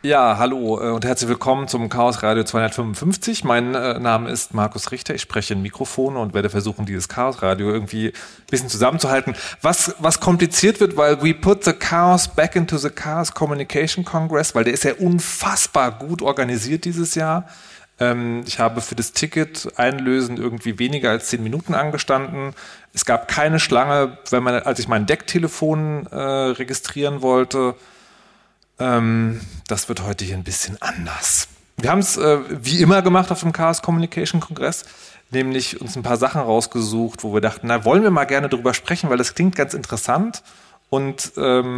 Ja, hallo und herzlich willkommen zum Chaos Radio 255. Mein Name ist Markus Richter. Ich spreche in Mikrofone und werde versuchen, dieses Chaos Radio irgendwie ein bisschen zusammenzuhalten. Was kompliziert wird, weil we put the chaos back into the Chaos Communication Congress, weil der ist ja unfassbar gut organisiert dieses Jahr. Ich habe für das Ticket einlösen irgendwie weniger als 10 Minuten angestanden. Es gab keine Schlange, als ich mein Decktelefon registrieren wollte. Das wird heute hier ein bisschen anders. Wir haben es wie immer gemacht auf dem Chaos Communication Kongress, nämlich uns ein paar Sachen rausgesucht, wo wir dachten, wollen wir mal gerne drüber sprechen, weil das klingt ganz interessant. Und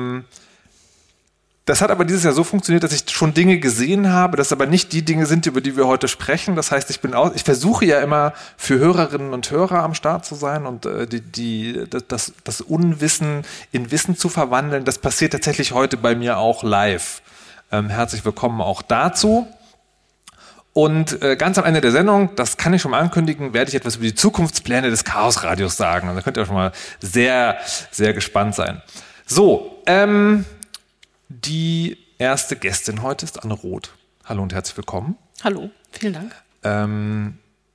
das hat aber dieses Jahr so funktioniert, dass ich schon Dinge gesehen habe, dass aber nicht die Dinge sind, über die wir heute sprechen. Das heißt, ich versuche ja immer für Hörerinnen und Hörer am Start zu sein und das Unwissen in Wissen zu verwandeln. Das passiert tatsächlich heute bei mir auch live. Herzlich willkommen auch dazu. Und ganz am Ende der Sendung, das kann ich schon mal ankündigen, werde ich etwas über die Zukunftspläne des Chaos-Radios sagen. Und da könnt ihr auch schon mal sehr, sehr gespannt sein. So, die erste Gästin heute ist Anne Roth. Hallo und herzlich willkommen. Hallo, vielen Dank.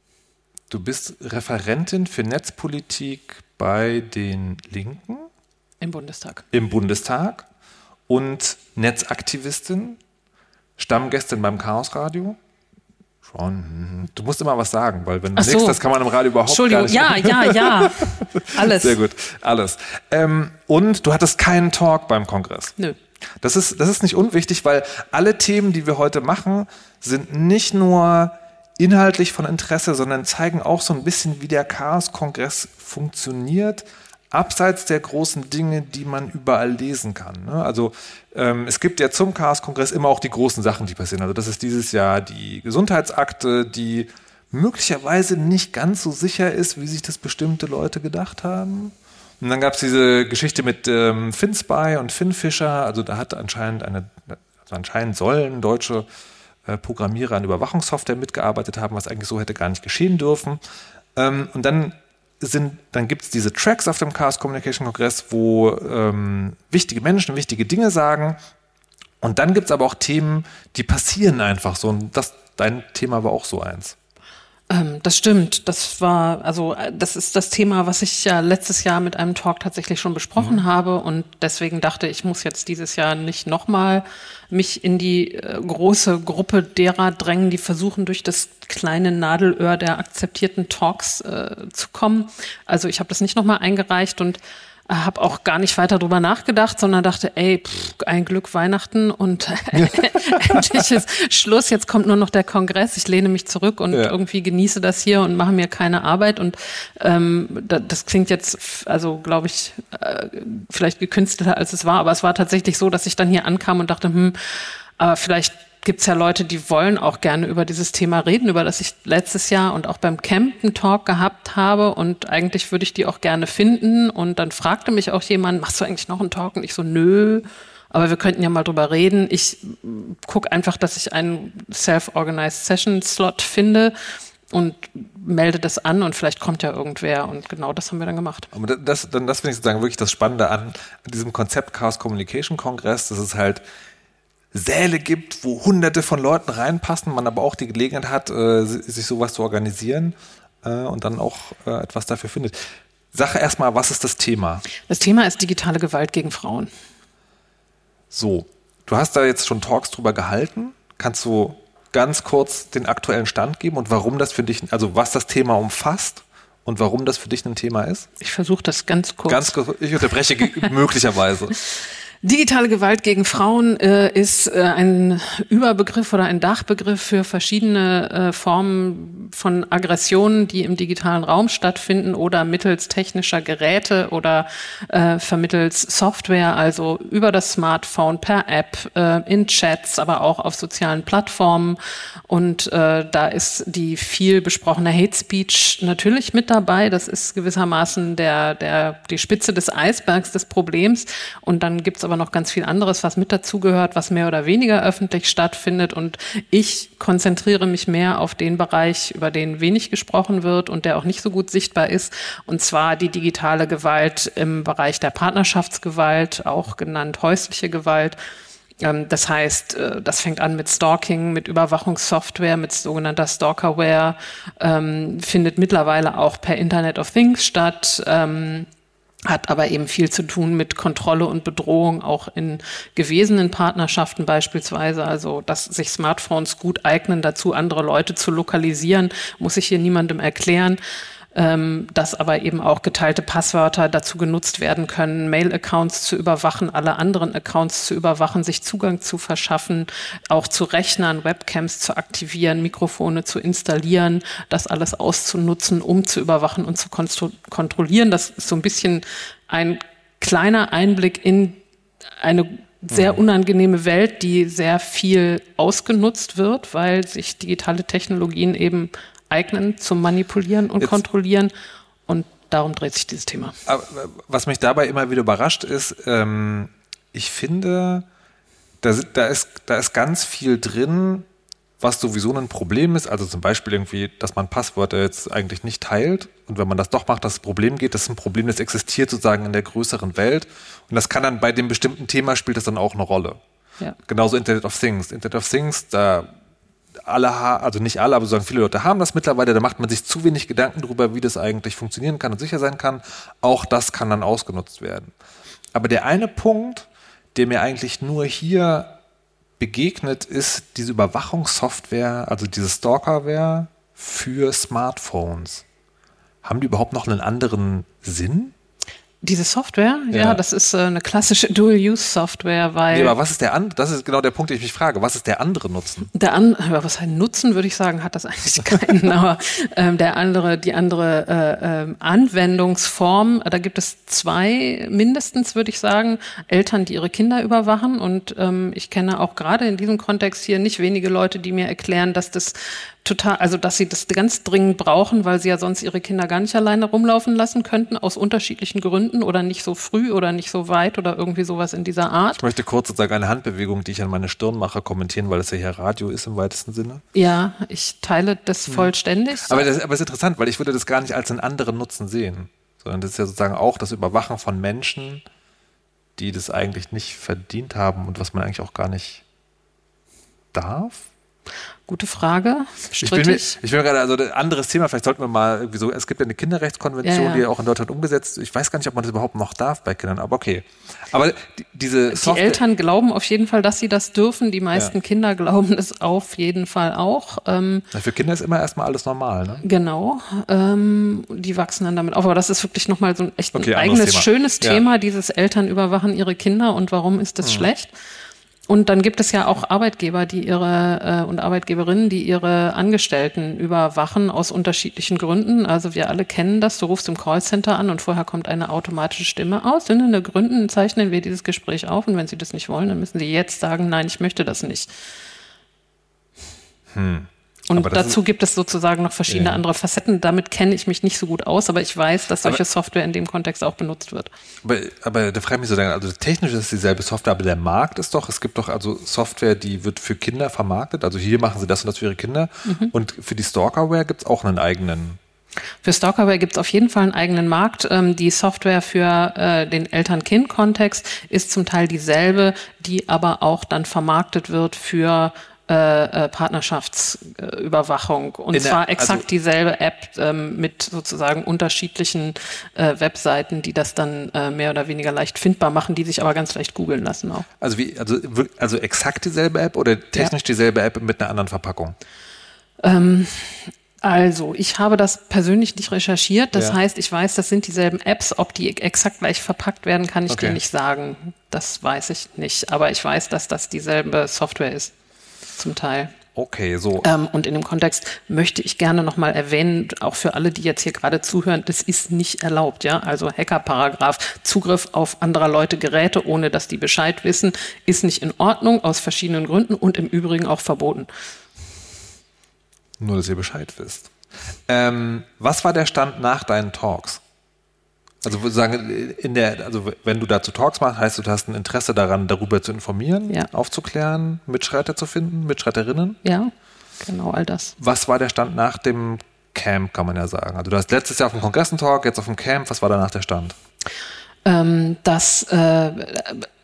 Du bist Referentin für Netzpolitik bei den Linken. Im Bundestag. Im Bundestag. Und Netzaktivistin, Stammgästin beim Chaos Radio. Schon. Du musst immer was sagen, weil wenn du nichts, das kann man im Radio überhaupt gar nicht. Ja. Alles. Sehr gut, alles. Und du hattest keinen Talk beim Kongress. Nö. Das ist nicht unwichtig, weil alle Themen, die wir heute machen, sind nicht nur inhaltlich von Interesse, sondern zeigen auch so ein bisschen, wie der Chaos-Kongress funktioniert, abseits der großen Dinge, die man überall lesen kann. Also es gibt ja zum Chaos-Kongress immer auch die großen Sachen, die passieren. Also das ist dieses Jahr die Gesundheitsakte, die möglicherweise nicht ganz so sicher ist, wie sich das bestimmte Leute gedacht haben. Und dann gab es diese Geschichte mit FinSpy und FinFisher. Also da hat anscheinend sollen deutsche Programmierer an Überwachungssoftware mitgearbeitet haben, was eigentlich so hätte gar nicht geschehen dürfen. Und dann gibt es diese Tracks auf dem Chaos Communication Kongress, wo wichtige Menschen wichtige Das sagen. Und dann gibt es aber auch Themen, die passieren einfach so. Und dein Thema war auch so eins. Das stimmt. Das ist das Thema, was ich ja letztes Jahr mit einem Talk tatsächlich schon besprochen habe. Und deswegen dachte ich, muss jetzt dieses Jahr nicht nochmal mich in die große Gruppe derer drängen, die versuchen, durch das kleine Nadelöhr der akzeptierten Talks zu kommen. Also ich habe das nicht nochmal eingereicht und habe auch gar nicht weiter drüber nachgedacht, sondern dachte, ein Glück Weihnachten und endlich ist Schluss, jetzt kommt nur noch der Kongress, ich lehne mich zurück und irgendwie genieße das hier und mache mir keine Arbeit und das klingt jetzt, also glaube ich, vielleicht gekünstelter als es war, aber es war tatsächlich so, dass ich dann hier ankam und dachte, aber vielleicht gibt's ja Leute, die wollen auch gerne über dieses Thema reden, über das ich letztes Jahr und auch beim Camp einen Talk gehabt habe und eigentlich würde ich die auch gerne finden und dann fragte mich auch jemand, machst du eigentlich noch einen Talk? Und ich so, nö, aber wir könnten ja mal drüber reden. Ich gucke einfach, dass ich einen Self-Organized Session Slot finde und melde das an und vielleicht kommt ja irgendwer und genau das haben wir dann gemacht. Aber das finde ich sozusagen wirklich das Spannende an diesem Konzept Chaos Communication Kongress, dass es halt Säle gibt, wo Hunderte von Leuten reinpassen, man aber auch die Gelegenheit hat, sich sowas zu organisieren und dann auch etwas dafür findet. Sag erstmal, was ist das Thema? Das Thema ist digitale Gewalt gegen Frauen. So, du hast da jetzt schon Talks drüber gehalten. Kannst du ganz kurz den aktuellen Stand geben und warum das für dich, also was das Thema umfasst und warum das für dich ein Thema ist? Ich versuche das ganz kurz. Ich unterbreche möglicherweise. Digitale Gewalt gegen Frauen ist ein Überbegriff oder ein Dachbegriff für verschiedene Formen von Aggressionen, die im digitalen Raum stattfinden oder mittels technischer Geräte oder vermittels Software, also über das Smartphone, per App, in Chats, aber auch auf sozialen Plattformen. Und da ist die viel besprochene Hate Speech natürlich mit dabei. Das ist gewissermaßen die Spitze des Eisbergs des Problems. Und dann gibt's aber noch ganz viel anderes, was mit dazugehört, was mehr oder weniger öffentlich stattfindet. Und ich konzentriere mich mehr auf den Bereich, über den wenig gesprochen wird und der auch nicht so gut sichtbar ist. Und zwar die digitale Gewalt im Bereich der Partnerschaftsgewalt, auch genannt häusliche Gewalt. Das heißt, das fängt an mit Stalking, mit Überwachungssoftware, mit sogenannter Stalkerware, findet mittlerweile auch per Internet of Things statt, hat aber eben viel zu tun mit Kontrolle und Bedrohung, auch in gewesenen Partnerschaften beispielsweise. Also, dass sich Smartphones gut eignen dazu, andere Leute zu lokalisieren, muss ich hier niemandem erklären. Dass aber eben auch geteilte Passwörter dazu genutzt werden können, Mail-Accounts zu überwachen, alle anderen Accounts zu überwachen, sich Zugang zu verschaffen, auch zu Rechnern, Webcams zu aktivieren, Mikrofone zu installieren, das alles auszunutzen, um zu überwachen und zu kontrollieren. Das ist so ein bisschen ein kleiner Einblick in eine sehr unangenehme Welt, die sehr viel ausgenutzt wird, weil sich digitale Technologien eben eignen zum Manipulieren und Kontrollieren. Und darum dreht sich dieses Thema. Aber was mich dabei immer wieder überrascht ist, ich finde, da ist ganz viel drin, was sowieso ein Problem ist. Also zum Beispiel irgendwie, dass man Passwörter jetzt eigentlich nicht teilt. Und wenn man das doch macht, dass das Problem geht, das ist ein Problem, das existiert sozusagen in der größeren Welt. Und das kann dann bei dem bestimmten Thema spielt das dann auch eine Rolle. Ja. Genauso Internet of Things. Internet of Things, da also nicht alle, aber sagen viele Leute haben das mittlerweile, da macht man sich zu wenig Gedanken darüber, wie das eigentlich funktionieren kann und sicher sein kann. Auch das kann dann ausgenutzt werden. Aber der eine Punkt, der mir eigentlich nur hier begegnet, ist diese Überwachungssoftware, also diese Stalkerware für Smartphones. Haben die überhaupt noch einen anderen Sinn? Diese Software, ja, das ist eine klassische Dual-Use-Software, weil... Nee, aber was ist der andere? Das ist genau der Punkt, den ich mich frage. Was ist der andere Nutzen? Was ein Nutzen, würde ich sagen, hat das eigentlich keinen. Aber die andere Anwendungsform, da gibt es zwei mindestens, würde ich sagen, Eltern, die ihre Kinder überwachen. Und ich kenne auch gerade in diesem Kontext hier nicht wenige Leute, die mir erklären, dass dass sie das ganz dringend brauchen, weil sie ja sonst ihre Kinder gar nicht alleine rumlaufen lassen könnten, aus unterschiedlichen Gründen oder nicht so früh oder nicht so weit oder irgendwie sowas in dieser Art. Ich möchte kurz sozusagen eine Handbewegung, die ich an meine Stirn mache, kommentieren, weil das ja hier Radio ist im weitesten Sinne. Ja, ich teile das vollständig. Aber es ist interessant, weil ich würde das gar nicht als einen anderen Nutzen sehen, sondern das ist ja sozusagen auch das Überwachen von Menschen, die das eigentlich nicht verdient haben und was man eigentlich auch gar nicht darf. Gute Frage. Ich bin mir gerade, also ein anderes Thema, vielleicht sollten wir mal irgendwie so, es gibt ja eine Kinderrechtskonvention, die ja auch in Deutschland umgesetzt, ich weiß gar nicht, ob man das überhaupt noch darf bei Kindern, aber okay. Aber diese Software... Die Eltern glauben auf jeden Fall, dass sie das dürfen, die meisten Kinder glauben es auf jeden Fall auch. Für Kinder ist immer erstmal alles normal, ne? Genau, die wachsen dann damit auf, aber das ist wirklich nochmal so ein echt ein eigenes, schönes Thema, dieses Eltern überwachen ihre Kinder und warum ist das schlecht? Und dann gibt es ja auch Arbeitgeber, und Arbeitgeberinnen, die ihre Angestellten überwachen aus unterschiedlichen Gründen. Also wir alle kennen das. Du rufst im Callcenter an und vorher kommt eine automatische Stimme aus. Aus den Gründen zeichnen wir dieses Gespräch auf und wenn Sie das nicht wollen, dann müssen Sie jetzt sagen, nein, ich möchte das nicht. Und dazu gibt es sozusagen noch verschiedene andere Facetten. Damit kenne ich mich nicht so gut aus, aber ich weiß, dass solche Software in dem Kontext auch benutzt wird. Aber da frage ich mich so, also technisch ist es dieselbe Software, aber der Markt ist doch, es gibt doch also Software, die wird für Kinder vermarktet. Also hier machen sie das und das für ihre Kinder. Und für die Stalkerware gibt es auch einen eigenen. Für Stalkerware gibt es auf jeden Fall einen eigenen Markt. Die Software für den Eltern-Kind-Kontext ist zum Teil dieselbe, die aber auch dann vermarktet wird für Partnerschaftsüberwachung und zwar exakt dieselbe App mit sozusagen unterschiedlichen Webseiten, die das dann mehr oder weniger leicht findbar machen, die sich aber ganz leicht googeln lassen auch. Also exakt dieselbe App oder technisch dieselbe App mit einer anderen Verpackung? Also, ich habe das persönlich nicht recherchiert. Das heißt, ich weiß, das sind dieselben Apps. Ob die exakt gleich verpackt werden, kann ich dir nicht sagen. Das weiß ich nicht. Aber ich weiß, dass das dieselbe Software ist. Zum Teil. Okay, so. Und in dem Kontext möchte ich gerne nochmal erwähnen, auch für alle, die jetzt hier gerade zuhören, das ist nicht erlaubt, ja. Also Hackerparagraph, Zugriff auf anderer Leute Geräte, ohne dass die Bescheid wissen, ist nicht in Ordnung, aus verschiedenen Gründen und im Übrigen auch verboten. Nur, dass ihr Bescheid wisst. Was war der Stand nach deinen Talks? Also sozusagen wenn du dazu Talks machst, heißt du hast ein Interesse daran, darüber zu informieren, aufzuklären, Mitstreiter zu finden, Mitstreiterinnen? Ja, genau, all das. Was war der Stand nach dem Camp, kann man ja sagen? Also du hast letztes Jahr auf dem Kongress einen Talk, jetzt auf dem Camp, was war danach der Stand?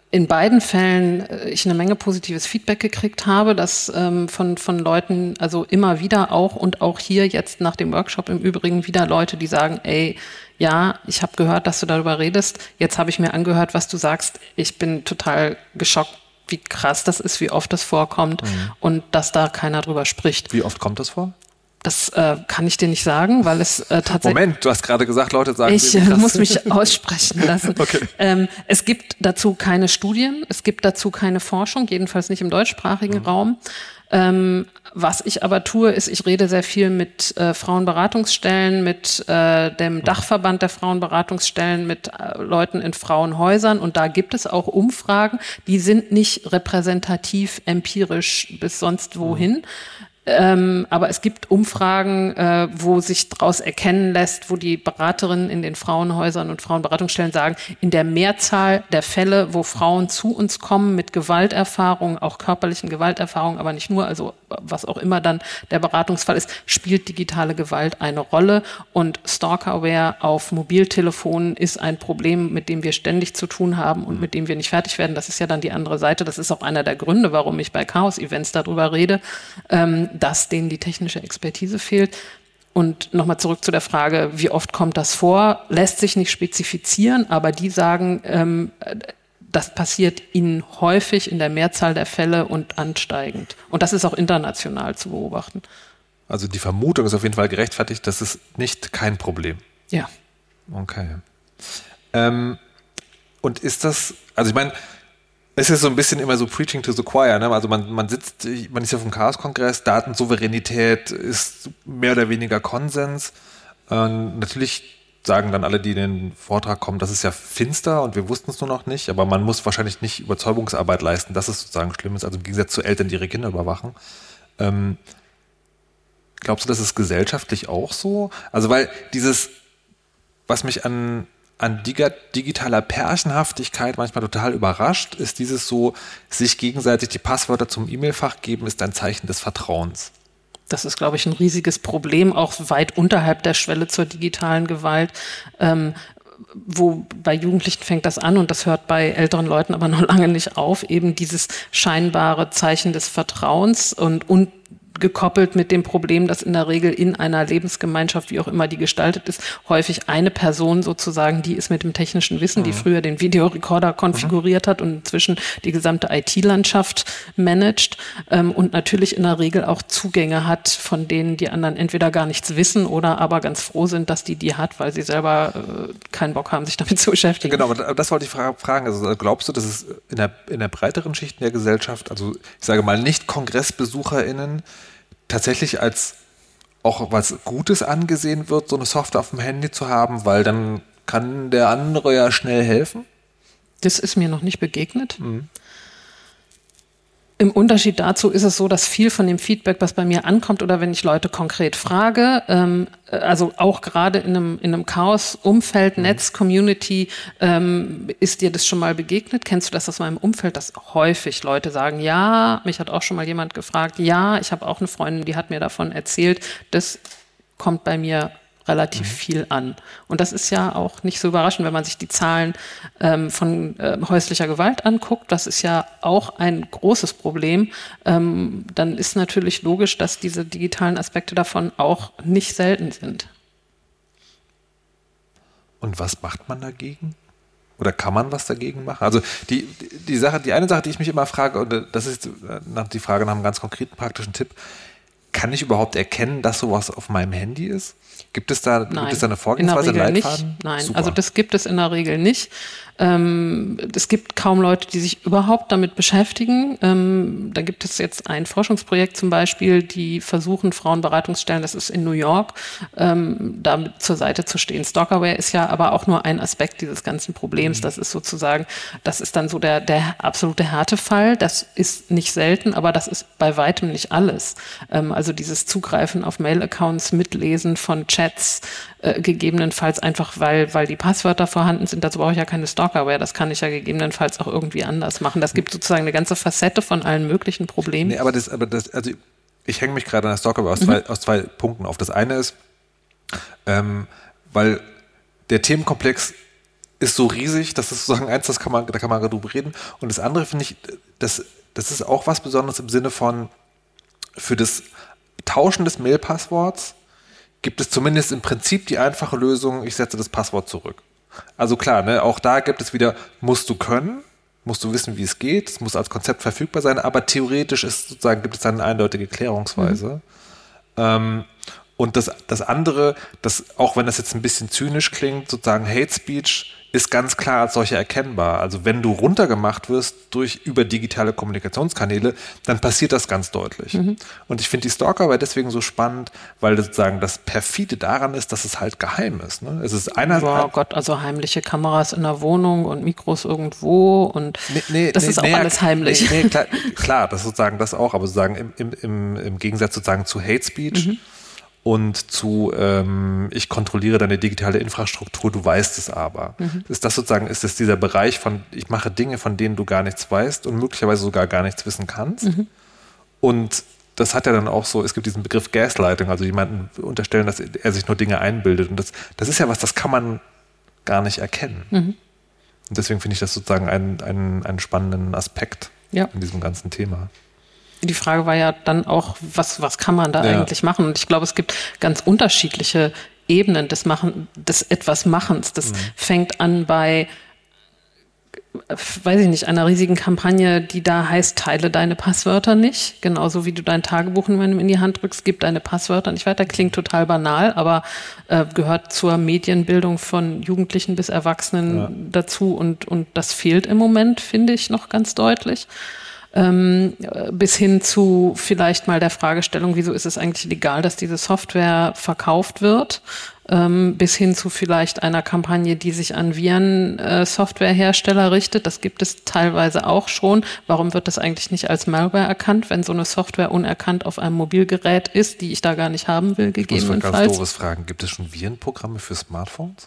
in beiden Fällen ich eine Menge positives Feedback gekriegt habe, dass von Leuten, also immer wieder auch und auch hier jetzt nach dem Workshop im Übrigen wieder Leute, die sagen, ey, ja, ich habe gehört, dass du darüber redest, jetzt habe ich mir angehört, was du sagst, ich bin total geschockt, wie krass das ist, wie oft das vorkommt und dass da keiner drüber spricht. Wie oft kommt das vor? Das kann ich dir nicht sagen, weil es tatsächlich... Moment, du hast gerade gesagt, Leute sagen... Ich muss mich aussprechen lassen. Okay. Es gibt dazu keine Studien, es gibt dazu keine Forschung, jedenfalls nicht im deutschsprachigen Raum. Was ich aber tue, ist, ich rede sehr viel mit Frauenberatungsstellen, mit dem Dachverband der Frauenberatungsstellen, mit Leuten in Frauenhäusern und da gibt es auch Umfragen, die sind nicht repräsentativ empirisch bis sonst wohin. Aber es gibt Umfragen, wo sich daraus erkennen lässt, wo die Beraterinnen in den Frauenhäusern und Frauenberatungsstellen sagen, in der Mehrzahl der Fälle, wo Frauen zu uns kommen mit Gewalterfahrung, auch körperlichen Gewalterfahrung, aber nicht nur, also was auch immer dann der Beratungsfall ist, spielt digitale Gewalt eine Rolle und Stalkerware auf Mobiltelefonen ist ein Problem, mit dem wir ständig zu tun haben und mit dem wir nicht fertig werden. Das ist ja dann die andere Seite. Das ist auch einer der Gründe, warum ich bei Chaos-Events darüber rede, dass denen die technische Expertise fehlt. Und nochmal zurück zu der Frage, wie oft kommt das vor? Lässt sich nicht spezifizieren, aber die sagen, das passiert ihnen häufig in der Mehrzahl der Fälle und ansteigend. Und das ist auch international zu beobachten. Also die Vermutung ist auf jeden Fall gerechtfertigt, das ist nicht kein Problem. Ja. Okay. Und ist das, also ich meine, es ist so ein bisschen immer so Preaching to the Choir, ne? Also man ist ja auf dem Chaos-Kongress, Datensouveränität ist mehr oder weniger Konsens. Natürlich sagen dann alle, die in den Vortrag kommen, das ist ja finster und wir wussten es nur noch nicht, aber man muss wahrscheinlich nicht Überzeugungsarbeit leisten, dass es sozusagen schlimm ist, also im Gegensatz zu Eltern, die ihre Kinder überwachen. Glaubst du, das ist gesellschaftlich auch so? Also weil dieses, was mich an digitaler Pärchenhaftigkeit manchmal total überrascht, ist dieses so, sich gegenseitig die Passwörter zum E-Mail-Fach geben, ist ein Zeichen des Vertrauens. Das ist, glaube ich, ein riesiges Problem, auch weit unterhalb der Schwelle zur digitalen Gewalt. Wo bei Jugendlichen fängt das an und das hört bei älteren Leuten aber noch lange nicht auf, eben dieses scheinbare Zeichen des Vertrauens und gekoppelt mit dem Problem, dass in der Regel in einer Lebensgemeinschaft, wie auch immer die gestaltet ist, häufig eine Person sozusagen, die ist mit dem technischen Wissen, die früher den Videorekorder konfiguriert hat und inzwischen die gesamte IT-Landschaft managt und natürlich in der Regel auch Zugänge hat, von denen die anderen entweder gar nichts wissen oder aber ganz froh sind, dass die hat, weil sie selber keinen Bock haben, sich damit zu beschäftigen. Genau, aber das wollte ich fragen. Also glaubst du, dass es in der breiteren Schicht der Gesellschaft, also ich sage mal nicht KongressbesucherInnen, tatsächlich als auch was Gutes angesehen wird, so eine Software auf dem Handy zu haben, weil dann kann der andere ja schnell helfen? Das ist mir noch nicht begegnet. Im Unterschied dazu ist es so, dass viel von dem Feedback, was bei mir ankommt oder wenn ich Leute konkret frage, also auch gerade in einem Chaos-Umfeld, Netz-Community, ist dir das schon mal begegnet? Kennst du das aus meinem Umfeld, dass häufig Leute sagen, ja, mich hat auch schon mal jemand gefragt, ja, ich habe auch eine Freundin, die hat mir davon erzählt, das kommt bei mir relativ viel an. Und das ist ja auch nicht so überraschend, wenn man sich die Zahlen von häuslicher Gewalt anguckt. Das ist ja auch ein großes Problem. Dann ist natürlich logisch, dass diese digitalen Aspekte davon auch nicht selten sind. Und was macht man dagegen? Oder kann man was dagegen machen? Also die eine Sache, die ich mich immer frage, und das ist die Frage nach einem ganz konkreten praktischen Tipp, kann ich überhaupt erkennen, dass sowas auf meinem Handy ist? Gibt es da eine Vorgehensweise, einen Leitfaden? Nicht. Nein, Super. also das gibt es in der Regel nicht. Es gibt kaum Leute, die sich überhaupt damit beschäftigen. Da gibt es jetzt ein Forschungsprojekt zum Beispiel, die versuchen, Frauenberatungsstellen, das ist in New York, damit zur Seite zu stehen. Stalkerware ist ja aber auch nur ein Aspekt dieses ganzen Problems. Das ist sozusagen, das ist dann so der absolute Härtefall. Das ist nicht selten, aber das ist bei weitem nicht alles. Also dieses Zugreifen auf Mail-Accounts, Mitlesen von Chats, gegebenenfalls einfach, weil die Passwörter vorhanden sind. Dazu brauche ich ja keine Stalkerware. Das kann ich ja gegebenenfalls auch irgendwie anders machen. Das gibt sozusagen eine ganze Facette von allen möglichen Problemen. Nee, aber also ich hänge mich gerade an der Stalkerware aus zwei Punkten auf. Das eine ist, weil der Themenkomplex ist so riesig, das ist sozusagen eins, da kann man drüber reden. Und das andere finde ich, das ist auch was Besonderes im Sinne von, für das Tauschen des Mail-Passworts gibt es zumindest im Prinzip die einfache Lösung, ich setze das Passwort zurück. Also klar, ne, auch da gibt es wieder, musst du können, musst du wissen, wie es geht, es muss als Konzept verfügbar sein, aber theoretisch gibt es dann eine eindeutige Klärungsweise. Und das andere, auch wenn das jetzt ein bisschen zynisch klingt, sozusagen Hate Speech ist ganz klar als solche erkennbar. Also wenn du runtergemacht wirst über digitale Kommunikationskanäle, dann passiert das ganz deutlich. Und ich finde die Stalkerarbeit deswegen so spannend, weil sozusagen das Perfide daran ist, dass es halt geheim ist. Ne? Es ist oh Gott, also heimliche Kameras in der Wohnung und Mikros irgendwo und das ist auch alles heimlich. Klar, das ist sozusagen das auch, aber sozusagen im Gegensatz sozusagen zu Hate Speech und zu ich kontrolliere deine digitale Infrastruktur, du weißt es aber. Ist das dieser Bereich von, ich mache Dinge, von denen du gar nichts weißt und möglicherweise sogar gar nichts wissen kannst. Und das hat ja dann auch so, es gibt diesen Begriff Gaslighting, also jemanden unterstellen, dass er sich nur Dinge einbildet. Und das ist ja was, das kann man gar nicht erkennen. Und deswegen finde ich das sozusagen einen spannenden Aspekt in diesem ganzen Thema. Die Frage war ja dann auch, was kann man da eigentlich machen? Und ich glaube, es gibt ganz unterschiedliche Ebenen des Etwas-Machens. Das fängt an bei, weiß ich nicht, einer riesigen Kampagne, die da heißt, teile deine Passwörter nicht. Genauso wie du dein Tagebuch in die Hand drückst, gib deine Passwörter nicht weiter. Klingt total banal, aber gehört zur Medienbildung von Jugendlichen bis Erwachsenen dazu. Und das fehlt im Moment, finde ich, noch ganz deutlich. Bis hin zu vielleicht mal der Fragestellung, wieso ist es eigentlich legal, dass diese Software verkauft wird, bis hin zu vielleicht einer Kampagne, die sich an Viren-Softwarehersteller richtet. Das gibt es teilweise auch schon. Warum wird das eigentlich nicht als Malware erkannt, wenn so eine Software unerkannt auf einem Mobilgerät ist, die ich da gar nicht haben will, gegebenenfalls? Ich muss mal ganz doofes fragen. Gibt es schon Virenprogramme für Smartphones?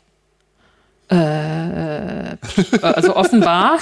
Also offenbar.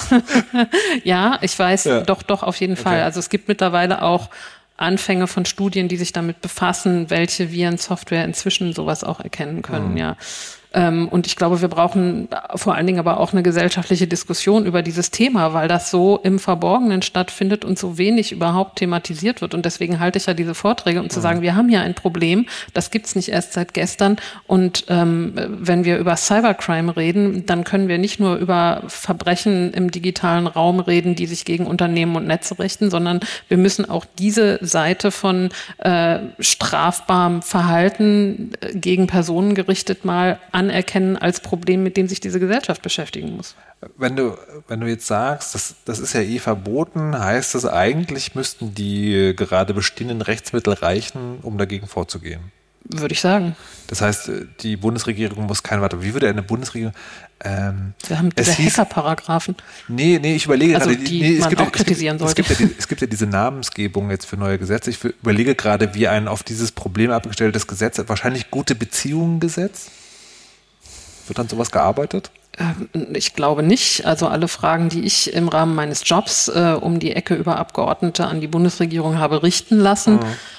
Ja, ich weiß, doch, auf jeden Fall. Also es gibt mittlerweile auch Anfänge von Studien, die sich damit befassen, welche Virensoftware inzwischen sowas auch erkennen können, ja. Und ich glaube, wir brauchen vor allen Dingen aber auch eine gesellschaftliche Diskussion über dieses Thema, weil das so im Verborgenen stattfindet und so wenig überhaupt thematisiert wird. Und deswegen halte ich ja diese Vorträge, um zu sagen, wir haben hier ein Problem, das gibt's nicht erst seit gestern. Und wenn wir über Cybercrime reden, dann können wir nicht nur über Verbrechen im digitalen Raum reden, die sich gegen Unternehmen und Netze richten, sondern wir müssen auch diese Seite von strafbarem Verhalten gegen Personen gerichtet mal anerkennen als Problem, mit dem sich diese Gesellschaft beschäftigen muss. Wenn du jetzt sagst, das ist ja verboten, heißt das eigentlich, müssten die gerade bestehenden Rechtsmittel reichen, um dagegen vorzugehen? Würde ich sagen. Das heißt, die Bundesregierung muss wie würde eine Bundesregierung... Wir haben diese Hacker-Paragraphen. Nee, ich überlege also gerade... die man auch kritisieren sollte. Es gibt ja diese Namensgebung jetzt für neue Gesetze. Ich überlege gerade, wie ein auf dieses Problem abgestelltes Gesetz, wahrscheinlich Gute-Beziehungen-Gesetz. Wird an sowas gearbeitet? Ich glaube nicht. Also alle Fragen, die ich im Rahmen meines Jobs um die Ecke über Abgeordnete an die Bundesregierung habe richten lassen,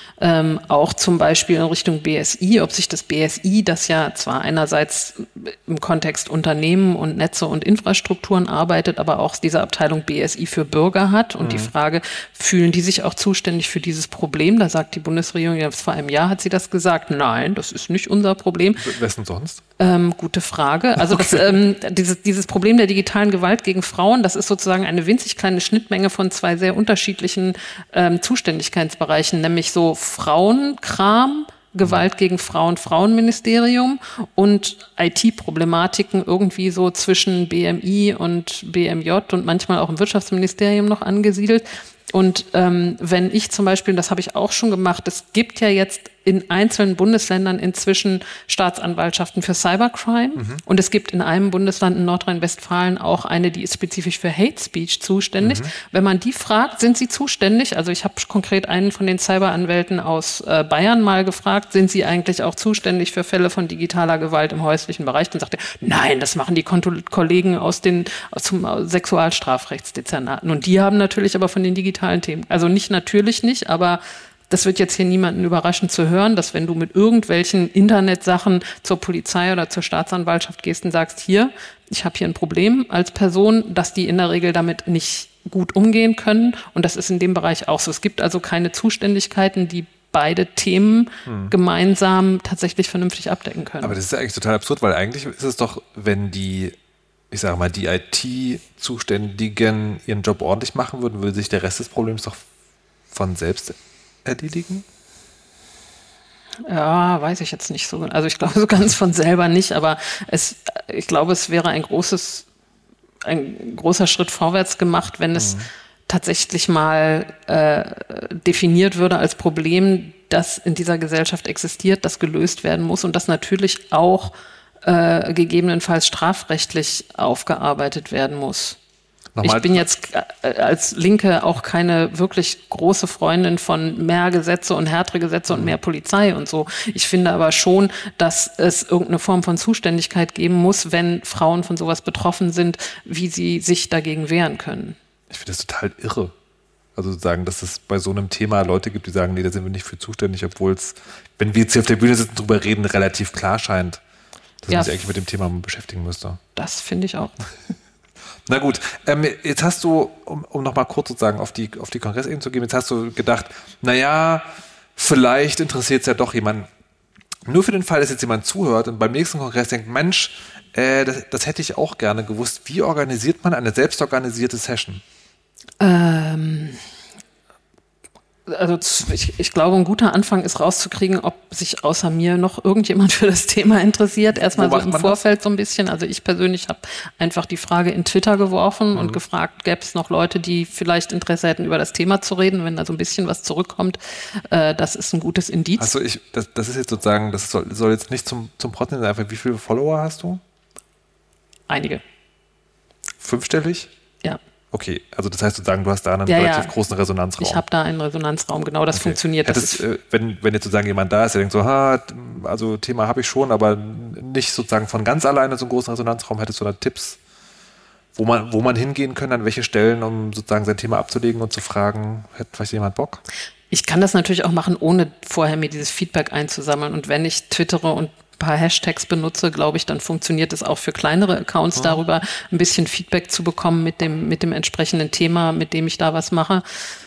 auch zum Beispiel in Richtung BSI, ob sich das BSI, das ja zwar einerseits im Kontext Unternehmen und Netze und Infrastrukturen arbeitet, aber auch diese Abteilung BSI für Bürger hat. Und die Frage, fühlen die sich auch zuständig für dieses Problem? Da sagt die Bundesregierung, ja, vor einem Jahr hat sie das gesagt. Nein, das ist nicht unser Problem. Wessen sonst? Gute Frage. Also dieses Problem der digitalen Gewalt gegen Frauen, das ist sozusagen eine winzig kleine Schnittmenge von zwei sehr unterschiedlichen Zuständigkeitsbereichen, nämlich so Frauenkram, Gewalt gegen Frauen, Frauenministerium und IT-Problematiken irgendwie so zwischen BMI und BMJ und manchmal auch im Wirtschaftsministerium noch angesiedelt. Und wenn ich zum Beispiel, das habe ich auch schon gemacht, es gibt ja jetzt in einzelnen Bundesländern inzwischen Staatsanwaltschaften für Cybercrime. Und es gibt in einem Bundesland in Nordrhein-Westfalen auch eine, die ist spezifisch für Hate Speech zuständig. Wenn man die fragt, sind sie zuständig? Also ich habe konkret einen von den Cyberanwälten aus Bayern mal gefragt, sind sie eigentlich auch zuständig für Fälle von digitaler Gewalt im häuslichen Bereich? Dann sagte er, nein, das machen die Kollegen zum Sexualstrafrechtsdezernaten. Und die haben natürlich aber von den digitalen Themen, also nicht, aber das wird jetzt hier niemanden überraschen zu hören, dass wenn du mit irgendwelchen Internetsachen zur Polizei oder zur Staatsanwaltschaft gehst und sagst, hier, ich habe hier ein Problem als Person, dass die in der Regel damit nicht gut umgehen können. Und das ist in dem Bereich auch so. Es gibt also keine Zuständigkeiten, die beide Themen gemeinsam tatsächlich vernünftig abdecken können. Aber das ist ja eigentlich total absurd, weil eigentlich ist es doch, wenn die IT-Zuständigen ihren Job ordentlich machen würden, würde sich der Rest des Problems doch von selbst erledigen? Ja, weiß ich jetzt nicht so. Also ich glaube so ganz von selber nicht, aber ich glaube, es wäre ein großer Schritt vorwärts gemacht, wenn es tatsächlich mal definiert würde als Problem, das in dieser Gesellschaft existiert, das gelöst werden muss und das natürlich auch gegebenenfalls strafrechtlich aufgearbeitet werden muss. Nochmal. Ich bin jetzt als Linke auch keine wirklich große Freundin von mehr Gesetze und härtere Gesetze und mehr Polizei und so. Ich finde aber schon, dass es irgendeine Form von Zuständigkeit geben muss, wenn Frauen von sowas betroffen sind, wie sie sich dagegen wehren können. Ich finde das total irre. Also sagen, dass es bei so einem Thema Leute gibt, die sagen, nee, da sind wir nicht für zuständig, obwohl es, wenn wir jetzt hier auf der Bühne sitzen, drüber reden, relativ klar scheint, dass man sich eigentlich mit dem Thema beschäftigen müsste. Das finde ich auch. Na gut, jetzt hast du, um nochmal kurz sozusagen auf die Kongressebene zu gehen, jetzt hast du gedacht, naja, vielleicht interessiert es ja doch jemanden. Nur für den Fall, dass jetzt jemand zuhört und beim nächsten Kongress denkt, Mensch, das hätte ich auch gerne gewusst. Wie organisiert man eine selbstorganisierte Session? Also ich glaube, ein guter Anfang ist rauszukriegen, ob sich außer mir noch irgendjemand für das Thema interessiert. Erstmal so im Vorfeld so ein bisschen. Also ich persönlich habe einfach die Frage in Twitter geworfen und gefragt, gäbe es noch Leute, die vielleicht Interesse hätten, über das Thema zu reden, wenn da so ein bisschen was zurückkommt. Das ist ein gutes Indiz. Also das ist jetzt sozusagen, das soll jetzt nicht zum Protzen sein, einfach wie viele Follower hast du? Einige. 5-stellig? Ja. Okay, also das heißt sozusagen, du hast da einen relativ großen Resonanzraum. Ich habe da einen Resonanzraum, genau, das funktioniert. Wenn jetzt sozusagen jemand da ist, der denkt so, also Thema habe ich schon, aber nicht sozusagen von ganz alleine so einen großen Resonanzraum, hättest du da Tipps, wo man hingehen kann, an welche Stellen, um sozusagen sein Thema abzulegen und zu fragen, hätte vielleicht jemand Bock? Ich kann das natürlich auch machen, ohne vorher mir dieses Feedback einzusammeln. Und wenn ich twittere und paar Hashtags benutze, glaube ich, dann funktioniert es auch für kleinere Accounts darüber, ein bisschen Feedback zu bekommen mit dem entsprechenden Thema, mit dem ich da was mache.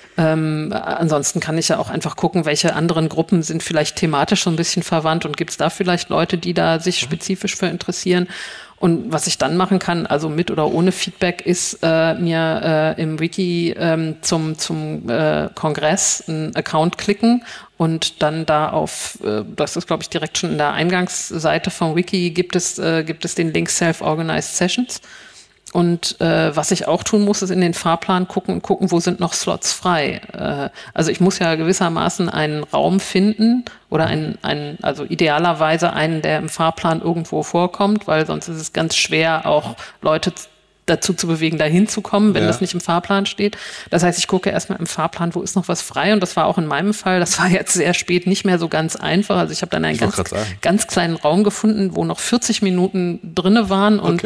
Ansonsten kann ich ja auch einfach gucken, welche anderen Gruppen sind vielleicht thematisch so ein bisschen verwandt und gibt es da vielleicht Leute, die da sich spezifisch für interessieren. Und was ich dann machen kann, also mit oder ohne Feedback, ist mir im Wiki zum Kongress einen Account klicken und dann da das ist glaube ich direkt schon in der Eingangsseite vom Wiki, gibt es den Link Self-Organized Sessions. Und was ich auch tun muss, ist in den Fahrplan gucken, wo sind noch Slots frei. Also ich muss ja gewissermaßen einen Raum finden oder also idealerweise einen, der im Fahrplan irgendwo vorkommt, weil sonst ist es ganz schwer, auch Leute dazu zu bewegen, da hinzukommen, wenn das nicht im Fahrplan steht. Das heißt, ich gucke erstmal im Fahrplan, wo ist noch was frei. Und das war auch in meinem Fall, das war jetzt sehr spät nicht mehr so ganz einfach. Also ich habe dann einen ganz kleinen Raum gefunden, wo noch 40 Minuten drinne waren und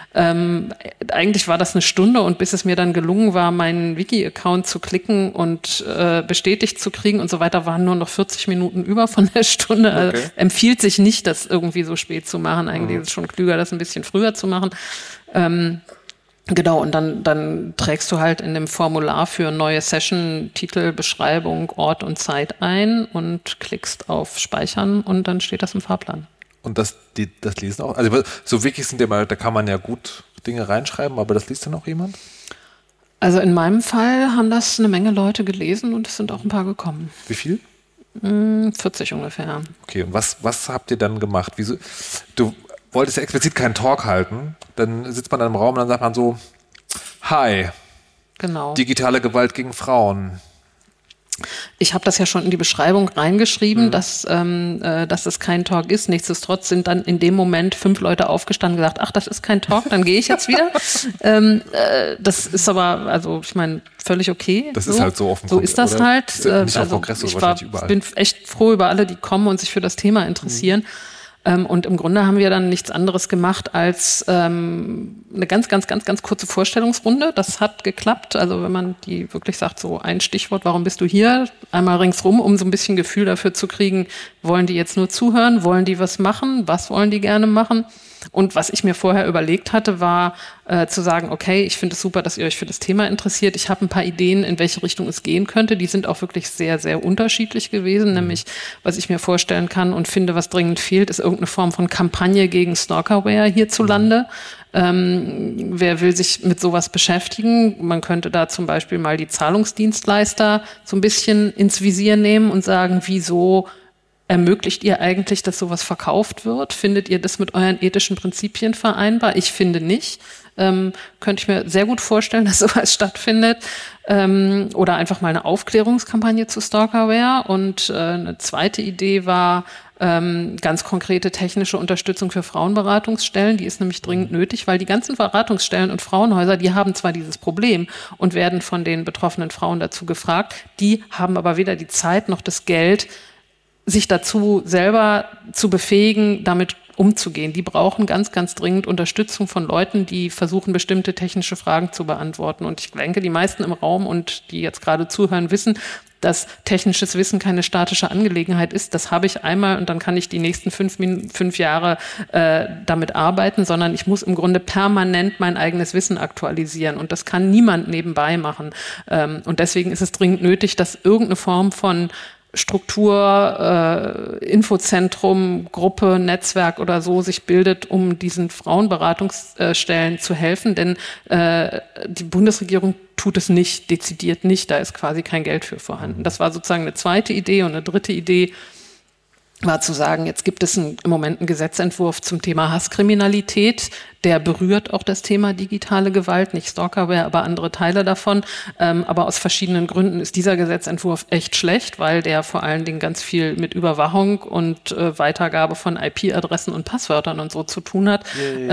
eigentlich war das eine Stunde und bis es mir dann gelungen war, meinen Wiki-Account zu klicken und bestätigt zu kriegen und so weiter, waren nur noch 40 Minuten über von der Stunde. Also empfiehlt sich nicht, das irgendwie so spät zu machen. Eigentlich ist es schon klüger, das ein bisschen früher zu machen. Genau, und dann trägst du halt in dem Formular für neue Session Titel, Beschreibung, Ort und Zeit ein und klickst auf Speichern und dann steht das im Fahrplan. Und das lesen auch? Also so Wikis sind ja mal, da kann man ja gut Dinge reinschreiben, aber das liest dann auch jemand? Also in meinem Fall haben das eine Menge Leute gelesen und es sind auch ein paar gekommen. Wie viel? 40 ungefähr. Okay, und was habt ihr dann gemacht? Du wolltest ja explizit keinen Talk halten, dann sitzt man in einem Raum und dann sagt man so, hi, genau. Digitale Gewalt gegen Frauen. Ich habe das ja schon in die Beschreibung reingeschrieben, dass es kein Talk ist. Nichtsdestotrotz sind dann in dem Moment 5 Leute aufgestanden und gesagt, ach, das ist kein Talk, dann gehe ich jetzt wieder. Das ist aber, also ich meine, völlig okay. Das ist halt so offen. So ist das oder? Halt. Nicht auf Kongress, ich bin echt froh über alle, die kommen und sich für das Thema interessieren. Und im Grunde haben wir dann nichts anderes gemacht als eine ganz, ganz, ganz, ganz kurze Vorstellungsrunde. Das hat geklappt. Also wenn man die wirklich sagt, so ein Stichwort, warum bist du hier? Einmal ringsrum, um so ein bisschen Gefühl dafür zu kriegen, wollen die jetzt nur zuhören? Wollen die was machen? Was wollen die gerne machen? Und was ich mir vorher überlegt hatte, war zu sagen, okay, ich finde es super, dass ihr euch für das Thema interessiert. Ich habe ein paar Ideen, in welche Richtung es gehen könnte. Die sind auch wirklich sehr, sehr unterschiedlich gewesen. Nämlich, was ich mir vorstellen kann und finde, was dringend fehlt, ist irgendeine Form von Kampagne gegen Stalkerware hierzulande. Wer will sich mit sowas beschäftigen? Man könnte da zum Beispiel mal die Zahlungsdienstleister so ein bisschen ins Visier nehmen und sagen, wieso ermöglicht ihr eigentlich, dass sowas verkauft wird? Findet ihr das mit euren ethischen Prinzipien vereinbar? Ich finde nicht. Könnte ich mir sehr gut vorstellen, dass sowas stattfindet. Oder einfach mal eine Aufklärungskampagne zu Stalkerware. Und eine zweite Idee war ganz konkrete technische Unterstützung für Frauenberatungsstellen. Die ist nämlich dringend nötig, weil die ganzen Beratungsstellen und Frauenhäuser, die haben zwar dieses Problem und werden von den betroffenen Frauen dazu gefragt, die haben aber weder die Zeit noch das Geld, sich dazu selber zu befähigen, damit umzugehen. Die brauchen ganz, ganz dringend Unterstützung von Leuten, die versuchen, bestimmte technische Fragen zu beantworten. Und ich denke, die meisten im Raum und die jetzt gerade zuhören, wissen, dass technisches Wissen keine statische Angelegenheit ist. Das habe ich einmal und dann kann ich die nächsten 5 Jahre damit arbeiten, sondern ich muss im Grunde permanent mein eigenes Wissen aktualisieren. Und das kann niemand nebenbei machen. Und deswegen ist es dringend nötig, dass irgendeine Form von Struktur, Infozentrum, Gruppe, Netzwerk oder so sich bildet, um diesen Frauenberatungsstellen zu helfen. Denn die Bundesregierung tut es nicht, dezidiert nicht. Da ist quasi kein Geld für vorhanden. Das war sozusagen eine zweite Idee. Und eine dritte Idee war zu sagen, jetzt gibt es im Moment einen Gesetzentwurf zum Thema Hasskriminalität. Der berührt auch das Thema digitale Gewalt, nicht Stalkerware, aber andere Teile davon. Aber aus verschiedenen Gründen ist dieser Gesetzentwurf echt schlecht, weil der vor allen Dingen ganz viel mit Überwachung und Weitergabe von IP-Adressen und Passwörtern und so zu tun hat.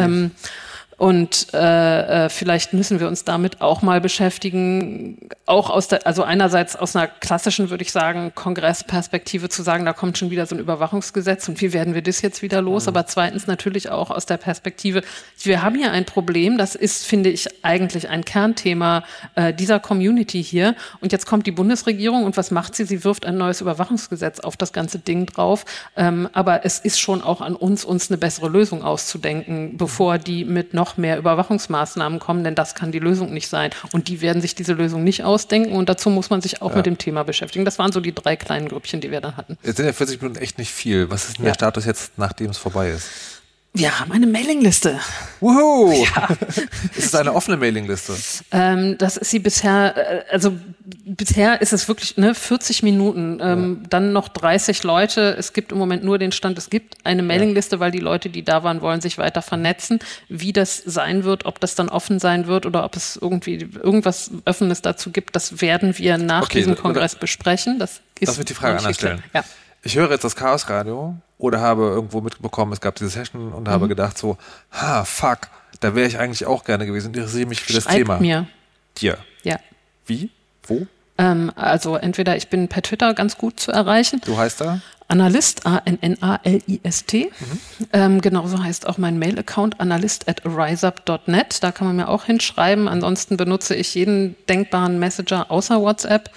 Und vielleicht müssen wir uns damit auch mal beschäftigen, auch also einerseits aus einer klassischen, würde ich sagen, Kongressperspektive zu sagen, da kommt schon wieder so ein Überwachungsgesetz und wie werden wir das jetzt wieder los? Aber zweitens natürlich auch aus der Perspektive, wir haben hier ein Problem, das ist, finde ich, eigentlich ein Kernthema dieser Community hier. Und jetzt kommt die Bundesregierung und was macht sie? Sie wirft ein neues Überwachungsgesetz auf das ganze Ding drauf. Aber es ist schon auch an uns eine bessere Lösung auszudenken, bevor die mit noch mehr Überwachungsmaßnahmen kommen, denn das kann die Lösung nicht sein. Und die werden sich diese Lösung nicht ausdenken und dazu muss man sich auch mit dem Thema beschäftigen. Das waren so die 3 kleinen Grüppchen, die wir dann hatten. Jetzt sind ja 40 Minuten echt nicht viel. Was ist denn der Status jetzt, nachdem es vorbei ist? Wir haben eine Mailingliste. Wuhu! Ja. Ist es eine offene Mailingliste? Das ist sie bisher, bisher ist es wirklich 40 Minuten, dann noch 30 Leute. Es gibt im Moment nur den Stand, es gibt eine Mailingliste, weil die Leute, die da waren, wollen sich weiter vernetzen. Wie das sein wird, ob das dann offen sein wird oder ob es irgendwie irgendwas Offenes dazu gibt, das werden wir nach diesem Kongress besprechen. Das wird die Frage anders stellen. Ja. Ich höre jetzt das Chaos Radio oder habe irgendwo mitbekommen, es gab diese Session und habe gedacht so, fuck, da wäre ich eigentlich auch gerne gewesen und interessiere mich für das Thema. Mir. Dir? Ja. Wie? Wo? Also entweder ich bin per Twitter ganz gut zu erreichen. Du heißt da? Analyst, A-N-N-A-L-I-S-T. Genauso heißt auch mein Mail-Account analyst@riseup.net. Da kann man mir auch hinschreiben. Ansonsten benutze ich jeden denkbaren Messenger außer WhatsApp.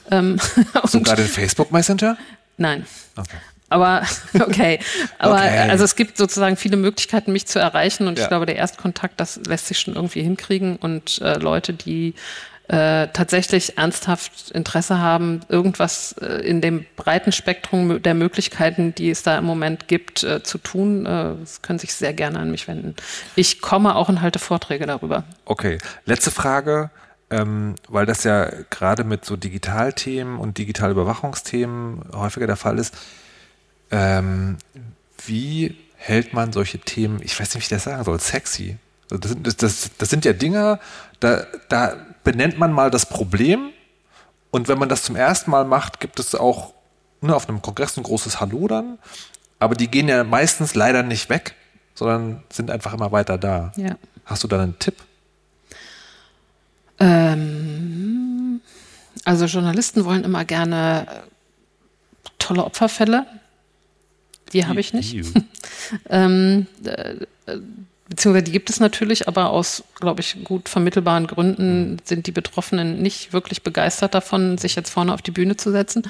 Sogar den Facebook Messenger? Nein. Okay. Aber okay. Also es gibt sozusagen viele Möglichkeiten, mich zu erreichen und ich glaube, der Erstkontakt, das lässt sich schon irgendwie hinkriegen und Leute, die tatsächlich ernsthaft Interesse haben, irgendwas in dem breiten Spektrum der Möglichkeiten, die es da im Moment gibt, zu tun, können sich sehr gerne an mich wenden. Ich komme auch und halte Vorträge darüber. Okay, letzte Frage, weil das ja gerade mit so Digitalthemen und Digitalüberwachungsthemen häufiger der Fall ist. Wie hält man solche Themen, ich weiß nicht, wie ich das sagen soll, sexy? Das sind ja Dinge, da benennt man mal das Problem und wenn man das zum ersten Mal macht, gibt es auch auf einem Kongress ein großes Hallo dann, aber die gehen ja meistens leider nicht weg, sondern sind einfach immer weiter da. Ja. Hast du da einen Tipp? Also Journalisten wollen immer gerne tolle Opferfälle. Die habe ich nicht. Beziehungsweise die gibt es natürlich, aber aus, glaube ich, gut vermittelbaren Gründen sind die Betroffenen nicht wirklich begeistert davon, sich jetzt vorne auf die Bühne zu setzen.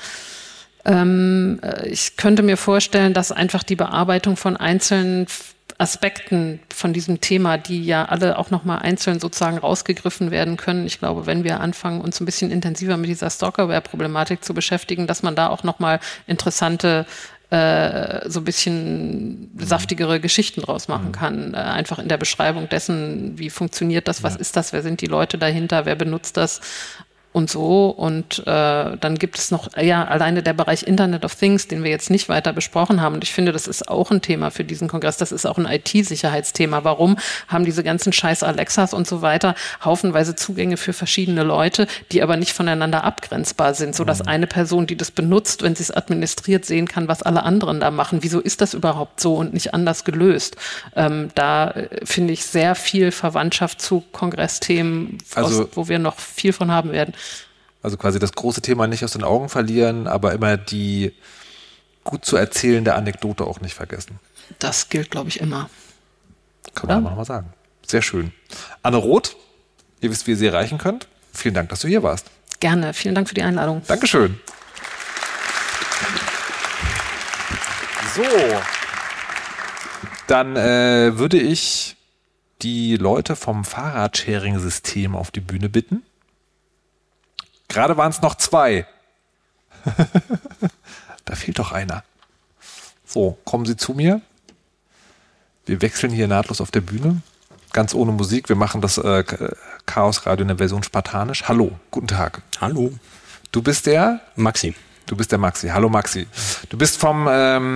Ich könnte mir vorstellen, dass einfach die Bearbeitung von einzelnen Aspekten von diesem Thema, die ja alle auch nochmal einzeln sozusagen rausgegriffen werden können. Ich glaube, wenn wir anfangen, uns ein bisschen intensiver mit dieser Stalkerware-Problematik zu beschäftigen, dass man da auch nochmal interessante so ein bisschen saftigere Geschichten draus machen kann. Einfach in der Beschreibung dessen, wie funktioniert das, was ist das, wer sind die Leute dahinter, wer benutzt das und so. Und dann gibt es noch, alleine der Bereich Internet of Things, den wir jetzt nicht weiter besprochen haben. Und ich finde, das ist auch ein Thema für diesen Kongress. Das ist auch ein IT-Sicherheitsthema. Warum haben diese ganzen scheiß Alexas und so weiter haufenweise Zugänge für verschiedene Leute, die aber nicht voneinander abgrenzbar sind, sodass eine Person, die das benutzt, wenn sie es administriert, sehen kann, was alle anderen da machen. Wieso ist das überhaupt so und nicht anders gelöst? Da finde ich sehr viel Verwandtschaft zu Kongressthemen, wo wir noch viel von haben werden. Also quasi das große Thema nicht aus den Augen verlieren, aber immer die gut zu erzählende Anekdote auch nicht vergessen. Das gilt, glaube ich, immer. Kann man mal sagen. Sehr schön. Anne Roth, ihr wisst, wie ihr sie erreichen könnt. Vielen Dank, dass du hier warst. Gerne. Vielen Dank für die Einladung. Dankeschön. So. Dann würde ich die Leute vom Fahrradsharing-System auf die Bühne bitten. Gerade waren es noch 2. Da fehlt doch einer. So, kommen Sie zu mir. Wir wechseln hier nahtlos auf der Bühne. Ganz ohne Musik. Wir machen das Chaos Radio in der Version spartanisch. Hallo, guten Tag. Hallo. Du bist der? Maxi. Du bist der Maxi. Hallo Maxi. Du bist vom,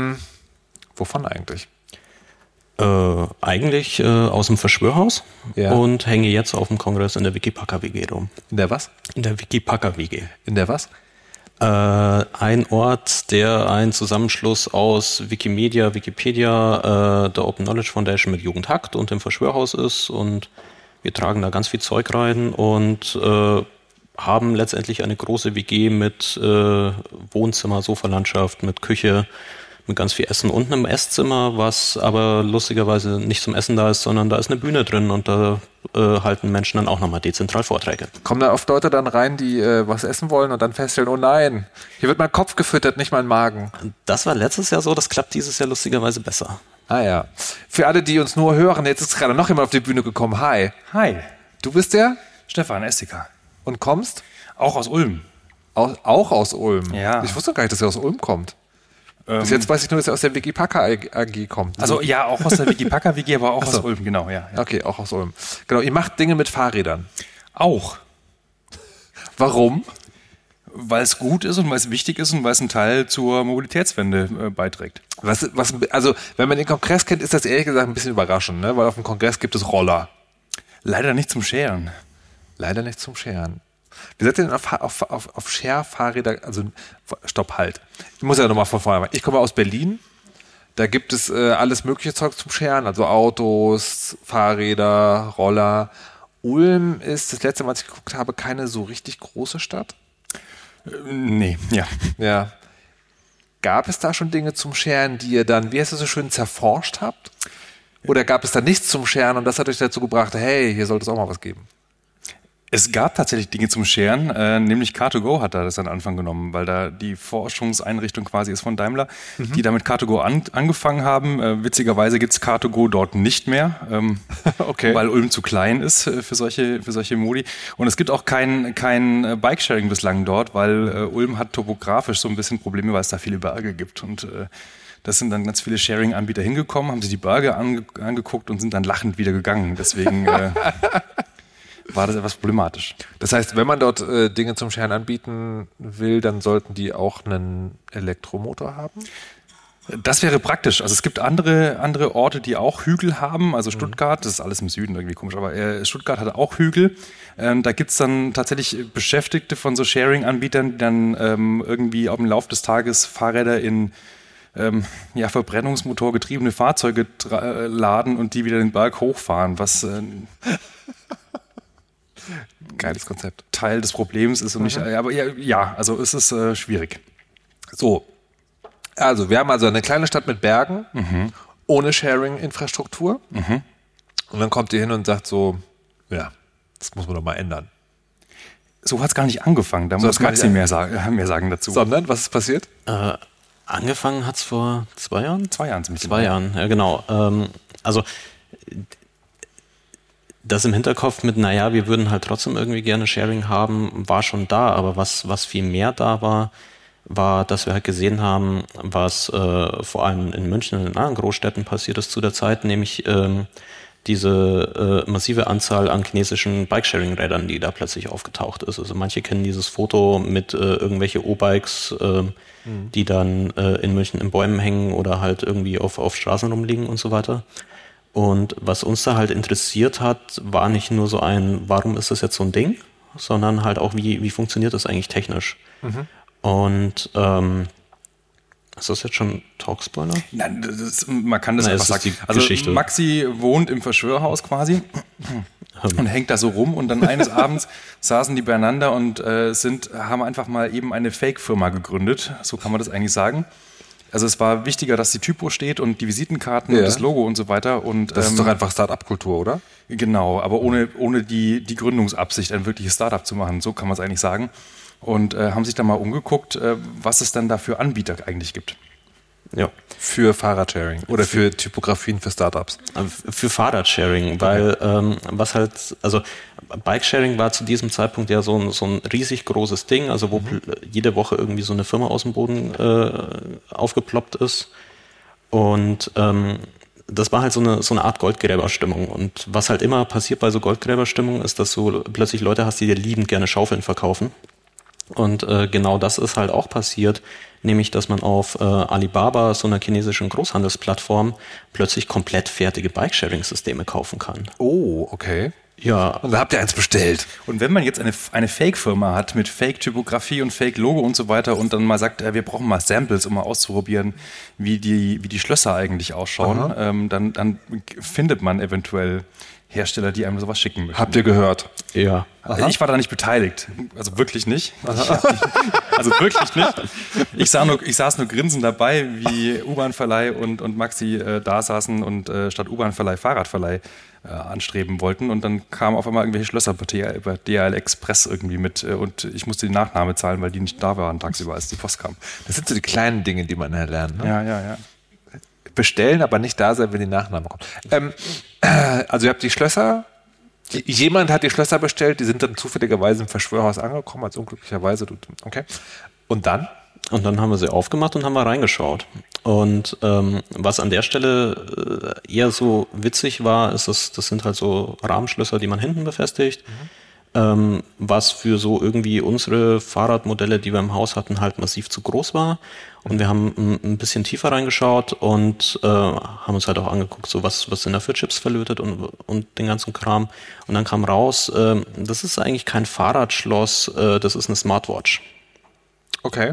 wovon eigentlich? Eigentlich aus dem Verschwörhaus und hänge jetzt auf dem Kongress in der Wikipaka-WG rum. In der was? In der Wikipaka-WG. In der was? Ein Ort, der ein Zusammenschluss aus Wikimedia, Wikipedia, der Open Knowledge Foundation mit Jugendhakt und dem Verschwörhaus ist, und wir tragen da ganz viel Zeug rein und haben letztendlich eine große WG mit Wohnzimmer, Sofalandschaft, mit Küche, mit ganz viel Essen und einem Esszimmer, was aber lustigerweise nicht zum Essen da ist, sondern da ist eine Bühne drin und da halten Menschen dann auch nochmal dezentral Vorträge. Kommen da oft Leute dann rein, die was essen wollen und dann feststellen, oh nein, hier wird mein Kopf gefüttert, nicht mein Magen. Das war letztes Jahr so, das klappt dieses Jahr lustigerweise besser. Ah ja. Für alle, die uns nur hören, jetzt ist gerade noch jemand auf die Bühne gekommen. Hi. Hi. Du bist der? Stefan Estiker. Und kommst? Auch aus Ulm. Auch aus Ulm? Ja. Ich wusste gar nicht, dass er aus Ulm kommt. Bis jetzt weiß ich nur, dass er aus der Wikipaka AG kommt. Also ja, auch aus der Wikipaka WG, aber auch aus Ulm, genau, ja. Okay, auch aus Ulm. Genau, ihr macht Dinge mit Fahrrädern. Auch. Warum? Weil es gut ist und weil es wichtig ist und weil es einen Teil zur Mobilitätswende beiträgt. Also, wenn man den Kongress kennt, ist das ehrlich gesagt ein bisschen überraschend, ne? Weil auf dem Kongress gibt es Roller. Leider nicht zum Scheren. Leider nicht zum Scheren. Wie seid ihr denn auf Share-Fahrräder, also stopp, halt. Ich muss ja nochmal von vorne machen. Ich komme aus Berlin, da gibt es alles mögliche Zeug zum Sharen, also Autos, Fahrräder, Roller. Ulm ist, das letzte Mal, als ich geguckt habe, keine so richtig große Stadt. Nee, ja. Ja. Gab es da schon Dinge zum Sharen, die ihr dann, wie heißt das so schön, zerforscht habt? Oder gab es da nichts zum Sharen und das hat euch dazu gebracht, hey, hier sollte es auch mal was geben? Es gab tatsächlich Dinge zum Scheren, nämlich Car2Go hat da das an Anfang genommen, weil da die Forschungseinrichtung quasi ist von Daimler, die damit Car2Go angefangen haben. Witzigerweise gibt's Car2Go dort nicht mehr, okay. Weil Ulm zu klein ist für solche Modi. Und es gibt auch kein Bikesharing bislang dort, weil Ulm hat topografisch so ein bisschen Probleme, weil es da viele Berge gibt. Und das sind dann ganz viele Sharing-Anbieter hingekommen, haben sich die Berge angeguckt und sind dann lachend wieder gegangen. Deswegen war das etwas problematisch. Das heißt, wenn man dort Dinge zum Sharen anbieten will, dann sollten die auch einen Elektromotor haben? Das wäre praktisch. Also es gibt andere Orte, die auch Hügel haben. Also Stuttgart, das ist alles im Süden irgendwie komisch, aber Stuttgart hat auch Hügel. Da gibt's dann tatsächlich Beschäftigte von so Sharing-Anbietern, die dann irgendwie auf dem Lauf des Tages Fahrräder in verbrennungsmotorgetriebene Fahrzeuge laden und die wieder den Berg hochfahren, was geiles Konzept. Teil des Problems ist und nicht, aber ja, also es ist schwierig. So, Also, wir haben also eine kleine Stadt mit Bergen, ohne Sharing-Infrastruktur. Und dann kommt ihr hin und sagt so, ja, das muss man doch mal ändern. So hat es gar nicht angefangen. Da muss Maxi mehr sagen dazu. Sondern, was ist passiert? Angefangen hat es vor 2 Jahren? 2 Jahren ziemlich. 2 Jahren, ja genau. Also das im Hinterkopf mit, naja, wir würden halt trotzdem irgendwie gerne Sharing haben, war schon da. Aber was viel mehr da war, dass wir halt gesehen haben, was vor allem in München und in anderen Großstädten passiert ist zu der Zeit, nämlich diese massive Anzahl an chinesischen Bikesharing-Rädern, die da plötzlich aufgetaucht ist. Also manche kennen dieses Foto mit irgendwelche O-Bikes, die dann in München in Bäumen hängen oder halt irgendwie auf Straßen rumliegen und so weiter. Und was uns da halt interessiert hat, war nicht nur so warum ist das jetzt so ein Ding, sondern halt auch, wie funktioniert das eigentlich technisch? Und ist das jetzt schon Talkspoiler? Nein, man kann das einfach sagen. Also Geschichte. Maxi wohnt im Verschwörhaus quasi und hängt da so rum und dann eines Abends saßen die beieinander und haben einfach mal eben eine Fake-Firma gegründet. So kann man das eigentlich sagen. Also es war wichtiger, dass die Typo steht und die Visitenkarten und das Logo und so weiter. Und das ist doch einfach Start-up-Kultur, oder? Genau, aber ohne die Gründungsabsicht, ein wirkliches Start-up zu machen. So kann man es eigentlich sagen. Und haben sich dann mal umgeguckt, was es dann da für Anbieter eigentlich gibt. Ja. Für Fahrradsharing oder für Typografien für Startups? Für Fahrradsharing, weil also Bikesharing war zu diesem Zeitpunkt ja so ein riesig großes Ding, also wo jede Woche irgendwie so eine Firma aus dem Boden aufgeploppt ist. Und das war halt so eine Art Goldgräberstimmung. Und was halt immer passiert bei so Goldgräberstimmung ist, dass du plötzlich Leute hast, die dir liebend gerne Schaufeln verkaufen. Und genau das ist halt auch passiert, nämlich dass man auf Alibaba, so einer chinesischen Großhandelsplattform, plötzlich komplett fertige Bikesharing-Systeme kaufen kann. Oh, okay. Ja. Und da habt ihr eins bestellt. Und wenn man jetzt eine Fake-Firma hat mit Fake-Typografie und Fake-Logo und so weiter und dann mal sagt, wir brauchen mal Samples, um mal auszuprobieren, wie die Schlösser eigentlich ausschauen, dann findet man eventuell Hersteller, die einem sowas schicken möchten. Habt ihr gehört? Ja. Also ich war da nicht beteiligt. Also wirklich nicht. Also wirklich nicht. Ich saß nur grinsend dabei, wie U-Bahn-Verleih und Maxi da saßen und statt U-Bahn-Verleih Fahrradverleih anstreben wollten. Und dann kamen auf einmal irgendwelche Schlösser über DHL Express irgendwie mit und ich musste die Nachname zahlen, weil die nicht da waren tagsüber, als die Post kam. Das sind so die kleinen Dinge, die man erlernt. Ne? Ja. Bestellen, aber nicht da sein, wenn die Nachname kommt. Also ihr habt die Schlösser, jemand hat die Schlösser bestellt, die sind dann zufälligerweise im Verschwörhaus angekommen, als unglücklicherweise. Okay. Und dann? Und dann haben wir sie aufgemacht und haben mal reingeschaut. Und was an der Stelle eher so witzig war, ist, das sind halt so Rahmenschlösser, die man hinten befestigt. Was für so irgendwie unsere Fahrradmodelle, die wir im Haus hatten, halt massiv zu groß war. Und wir haben ein bisschen tiefer reingeschaut und haben uns halt auch angeguckt, so was sind da für Chips verlötet und den ganzen Kram. Und dann kam raus, das ist eigentlich kein Fahrradschloss, das ist eine Smartwatch. Okay.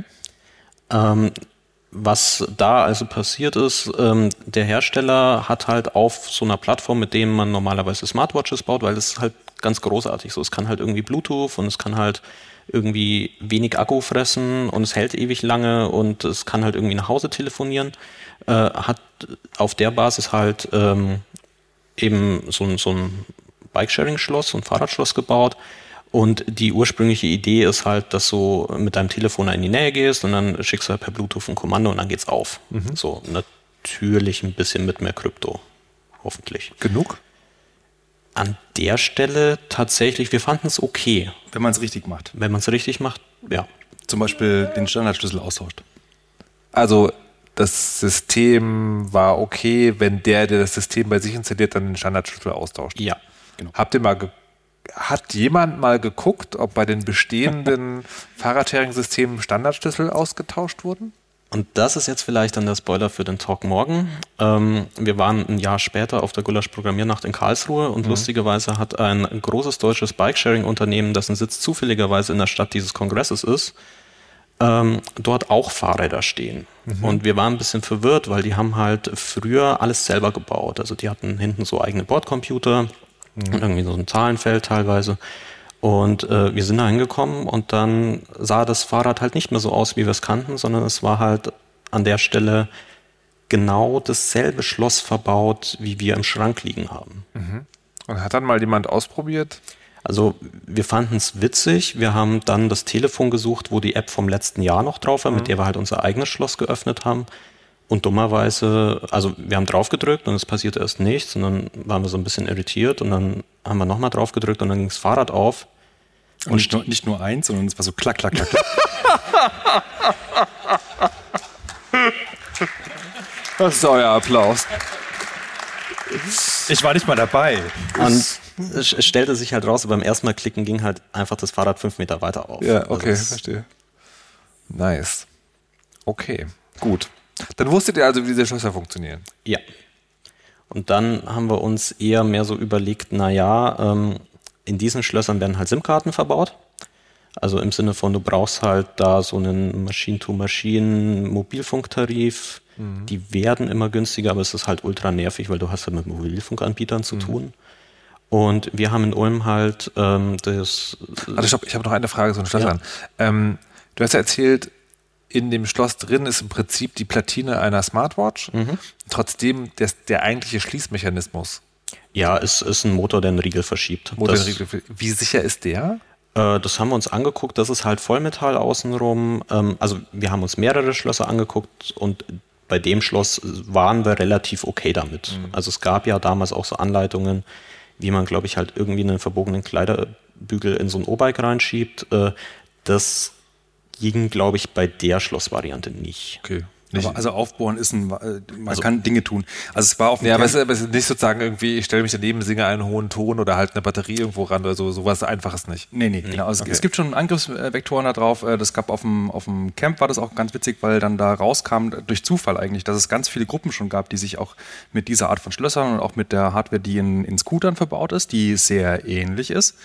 Was da also passiert ist, der Hersteller hat halt auf so einer Plattform, mit dem man normalerweise Smartwatches baut, weil das ist halt ganz großartig so. Es kann halt irgendwie Bluetooth und es kann halt irgendwie wenig Akku fressen und es hält ewig lange und es kann halt irgendwie nach Hause telefonieren. Hat auf der Basis halt eben so ein Bikesharing-Schloss, so ein Fahrradschloss gebaut. Und die ursprüngliche Idee ist halt, dass du mit deinem Telefon in die Nähe gehst und dann schickst du halt per Bluetooth ein Kommando und dann geht's auf. So, natürlich ein bisschen mit mehr Krypto. Hoffentlich. Genug? An der Stelle tatsächlich, wir fanden es okay. Wenn man es richtig macht. Wenn man es richtig macht, ja. Zum Beispiel den Standardschlüssel austauscht. Also das System war okay, wenn der das System bei sich installiert, dann den Standardschlüssel austauscht. Ja, genau. Hat jemand mal geguckt, ob bei den bestehenden Fahrradsharing-Systemen Standardschlüssel ausgetauscht wurden? Und das ist jetzt vielleicht dann der Spoiler für den Talk morgen. Wir waren ein Jahr später auf der Gulasch-Programmiernacht in Karlsruhe und lustigerweise hat ein großes deutsches Bikesharing-Unternehmen, dessen Sitz zufälligerweise in der Stadt dieses Kongresses ist, dort auch Fahrräder stehen. Und wir waren ein bisschen verwirrt, weil die haben halt früher alles selber gebaut. Also die hatten hinten so eigene Bordcomputer und irgendwie so ein Zahlenfeld teilweise. Und wir sind da hingekommen und dann sah das Fahrrad halt nicht mehr so aus, wie wir es kannten, sondern es war halt an der Stelle genau dasselbe Schloss verbaut, wie wir im Schrank liegen haben. Und hat dann mal jemand ausprobiert? Also wir fanden es witzig. Wir haben dann das Telefon gesucht, wo die App vom letzten Jahr noch drauf war, mit der wir halt unser eigenes Schloss geöffnet haben. Und dummerweise, also wir haben drauf gedrückt und es passierte erst nichts. Und dann waren wir so ein bisschen irritiert und dann haben wir nochmal drauf gedrückt und dann ging das Fahrrad auf. Und nicht nur eins, sondern es war so klack, klack, klack, klack. Das ist euer Applaus. Ich war nicht mal dabei. Und es stellte sich halt raus, beim ersten Mal klicken ging halt einfach das Fahrrad 5 Meter weiter auf. Ja, okay, also verstehe. Nice. Okay, gut. Dann wusstet ihr also, wie diese Schlösser funktionieren. Ja. Und dann haben wir uns eher mehr so überlegt, in diesen Schlössern werden halt SIM-Karten verbaut. Also im Sinne von, du brauchst halt da so einen Machine-to-Machine-Mobilfunktarif. Die werden immer günstiger, aber es ist halt ultra nervig, weil du hast halt mit Mobilfunkanbietern zu tun. Und wir haben in Ulm halt das... Also stopp, ich habe noch eine Frage, so ein Schloss an. Du hast ja erzählt, in dem Schloss drin ist im Prinzip die Platine einer Smartwatch. Trotzdem der eigentliche Schließmechanismus. Ja, es ist ein Motor, der einen Riegel verschiebt. Wie sicher ist der? Das haben wir uns angeguckt. Das ist halt Vollmetall außenrum. Also wir haben uns mehrere Schlösser angeguckt und bei dem Schloss waren wir relativ okay damit. Also es gab ja damals auch so Anleitungen, wie man, glaube ich, halt irgendwie einen verbogenen Kleiderbügel in so ein O-Bike reinschiebt. Das ging, glaube ich, bei der Schlossvariante nicht. Okay. Aber also aufbohren ist man kann Dinge tun. Also es war auf dem aber es ist nicht sozusagen irgendwie, ich stelle mich daneben, singe einen hohen Ton oder halt eine Batterie irgendwo ran oder so, sowas Einfaches nicht. Nee, genau. Also es gibt schon Angriffsvektoren da drauf. Das gab auf dem Camp, war das auch ganz witzig, weil dann da rauskam, durch Zufall eigentlich, dass es ganz viele Gruppen schon gab, die sich auch mit dieser Art von Schlössern und auch mit der Hardware, die in Scootern verbaut ist, die sehr ähnlich ist,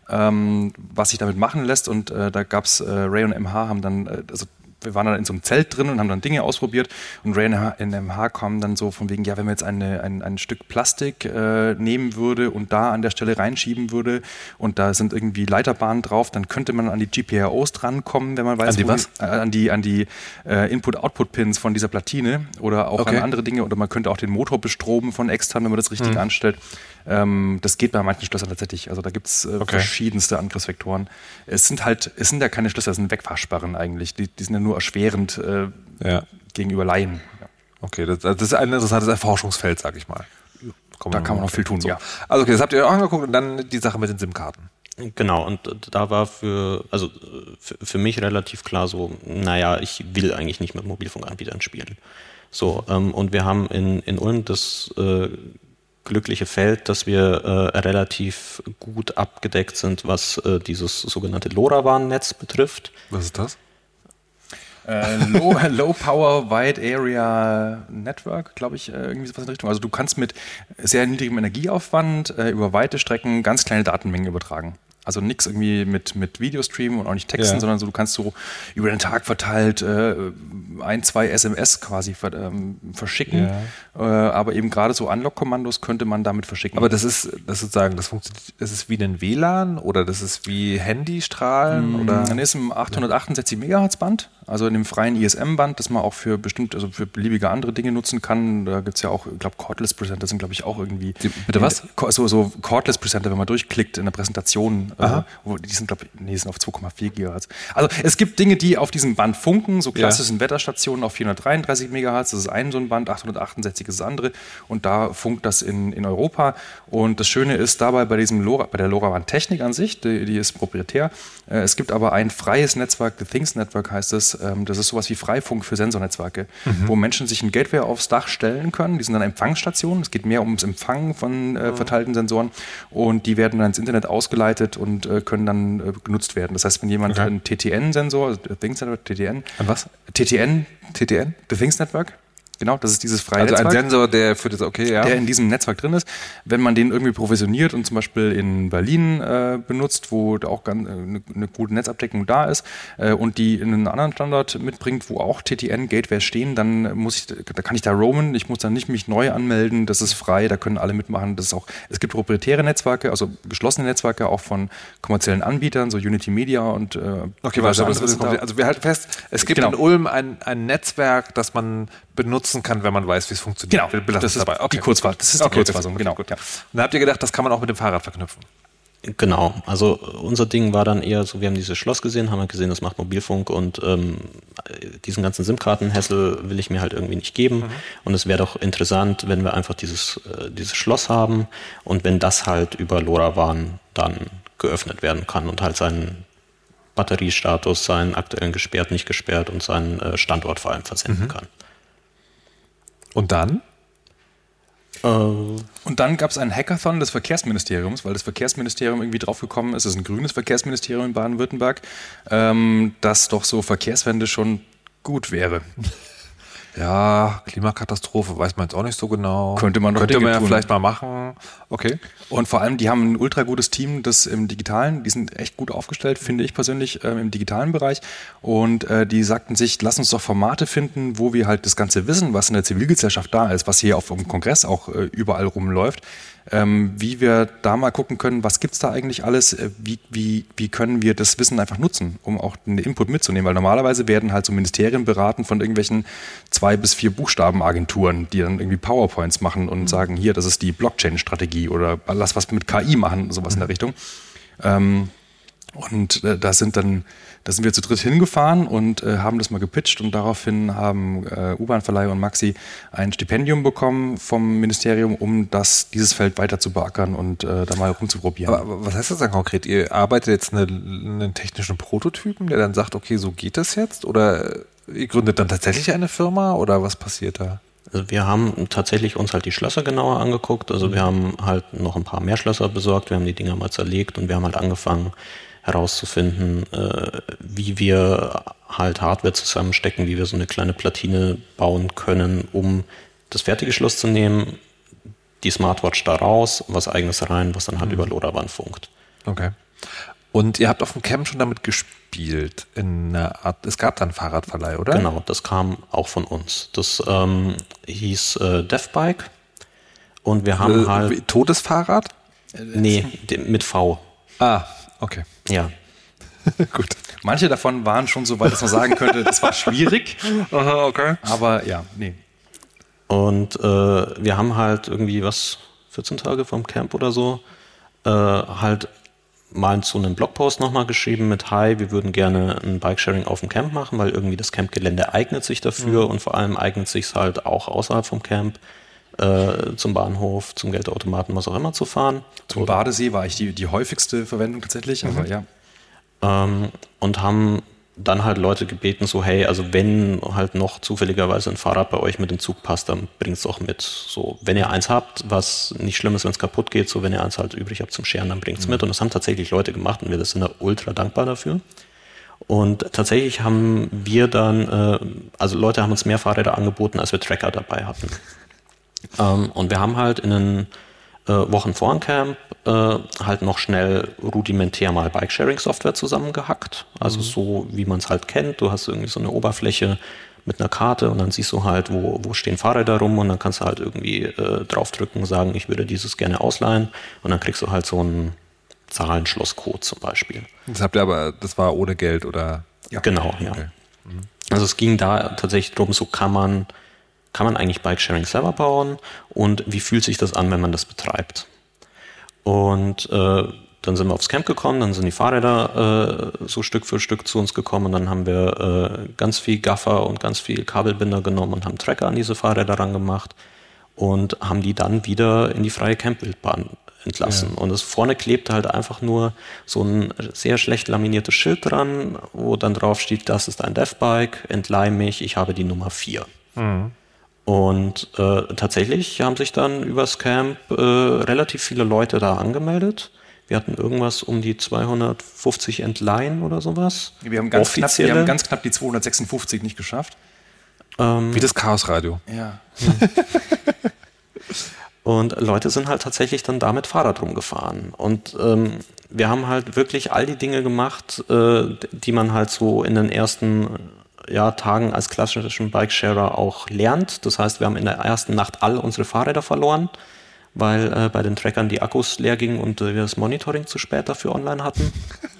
was sich damit machen lässt. Und da gab es Ray und MH haben dann, wir waren dann in so einem Zelt drin und haben dann Dinge ausprobiert und Ray in MH kamen dann so von wegen, ja, wenn man jetzt ein Stück Plastik nehmen würde und da an der Stelle reinschieben würde und da sind irgendwie Leiterbahnen drauf, dann könnte man an die GPIOs drankommen, wenn man weiß, an die Input-Output-Pins von dieser Platine oder auch an andere Dinge oder man könnte auch den Motor bestromen von extern, wenn man das richtig anstellt. Das geht bei manchen Schlössern tatsächlich. Also da gibt es verschiedenste Angriffsvektoren. Es sind ja keine Schlösser, es sind Wegfahrsperren eigentlich. Die sind ja nur erschwerend gegenüber Laien. Ja. Okay, das ist ein interessantes Erforschungsfeld, sag ich mal. Da kann man noch viel tun. So. Ja. Also okay, das habt ihr auch angeguckt und dann die Sache mit den SIM-Karten. Genau, und da war für mich relativ klar so, ich will eigentlich nicht mit Mobilfunkanbietern spielen. So, und wir haben in Ulm das glückliche Feld, dass wir relativ gut abgedeckt sind, was dieses sogenannte LoRaWAN-Netz betrifft. Was ist das? Low Power Wide Area Network, glaube ich, irgendwie sowas in der Richtung. Also du kannst mit sehr niedrigem Energieaufwand über weite Strecken ganz kleine Datenmengen übertragen. Also nichts irgendwie mit Videostreamen und auch nicht Texten, sondern so, du kannst so über den Tag verteilt 1-2 SMS quasi verschicken. Aber eben gerade so Unlock-Kommandos könnte man damit verschicken. Aber das ist sozusagen, das ist wie ein WLAN oder das ist wie Handystrahlen? Oder? Dann ist im 868 MHz Band, also in dem freien ISM-Band, das man auch für für beliebige andere Dinge nutzen kann. Da gibt es ja auch, ich glaube, Cordless Presenter sind, glaube ich, auch irgendwie. Bitte was? So Cordless Presenter, wenn man durchklickt in der Präsentation. Die sind, glaube ich, sind auf 2,4 GHz. Also es gibt Dinge, die auf diesem Band funken, so klassischen Wetterstationen auf 433 MHz, das ist ein so ein Band, 868 ist das andere und da funkt das in Europa. Und das Schöne ist dabei bei der LoRaWAN-Technik an sich, die ist proprietär. Es gibt aber ein freies Netzwerk, The Things Network heißt es. Das ist sowas wie Freifunk für Sensornetzwerke, wo Menschen sich ein Gateway aufs Dach stellen können. Die sind dann Empfangsstationen. Es geht mehr ums Empfangen von verteilten Sensoren und die werden dann ins Internet ausgeleitet und können dann genutzt werden. Das heißt, wenn jemand einen TTN-Sensor, also The Things Network, TTN. An was? TTN, The Things Network. Genau, das ist dieses freie Also Netzwerk. ein Sensor, der für das, Der in diesem Netzwerk drin ist. Wenn man den irgendwie provisioniert und zum Beispiel in Berlin benutzt, wo da auch eine gute Netzabdeckung da ist und die in einen anderen Standort mitbringt, wo auch TTN-Gateways stehen, dann kann ich da roamen. Ich muss dann nicht mich neu anmelden. Das ist frei, da können alle mitmachen. Es gibt proprietäre Netzwerke, also geschlossene Netzwerke auch von kommerziellen Anbietern, so Unity Media und also wir halten fest, es gibt in Ulm ein Netzwerk, das man benutzen kann, wenn man weiß, wie es funktioniert. Genau, das ist die Kurzfassung. Das ist die Kurzfassung, genau. Gut. Und dann habt ihr gedacht, das kann man auch mit dem Fahrrad verknüpfen? Genau, also unser Ding war dann eher so, wir haben dieses Schloss gesehen, haben gesehen, das macht Mobilfunk und diesen ganzen SIM-Kartenhassel will ich mir halt irgendwie nicht geben. Und es wäre doch interessant, wenn wir einfach dieses Schloss haben und wenn das halt über LoRaWAN dann geöffnet werden kann und halt seinen Batteriestatus, seinen aktuellen gesperrt, nicht gesperrt und seinen Standort vor allem versenden kann. Und dann? Und dann gab es einen Hackathon des Verkehrsministeriums, weil das Verkehrsministerium irgendwie draufgekommen ist, es ist ein grünes Verkehrsministerium in Baden-Württemberg, dass doch so Verkehrswende schon gut wäre. Ja, Klimakatastrophe, weiß man jetzt auch nicht so genau. Könnte man ja vielleicht mal machen. Okay. Und vor allem, die haben ein ultra gutes Team, das im Digitalen, die sind echt gut aufgestellt, finde ich persönlich, im digitalen Bereich. Und die sagten sich, lass uns doch Formate finden, wo wir halt das ganze Wissen, was in der Zivilgesellschaft da ist, was hier auf dem Kongress auch überall rumläuft, wie wir da mal gucken können, was gibt's da eigentlich alles, wie können wir das Wissen einfach nutzen, um auch den Input mitzunehmen, weil normalerweise werden halt so Ministerien beraten von irgendwelchen 2 bis 4 Buchstabenagenturen, die dann irgendwie PowerPoints machen und sagen, hier, das ist die Blockchain-Strategie oder lass was mit KI machen, sowas in der Richtung. Und da sind wir zu dritt hingefahren und haben das mal gepitcht und daraufhin haben U-Bahn-Verleih und Maxi ein Stipendium bekommen vom Ministerium, um dieses Feld weiter zu beackern und da mal rumzuprobieren. Aber was heißt das dann konkret? Ihr arbeitet jetzt einen technischen Prototypen, der dann sagt, okay, so geht das jetzt? Oder ihr gründet dann tatsächlich eine Firma oder was passiert da? Also wir haben tatsächlich uns halt die Schlösser genauer angeguckt. Also wir haben halt noch ein paar mehr Schlösser besorgt, wir haben die Dinger mal zerlegt und wir haben halt angefangen herauszufinden, wie wir halt Hardware zusammenstecken, wie wir so eine kleine Platine bauen können, um das fertige Schloss zu nehmen, die Smartwatch da raus, was eigenes rein, was dann halt über LoRaWAN funkt. Okay. Und ihr habt auf dem Camp schon damit gespielt, es gab dann Fahrradverleih, oder? Genau, das kam auch von uns. Das hieß DevBike und wir haben halt... Totes Fahrrad? Nee, mit V. Ah, okay. Ja. Gut. Manche davon waren schon so weit, dass man sagen könnte, das war schwierig. Aha, okay. Aber ja, nee. Und wir haben halt irgendwie 14 Tage vom Camp oder so, halt mal zu einem Blogpost nochmal geschrieben mit Hi, wir würden gerne ein Bikesharing auf dem Camp machen, weil irgendwie das Campgelände eignet sich dafür und vor allem eignet sich es halt auch außerhalb vom Camp zum Bahnhof, zum Geldautomaten, was auch immer zu fahren. Zum Badesee war eigentlich die häufigste Verwendung tatsächlich, aber ja. Und haben dann halt Leute gebeten, so hey, also wenn halt noch zufälligerweise ein Fahrrad bei euch mit dem Zug passt, dann bringt es auch mit. So, wenn ihr eins habt, was nicht schlimm ist, wenn es kaputt geht, so wenn ihr eins halt übrig habt zum Scheren, dann bringt es mit. Und das haben tatsächlich Leute gemacht und wir sind da ultra dankbar dafür. Und tatsächlich haben wir dann, also Leute haben uns mehr Fahrräder angeboten, als wir Tracker dabei hatten. Und wir haben halt in den Wochen vor dem Camp halt noch schnell rudimentär mal Bikesharing-Software zusammengehackt. Also so, wie man es halt kennt. Du hast irgendwie so eine Oberfläche mit einer Karte und dann siehst du halt, wo stehen Fahrräder rum und dann kannst du halt irgendwie draufdrücken, sagen, ich würde dieses gerne ausleihen und dann kriegst du halt so einen Zahlenschlosscode zum Beispiel. Das war ohne Geld, oder? Ja. Genau, ja. Okay. Also es ging da tatsächlich darum, so kann man eigentlich Bikesharing selber bauen und wie fühlt sich das an, wenn man das betreibt? Und dann sind wir aufs Camp gekommen, dann sind die Fahrräder so Stück für Stück zu uns gekommen und dann haben wir ganz viel Gaffer und ganz viel Kabelbinder genommen und haben Tracker an diese Fahrräder rangemacht und haben die dann wieder in die freie Campwildbahn entlassen. Ja. Und es vorne klebte halt einfach nur so ein sehr schlecht laminiertes Schild dran, wo dann drauf steht, das ist ein DevBike, entleih mich, ich habe die Nummer 4. Mhm. Und tatsächlich haben sich dann übers Camp relativ viele Leute da angemeldet. Wir hatten irgendwas um die 250 Entleihen oder sowas. Wir haben ganz knapp die 256 nicht geschafft. Wie das Chaosradio. Ja. Und Leute sind halt tatsächlich dann damit Fahrrad rumgefahren. Und wir haben halt wirklich all die Dinge gemacht, die man halt so in den ersten Tagen als klassischen Bikesharer auch lernt. Das heißt, wir haben in der ersten Nacht all unsere Fahrräder verloren, weil bei den Trackern die Akkus leer gingen und wir das Monitoring zu spät dafür online hatten.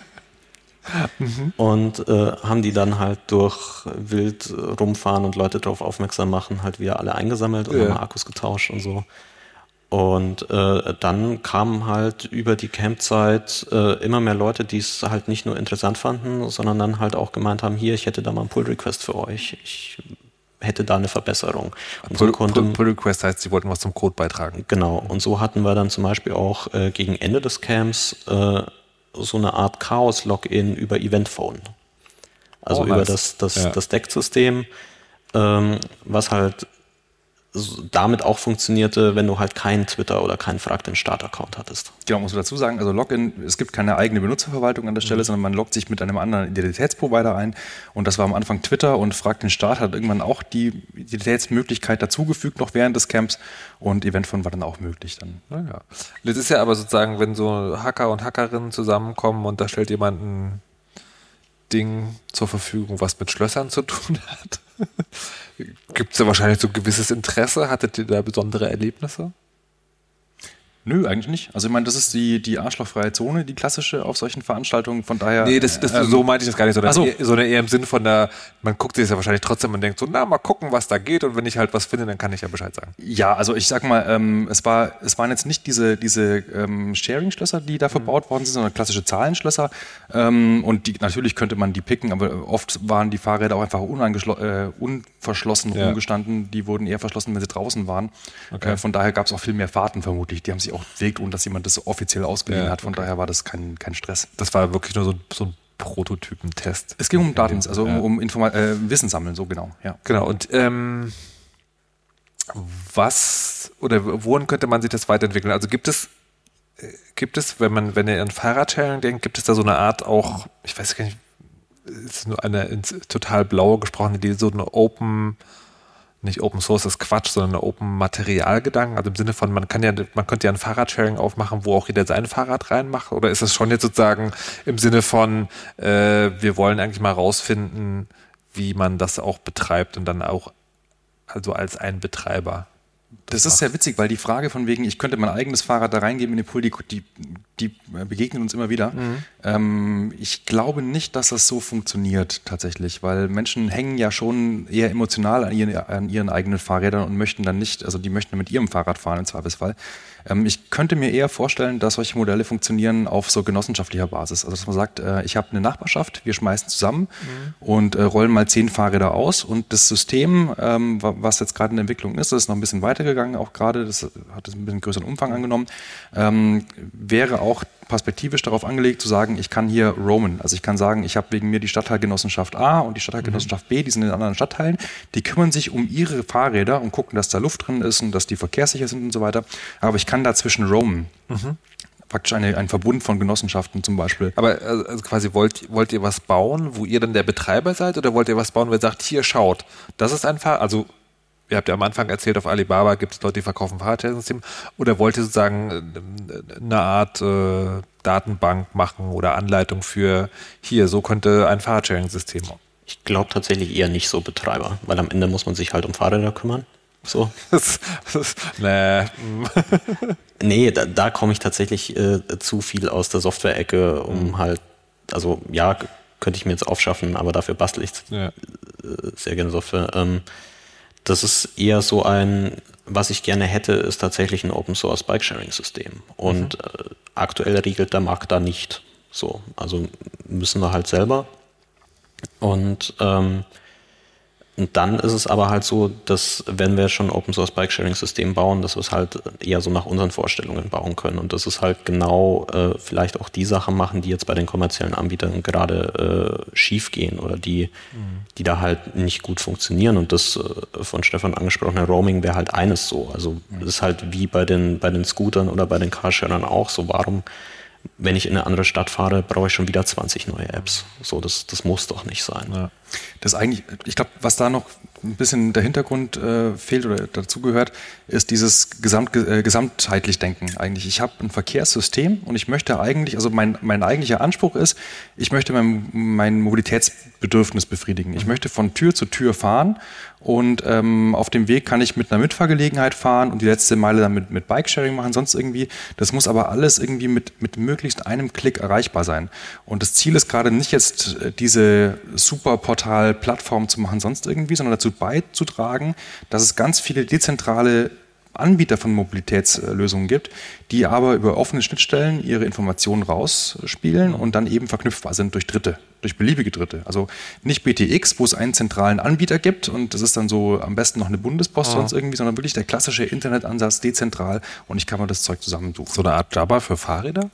Und haben die dann halt durch wild rumfahren und Leute darauf aufmerksam machen, halt wieder alle eingesammelt und haben Akkus getauscht und so. Und dann kamen halt über die Campzeit immer mehr Leute, die es halt nicht nur interessant fanden, sondern dann halt auch gemeint haben, hier, ich hätte da mal einen Pull-Request für euch. Ich hätte da eine Verbesserung. Und Pull-Request heißt, sie wollten was zum Code beitragen. Genau. Und so hatten wir dann zum Beispiel auch gegen Ende des Camps so eine Art Chaos-Login über Eventphone. Also über das Deck-System, was halt damit auch funktionierte, wenn du halt keinen Twitter oder keinen Frag den Start-Account hattest. Genau, muss man dazu sagen, also Login, es gibt keine eigene Benutzerverwaltung an der Stelle, sondern man loggt sich mit einem anderen Identitätsprovider ein und das war am Anfang Twitter und Frag den Start hat irgendwann auch die Identitätsmöglichkeit dazugefügt, noch während des Camps und Eventphone war dann auch möglich dann. Ja. Das ist ja aber sozusagen, wenn so Hacker und Hackerinnen zusammenkommen und da stellt jemand ein Ding zur Verfügung, was mit Schlössern zu tun hat. Gibt es da wahrscheinlich so ein gewisses Interesse? Hattet ihr da besondere Erlebnisse? Nö, eigentlich nicht. Also ich meine, das ist die arschlochfreie Zone, die klassische auf solchen Veranstaltungen, von daher... Nee, so meinte ich das gar nicht, sondern eher im Sinn von man guckt sich das ja wahrscheinlich trotzdem und denkt so, mal gucken, was da geht und wenn ich halt was finde, dann kann ich ja Bescheid sagen. Ja, also ich sag mal, es waren jetzt nicht diese Sharing-Schlösser, die da verbaut worden sind, sondern klassische Zahlenschlösser und natürlich könnte man die picken, aber oft waren die Fahrräder auch einfach unverschlossen rumgestanden, die wurden eher verschlossen, wenn sie draußen waren. Okay. Von daher gab es auch viel mehr Fahrten vermutlich, die haben sich auch bewegt, ohne dass jemand das offiziell ausgeliehen hat. Von daher war das kein Stress. Das war wirklich nur so ein Prototypentest. Es ging um Daten, also um Wissen sammeln, so genau. Ja. Genau, und wohin könnte man sich das weiterentwickeln? Also gibt es, wenn ihr an Fahrradsharing denkt, gibt es da so eine Art auch, ich weiß gar nicht, ist nur eine total blaue gesprochene Idee, so eine nicht Open Source ist Quatsch, sondern eine Open Materialgedanken, also im Sinne von, man könnte ja ein Fahrradsharing aufmachen, wo auch jeder sein Fahrrad reinmacht, oder ist das schon jetzt sozusagen im Sinne von, wir wollen eigentlich mal rausfinden, wie man das auch betreibt und dann auch also als ein Betreiber. Das ist sehr witzig, weil die Frage von wegen, ich könnte mein eigenes Fahrrad da reingeben in den Pool, die begegnen uns immer wieder. Ich glaube nicht, dass das so funktioniert tatsächlich, weil Menschen hängen ja schon eher emotional an ihren eigenen Fahrrädern und möchten dann nicht, also die möchten mit ihrem Fahrrad fahren im Zweifelsfall. Ich könnte mir eher vorstellen, dass solche Modelle funktionieren auf so genossenschaftlicher Basis. Also dass man sagt, ich habe eine Nachbarschaft, wir schmeißen zusammen und rollen mal 10 Fahrräder aus und das System, was jetzt gerade in der Entwicklung ist, das ist noch ein bisschen weitergegangen auch gerade, das hat ein bisschen größeren Umfang angenommen, wäre auch perspektivisch darauf angelegt zu sagen, ich kann hier roamen. Also ich kann sagen, ich habe wegen mir die Stadtteilgenossenschaft A und die Stadtteilgenossenschaft B, die sind in anderen Stadtteilen, die kümmern sich um ihre Fahrräder und gucken, dass da Luft drin ist und dass die verkehrssicher sind und so weiter. Aber ich kann dazwischen roamen. Praktisch ein Verbund von Genossenschaften zum Beispiel. Aber also quasi wollt ihr was bauen, wo ihr dann der Betreiber seid, oder wollt ihr was bauen, wo ihr sagt, hier schaut, das ist ein Fahrrad, also ihr habt ja am Anfang erzählt, auf Alibaba gibt es Leute, die verkaufen Fahrradsystem. Oder wollt ihr sozusagen eine Art Datenbank machen oder Anleitung für hier, so könnte ein Fahrradsharing-System. Ich glaube tatsächlich eher nicht so Betreiber, weil am Ende muss man sich halt um Fahrräder kümmern. So. Nee, da komme ich tatsächlich zu viel aus der Software-Ecke, um halt, also ja, könnte ich mir jetzt aufschaffen, aber dafür bastel ich sehr gerne Software. Das ist eher so was ich gerne hätte, ist tatsächlich ein Open-Source Bike-Sharing-System. Und aktuell riegelt der Markt da nicht so. Also müssen wir halt selber. Und dann ist es aber halt so, dass wenn wir schon Open-Source Bike-Sharing-System bauen, dass wir es halt eher so nach unseren Vorstellungen bauen können. Und das ist halt genau vielleicht auch die Sachen machen, die jetzt bei den kommerziellen Anbietern gerade schief gehen oder die da halt nicht gut funktionieren. Und das von Stefan angesprochene Roaming wäre halt eines so. Also das ist halt wie bei den Scootern oder bei den Carsharern auch so. Warum, wenn ich in eine andere Stadt fahre, brauche ich schon wieder 20 neue Apps? So, das muss doch nicht sein. Ja. Das eigentlich, ich glaube, was da noch ein bisschen der Hintergrund fehlt oder dazugehört, ist dieses gesamtheitlich Denken eigentlich. Ich habe ein Verkehrssystem und ich möchte eigentlich, also mein eigentlicher Anspruch ist, ich möchte mein Mobilitätsbedürfnis befriedigen. Ich möchte von Tür zu Tür fahren und auf dem Weg kann ich mit einer Mitfahrgelegenheit fahren und die letzte Meile dann mit Bikesharing machen, sonst irgendwie. Das muss aber alles irgendwie mit möglichst einem Klick erreichbar sein. Und das Ziel ist gerade nicht jetzt diese Superportal-Plattform zu machen, sonst irgendwie, sondern dazu beizutragen, dass es ganz viele dezentrale Anbieter von Mobilitätslösungen gibt, die aber über offene Schnittstellen ihre Informationen rausspielen und dann eben verknüpfbar sind durch Dritte, durch beliebige Dritte. Also nicht BTX, wo es einen zentralen Anbieter gibt und das ist dann so am besten noch eine Bundespost sonst irgendwie, sondern wirklich der klassische Internetansatz dezentral und ich kann mir das Zeug zusammensuchen. So eine Art Jabba für Fahrräder?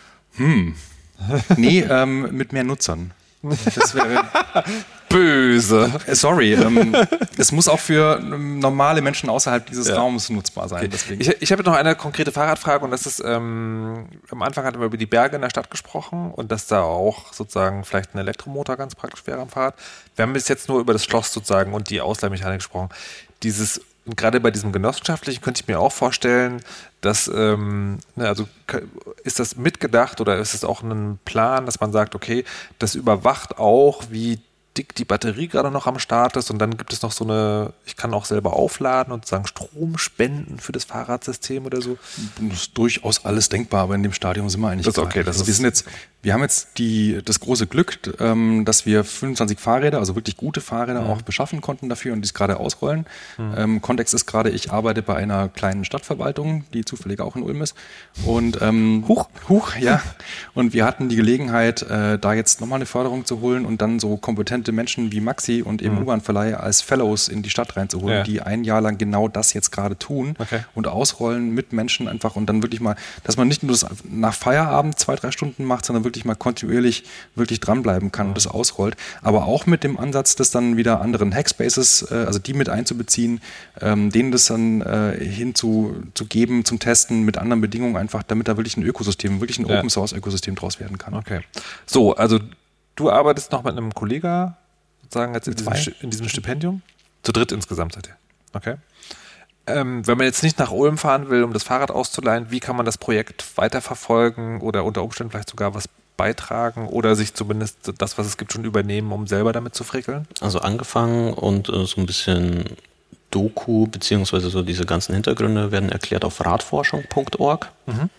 Nee, mit mehr Nutzern. Das wäre böse. Sorry, es muss auch für normale Menschen außerhalb dieses Raums nutzbar sein. Okay. Ich habe noch eine konkrete Fahrradfrage und das ist, am Anfang hatten wir über die Berge in der Stadt gesprochen und dass da auch sozusagen vielleicht ein Elektromotor ganz praktisch wäre am Fahrrad. Wir haben bis jetzt nur über das Schloss sozusagen und die Ausleihmechanik gesprochen. Und gerade bei diesem Genossenschaftlichen könnte ich mir auch vorstellen, dass, also ist das mitgedacht oder ist es auch ein Plan, dass man sagt, okay, das überwacht auch, wie dick die Batterie gerade noch am Start ist und dann gibt es noch so eine, ich kann auch selber aufladen und sagen Strom spenden für das Fahrradsystem oder so. Das ist durchaus alles denkbar, aber in dem Stadium sind wir eigentlich. Das ist okay. Wir haben jetzt das große Glück, dass wir 25 Fahrräder, also wirklich gute Fahrräder auch beschaffen konnten dafür und die es gerade ausrollen. Kontext ist gerade, ich arbeite bei einer kleinen Stadtverwaltung, die zufällig auch in Ulm ist. Und ja. Und wir hatten die Gelegenheit, da jetzt nochmal eine Förderung zu holen und dann so kompetente Menschen wie Maxi und eben U-Bahn-Verleih als Fellows in die Stadt reinzuholen, die ein Jahr lang genau das jetzt gerade tun und ausrollen mit Menschen einfach und dann wirklich mal, dass man nicht nur das nach Feierabend 2-3 Stunden macht, sondern wirklich mal kontinuierlich wirklich dranbleiben kann und das ausrollt. Aber auch mit dem Ansatz, das dann wieder anderen Hackspaces, also die mit einzubeziehen, denen das dann hinzugeben zum Testen mit anderen Bedingungen einfach, damit da wirklich ein Ökosystem, wirklich ein Open-Source-Ökosystem draus werden kann. Okay. So, also du arbeitest noch mit einem Kollegen, sozusagen jetzt in diesem Stipendium? Zu dritt insgesamt seid ihr. Okay. Wenn man jetzt nicht nach Ulm fahren will, um das Fahrrad auszuleihen, wie kann man das Projekt weiterverfolgen oder unter Umständen vielleicht sogar was beitragen oder sich zumindest das, was es gibt, schon übernehmen, um selber damit zu frickeln? Also angefangen und so ein bisschen Doku beziehungsweise so diese ganzen Hintergründe werden erklärt auf radforschung.org.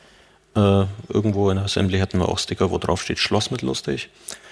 Irgendwo in der Assembly hatten wir auch Sticker, wo drauf steht Schloss mit lustig.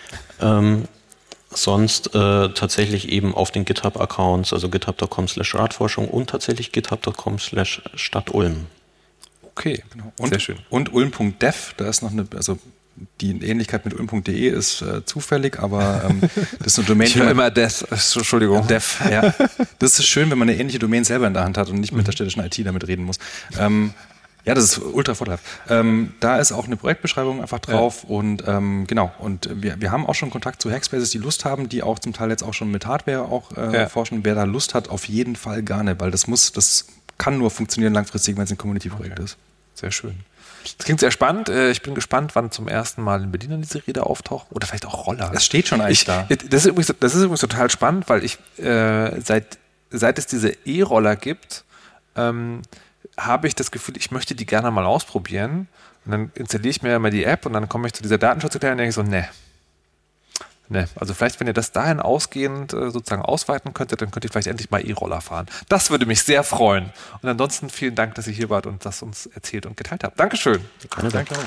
Sonst tatsächlich eben auf den GitHub-Accounts, also github.com/radforschung und tatsächlich github.com/Stadt-Ulm. Okay, genau. Sehr schön. Und ulm.dev, da ist noch also die Ähnlichkeit mit ulm.de ist zufällig, aber das ist eine Domain. Ich höre immer Entschuldigung. Dev, ja. Das ist schön, wenn man eine ähnliche Domain selber in der Hand hat und nicht mit der städtischen IT damit reden muss. Ja, das ist ultra vorteilhaft. Da ist auch eine Projektbeschreibung einfach drauf und genau. Und wir haben auch schon Kontakt zu Hackspaces, die Lust haben, die auch zum Teil jetzt auch schon mit Hardware auch forschen. Wer da Lust hat, auf jeden Fall gerne, weil das kann nur funktionieren langfristig, wenn es ein Community-Projekt ist. Sehr schön. Das klingt sehr spannend. Ich bin gespannt, wann zum ersten Mal in Berlin diese Räder auftauchen oder vielleicht auch Roller. Es steht schon eigentlich da. Das ist übrigens total spannend, weil ich seit es diese E-Roller gibt, habe ich das Gefühl, ich möchte die gerne mal ausprobieren. Und dann installiere ich mir mal die App und dann komme ich zu dieser Datenschutzerklärung und denke so, ne. Also vielleicht, wenn ihr das dahin ausgehend sozusagen ausweiten könntet, dann könnt ihr vielleicht endlich mal E-Roller fahren. Das würde mich sehr freuen. Und ansonsten vielen Dank, dass ihr hier wart und das uns erzählt und geteilt habt. Dankeschön. Danke auch.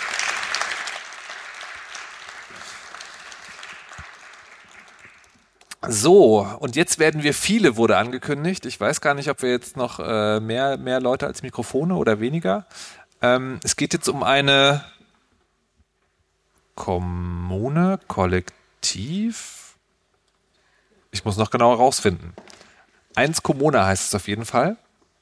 So, und jetzt wurde angekündigt. Ich weiß gar nicht, ob wir jetzt noch mehr Leute als Mikrofone oder weniger. Es geht jetzt um eine Kommune, Kollektiv. Ich muss noch genauer rausfinden. 1 Kommune heißt es auf jeden Fall.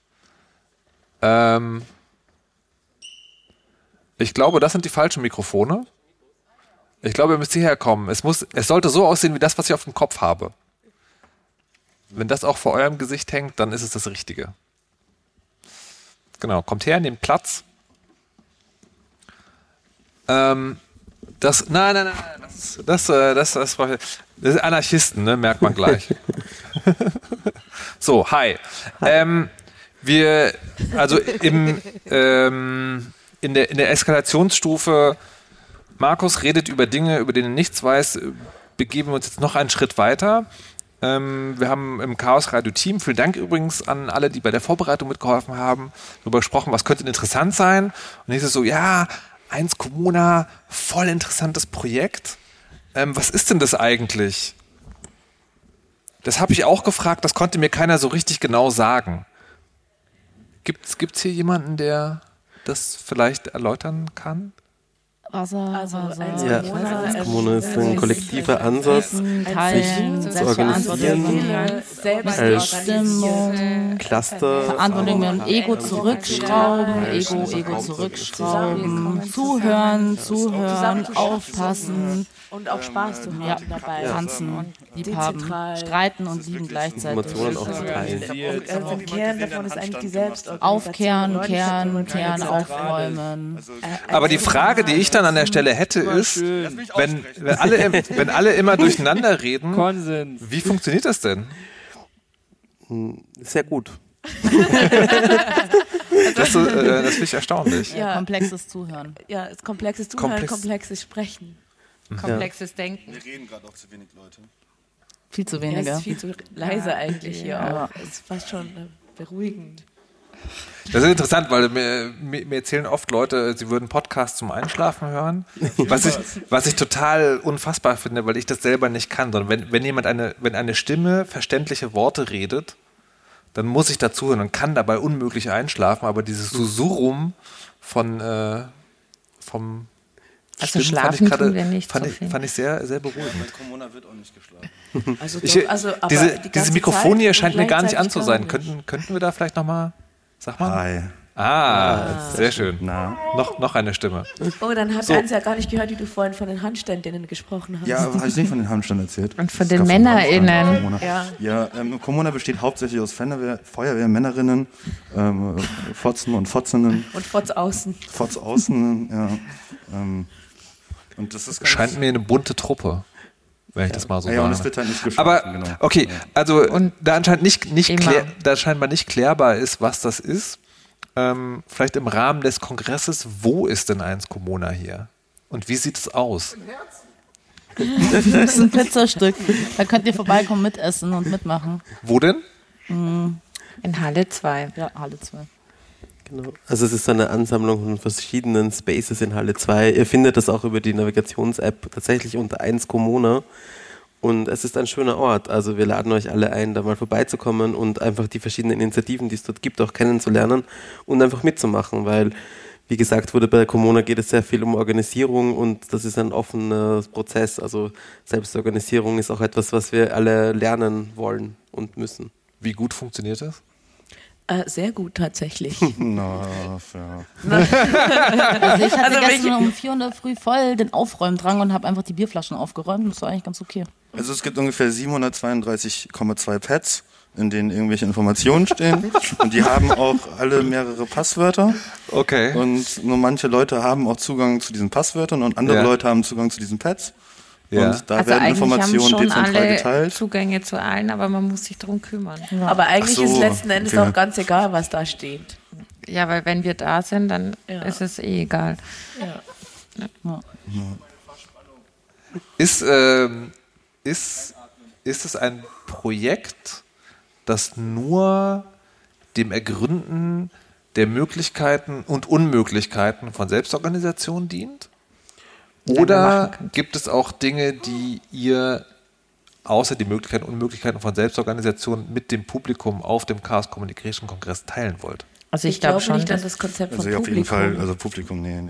Ich glaube, das sind die falschen Mikrofone. Ich glaube, ihr müsst hierher kommen. Es sollte so aussehen wie das, was ich auf dem Kopf habe. Wenn das auch vor eurem Gesicht hängt, dann ist es das Richtige. Genau, kommt her, nehmt Platz. Nein, das Das sind Anarchisten, ne? Merkt man gleich. So, hi. In der Eskalationsstufe, Markus redet über Dinge, über die er nichts weiß, begeben wir uns jetzt noch einen Schritt weiter. Wir haben im Chaos Radio Team, vielen Dank übrigens an alle, die bei der Vorbereitung mitgeholfen haben, darüber gesprochen, was könnte interessant sein. Und ich so, ja, 1 Kommuna, voll interessantes Projekt. Was ist denn das eigentlich? Das habe ich auch gefragt, das konnte mir keiner so richtig genau sagen. Gibt's hier jemanden, der das vielleicht erläutern kann? Kommune ist ein kollektiver Ansatz, sich zu organisieren, als Cluster, Verantwortung mit dem Ego zurückschrauben, zuhören, aufpassen und auch Spaß zu haben dabei. Tanzen und lieb haben, streiten und lieben gleichzeitig. Informationen auch zu teilen. Und der Kern davon ist eigentlich die Selbstorganisation. Aufkehren, aufräumen. Aber die Frage, die ich dann an der Stelle hätte, ist, wenn alle immer durcheinander reden, wie funktioniert das denn? Sehr gut. Das finde ich erstaunlich. Ja. Komplexes Zuhören. Ja, komplexes Zuhören, komplexes Sprechen. Komplexes Denken. Wir reden gerade auch zu wenig Leute. Viel zu wenige. Ja, es ist viel zu leise eigentlich hier auch. Es ist fast schon beruhigend. Das ist interessant, weil mir erzählen oft Leute, sie würden Podcasts zum Einschlafen hören, was ich total unfassbar finde, weil ich das selber nicht kann. Sondern wenn eine Stimme verständliche Worte redet, dann muss ich dazuhören und kann dabei unmöglich einschlafen, aber dieses Susurrum vom Also schlafen tun wir nicht fand ich sehr, sehr beruhigend. Mit Kommuna wird auch nicht geschlafen. Diese Mikrofon hier scheint mir gar nicht an zu sein. Könnten wir da vielleicht nochmal, sag mal? Hi. Sehr schön. Na. Noch eine Stimme. Oh, dann hat eins ja gar nicht gehört, wie du vorhin von den Handständinnen gesprochen hast. Ja, habe ich nicht von den Handständen erzählt. Und von den MännerInnen. Kommuna besteht hauptsächlich aus Feuerwehrmännerinnen, Fotzen und Fotzinnen. Und Fotzaußen. Fotzaußen, ja. Und das ist scheint mir eine bunte Truppe, wenn ich das mal so sage. Und es wird halt nicht geschlossen. Aber, genau. okay, also und da anscheinend da scheinbar nicht klärbar ist, was das ist. Vielleicht im Rahmen des Kongresses, wo ist denn 1 Kommuna hier? Und wie sieht es aus? Das ist ein Pizzastück. Da könnt ihr vorbeikommen, mitessen und mitmachen. Wo denn? In Halle 2. Ja, Halle 2. Genau. Also es ist eine Ansammlung von verschiedenen Spaces in Halle 2. Ihr findet das auch über die Navigations-App tatsächlich unter 1 Kommuna. Und es ist ein schöner Ort. Also wir laden euch alle ein, da mal vorbeizukommen und einfach die verschiedenen Initiativen, die es dort gibt, auch kennenzulernen und einfach mitzumachen. Weil, wie gesagt wurde, bei Kommuna geht es sehr viel um Organisierung und das ist ein offener Prozess. Also Selbstorganisierung ist auch etwas, was wir alle lernen wollen und müssen. Wie gut funktioniert das? Sehr gut, tatsächlich. Also ich hatte gestern um 4 Uhr in der Früh voll den Aufräumdrang und habe einfach die Bierflaschen aufgeräumt. Das war eigentlich ganz okay. Also es gibt ungefähr 732,2 Pads, in denen irgendwelche Informationen stehen. Und die haben auch alle mehrere Passwörter. Okay. Und nur manche Leute haben auch Zugang zu diesen Passwörtern und andere Leute haben Zugang zu diesen Pads. Ja. Und da werden Informationen dezentral geteilt. Zugänge zu allen, aber man muss sich darum kümmern. Ja. Aber eigentlich ist letzten Endes auch ganz egal, was da steht. Ja, weil wenn wir da sind, dann ist es egal. Ja. Ist es ein Projekt, das nur dem Ergründen der Möglichkeiten und Unmöglichkeiten von Selbstorganisation dient? Oder gibt es auch Dinge, die ihr außer die Möglichkeiten und Unmöglichkeiten von Selbstorganisation mit dem Publikum auf dem Chaos Communication Kongress teilen wollt? Also ich glaube schon, nicht, dass das Konzept von Publikum. Auf jeden Fall, also Publikum, nee.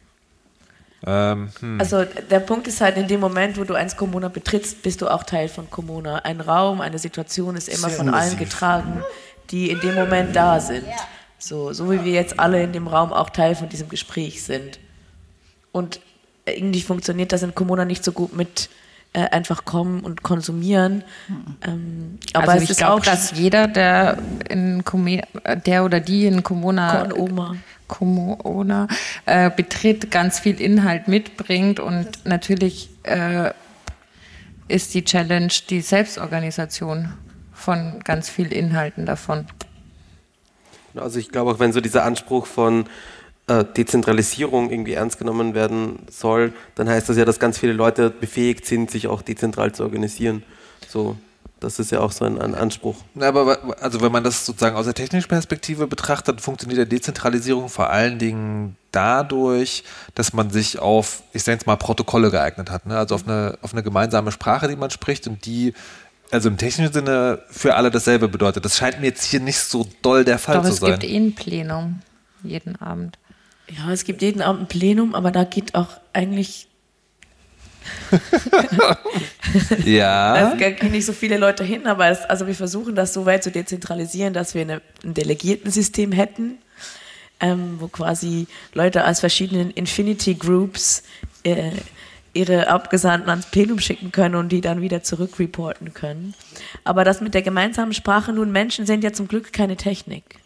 Also der Punkt ist halt, in dem Moment, wo du 1 Kommuna betrittst, bist du auch Teil von Kommuna. Ein Raum, eine Situation ist immer von allen getragen, die in dem Moment da sind. So wie wir jetzt alle in dem Raum auch Teil von diesem Gespräch sind. Und irgendwie funktioniert das in Kommuna nicht so gut mit einfach kommen und konsumieren. Aber also es ich glaube, dass jeder, der oder die in Kommuna betritt, ganz viel Inhalt mitbringt und natürlich ist die Challenge die Selbstorganisation von ganz vielen Inhalten davon. Also ich glaube auch, wenn so dieser Anspruch von Dezentralisierung irgendwie ernst genommen werden soll, dann heißt das ja, dass ganz viele Leute befähigt sind, sich auch dezentral zu organisieren. So, das ist ja auch so ein Anspruch. Aber also wenn man das sozusagen aus der technischen Perspektive betrachtet, funktioniert der Dezentralisierung vor allen Dingen dadurch, dass man sich auf, ich nenne es mal, Protokolle geeignet hat. Ne? Also auf eine gemeinsame Sprache, die man spricht und die also im technischen Sinne für alle dasselbe bedeutet. Das scheint mir jetzt hier nicht so doll der Fall zu sein. Doch, es gibt ein Plenum jeden Abend. Ja, es gibt jeden Abend ein Plenum, aber da geht auch eigentlich ja. Da gehen nicht so viele Leute hin, aber also wir versuchen das so weit zu dezentralisieren, dass wir ein Delegiertensystem hätten, wo quasi Leute aus verschiedenen Infinity Groups ihre Abgesandten ans Plenum schicken können und die dann wieder zurückreporten können. Aber das mit der gemeinsamen Sprache, nun, Menschen sind ja zum Glück keine Technik.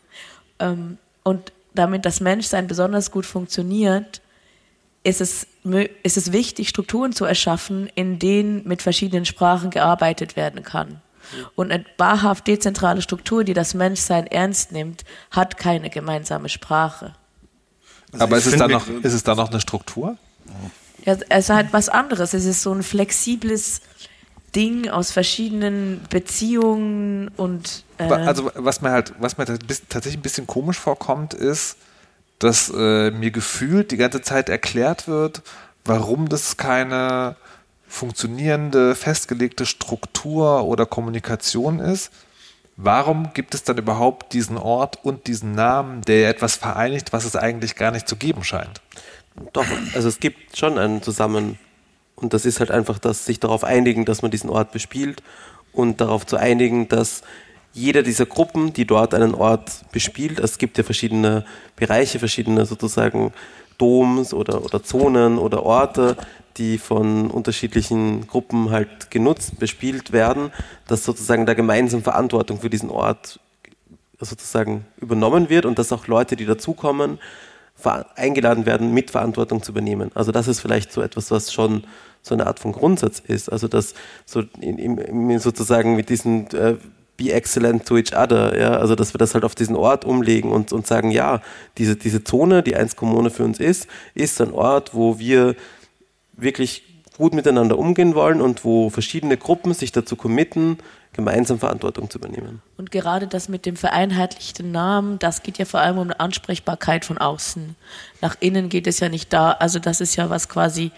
Und damit das Menschsein besonders gut funktioniert, ist es wichtig, Strukturen zu erschaffen, in denen mit verschiedenen Sprachen gearbeitet werden kann. Und eine wahrhaft dezentrale Struktur, die das Menschsein ernst nimmt, hat keine gemeinsame Sprache. Also aber ist es da noch eine Struktur? Ja, es ist halt was anderes. Es ist so ein flexibles Ding aus verschiedenen Beziehungen und also was mir tatsächlich ein bisschen komisch vorkommt, ist, dass mir gefühlt die ganze Zeit erklärt wird, warum das keine funktionierende, festgelegte Struktur oder Kommunikation ist. Warum gibt es dann überhaupt diesen Ort und diesen Namen, der etwas vereinigt, was es eigentlich gar nicht zu geben scheint? Doch, also es gibt schon einen Zusammenhang. Und das ist halt einfach, dass sich darauf einigen, dass man diesen Ort bespielt und darauf zu einigen, dass jeder dieser Gruppen, die dort einen Ort bespielt, es gibt ja verschiedene Bereiche, verschiedene sozusagen Doms oder Zonen oder Orte, die von unterschiedlichen Gruppen halt genutzt, bespielt werden, dass sozusagen da gemeinsam Verantwortung für diesen Ort sozusagen übernommen wird und dass auch Leute, die dazukommen, eingeladen werden, Mitverantwortung zu übernehmen. Also das ist vielleicht so etwas, was schon so eine Art von Grundsatz ist. Also dass so sozusagen mit diesen be excellent to each other, ja, also dass wir das halt auf diesen Ort umlegen und sagen, ja, diese Zone, die 1 Kommune für uns ist ein Ort, wo wir wirklich gut miteinander umgehen wollen und wo verschiedene Gruppen sich dazu committen, gemeinsam Verantwortung zu übernehmen. Und gerade das mit dem vereinheitlichten Namen, das geht ja vor allem um eine Ansprechbarkeit von außen. Nach innen geht es ja nicht da, also das ist ja was quasi,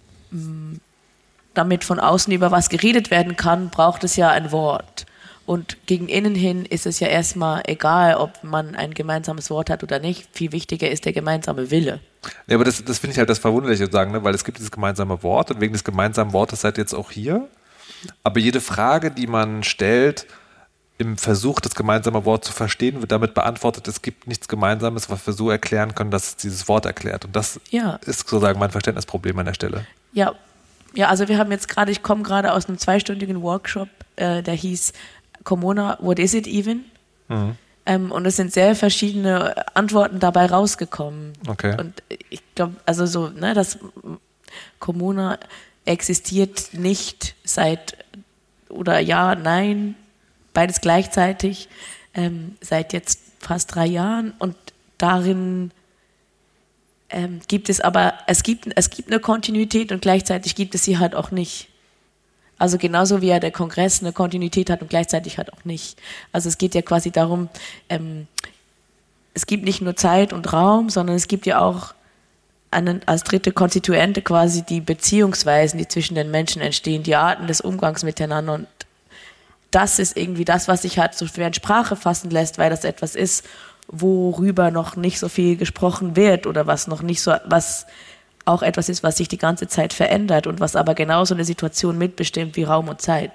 damit von außen über was geredet werden kann, braucht es ja ein Wort. Und gegen innen hin ist es ja erstmal egal, ob man ein gemeinsames Wort hat oder nicht. Viel wichtiger ist der gemeinsame Wille. Ja, aber das finde ich halt das Verwunderliche sozusagen, ne? Weil es gibt dieses gemeinsame Wort und wegen des gemeinsamen Wortes seid ihr jetzt auch hier. Aber jede Frage, die man stellt, im Versuch, das gemeinsame Wort zu verstehen, wird damit beantwortet, es gibt nichts Gemeinsames, was wir so erklären können, dass es dieses Wort erklärt. Und das ist sozusagen mein Verständnisproblem an der Stelle. Ja, also wir haben jetzt gerade, ich komme gerade aus einem 2-stündigen Workshop, der hieß Komona, what is it even? Mhm. Und es sind sehr verschiedene Antworten dabei rausgekommen. Okay. Und ich glaube, also so, ne, das Komona existiert nicht seit, oder ja, nein, beides gleichzeitig, seit jetzt fast 3 Jahren. Und darin gibt es aber, es gibt eine Kontinuität und gleichzeitig gibt es sie halt auch nicht. Also genauso wie ja der Kongress eine Kontinuität hat und gleichzeitig halt auch nicht. Also es geht ja quasi darum, es gibt nicht nur Zeit und Raum, sondern es gibt ja auch als dritte Konstituente quasi die Beziehungsweisen, die zwischen den Menschen entstehen, die Arten des Umgangs miteinander. Und das ist irgendwie das, was sich halt so schwer in Sprache fassen lässt, weil das etwas ist, worüber noch nicht so viel gesprochen wird oder was noch nicht so, was auch etwas ist, was sich die ganze Zeit verändert und was aber genauso eine Situation mitbestimmt wie Raum und Zeit.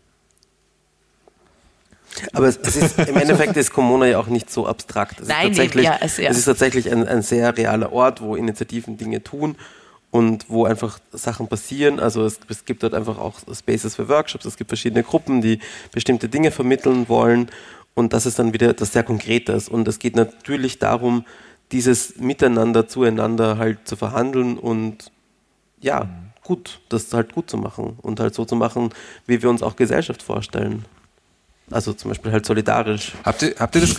Aber es ist, im Endeffekt ist Komona ja auch nicht so abstrakt. Es ist tatsächlich ein sehr realer Ort, wo Initiativen Dinge tun und wo einfach Sachen passieren. Also es gibt dort einfach auch Spaces für Workshops, es gibt verschiedene Gruppen, die bestimmte Dinge vermitteln wollen und das ist dann wieder etwas sehr Konkretes. Und es geht natürlich darum, dieses Miteinander, zueinander halt zu verhandeln und ja, gut, das halt gut zu machen und halt so zu machen, wie wir uns auch Gesellschaft vorstellen. Also zum Beispiel halt solidarisch. Habt ihr das?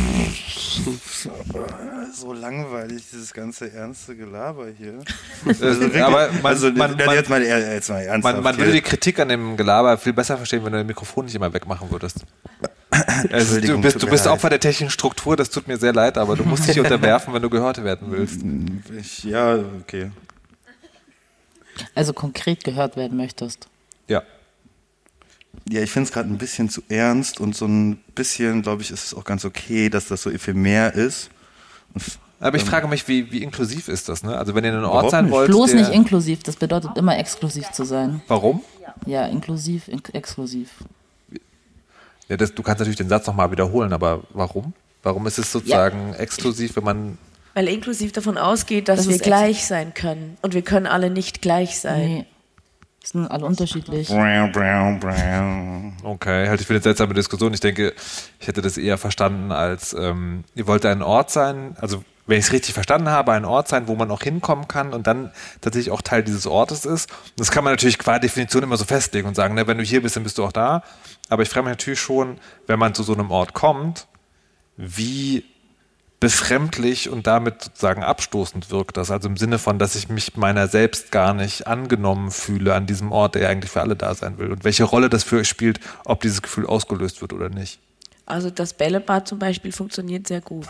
So langweilig, dieses ganze ernste Gelaber hier. Aber jetzt mal ernsthaft. Man würde die Kritik an dem Gelaber viel besser verstehen, wenn du das Mikrofon nicht immer wegmachen würdest. Also du bist Opfer der technischen Struktur, das tut mir sehr leid, aber du musst dich unterwerfen, wenn du gehört werden willst. Ja, okay. Also konkret gehört werden möchtest. Ja. Ja, ich finde es gerade ein bisschen zu ernst und so ein bisschen, glaube ich, ist es auch ganz okay, dass das so ephemer ist. Aber ich frage mich, wie inklusiv ist das? Ne? Also wenn ihr in einem Ort sein wollt... Bloß nicht inklusiv, das bedeutet immer exklusiv zu sein. Warum? Ja, inklusiv, exklusiv. Ja, du kannst natürlich den Satz nochmal wiederholen, aber warum? Warum ist es sozusagen exklusiv, wenn man... Weil inklusiv davon ausgeht, dass wir gleich sein können. Und wir können alle nicht gleich sein. Nee. Sind alle unterschiedlich. Okay, halte ich für eine seltsame Diskussion. Ich denke, ich hätte das eher verstanden als, ihr wollt ein Ort sein, also wenn ich es richtig verstanden habe, ein Ort sein, wo man auch hinkommen kann und dann tatsächlich auch Teil dieses Ortes ist. Das kann man natürlich qua Definition immer so festlegen und sagen, ne, wenn du hier bist, dann bist du auch da. Aber ich frage mich natürlich schon, wenn man zu so einem Ort kommt, wie befremdlich und damit sozusagen abstoßend wirkt das. Also im Sinne von, dass ich mich meiner selbst gar nicht angenommen fühle an diesem Ort, der eigentlich für alle da sein will. Und welche Rolle das für euch spielt, ob dieses Gefühl ausgelöst wird oder nicht. Also das Bällebad zum Beispiel funktioniert sehr gut.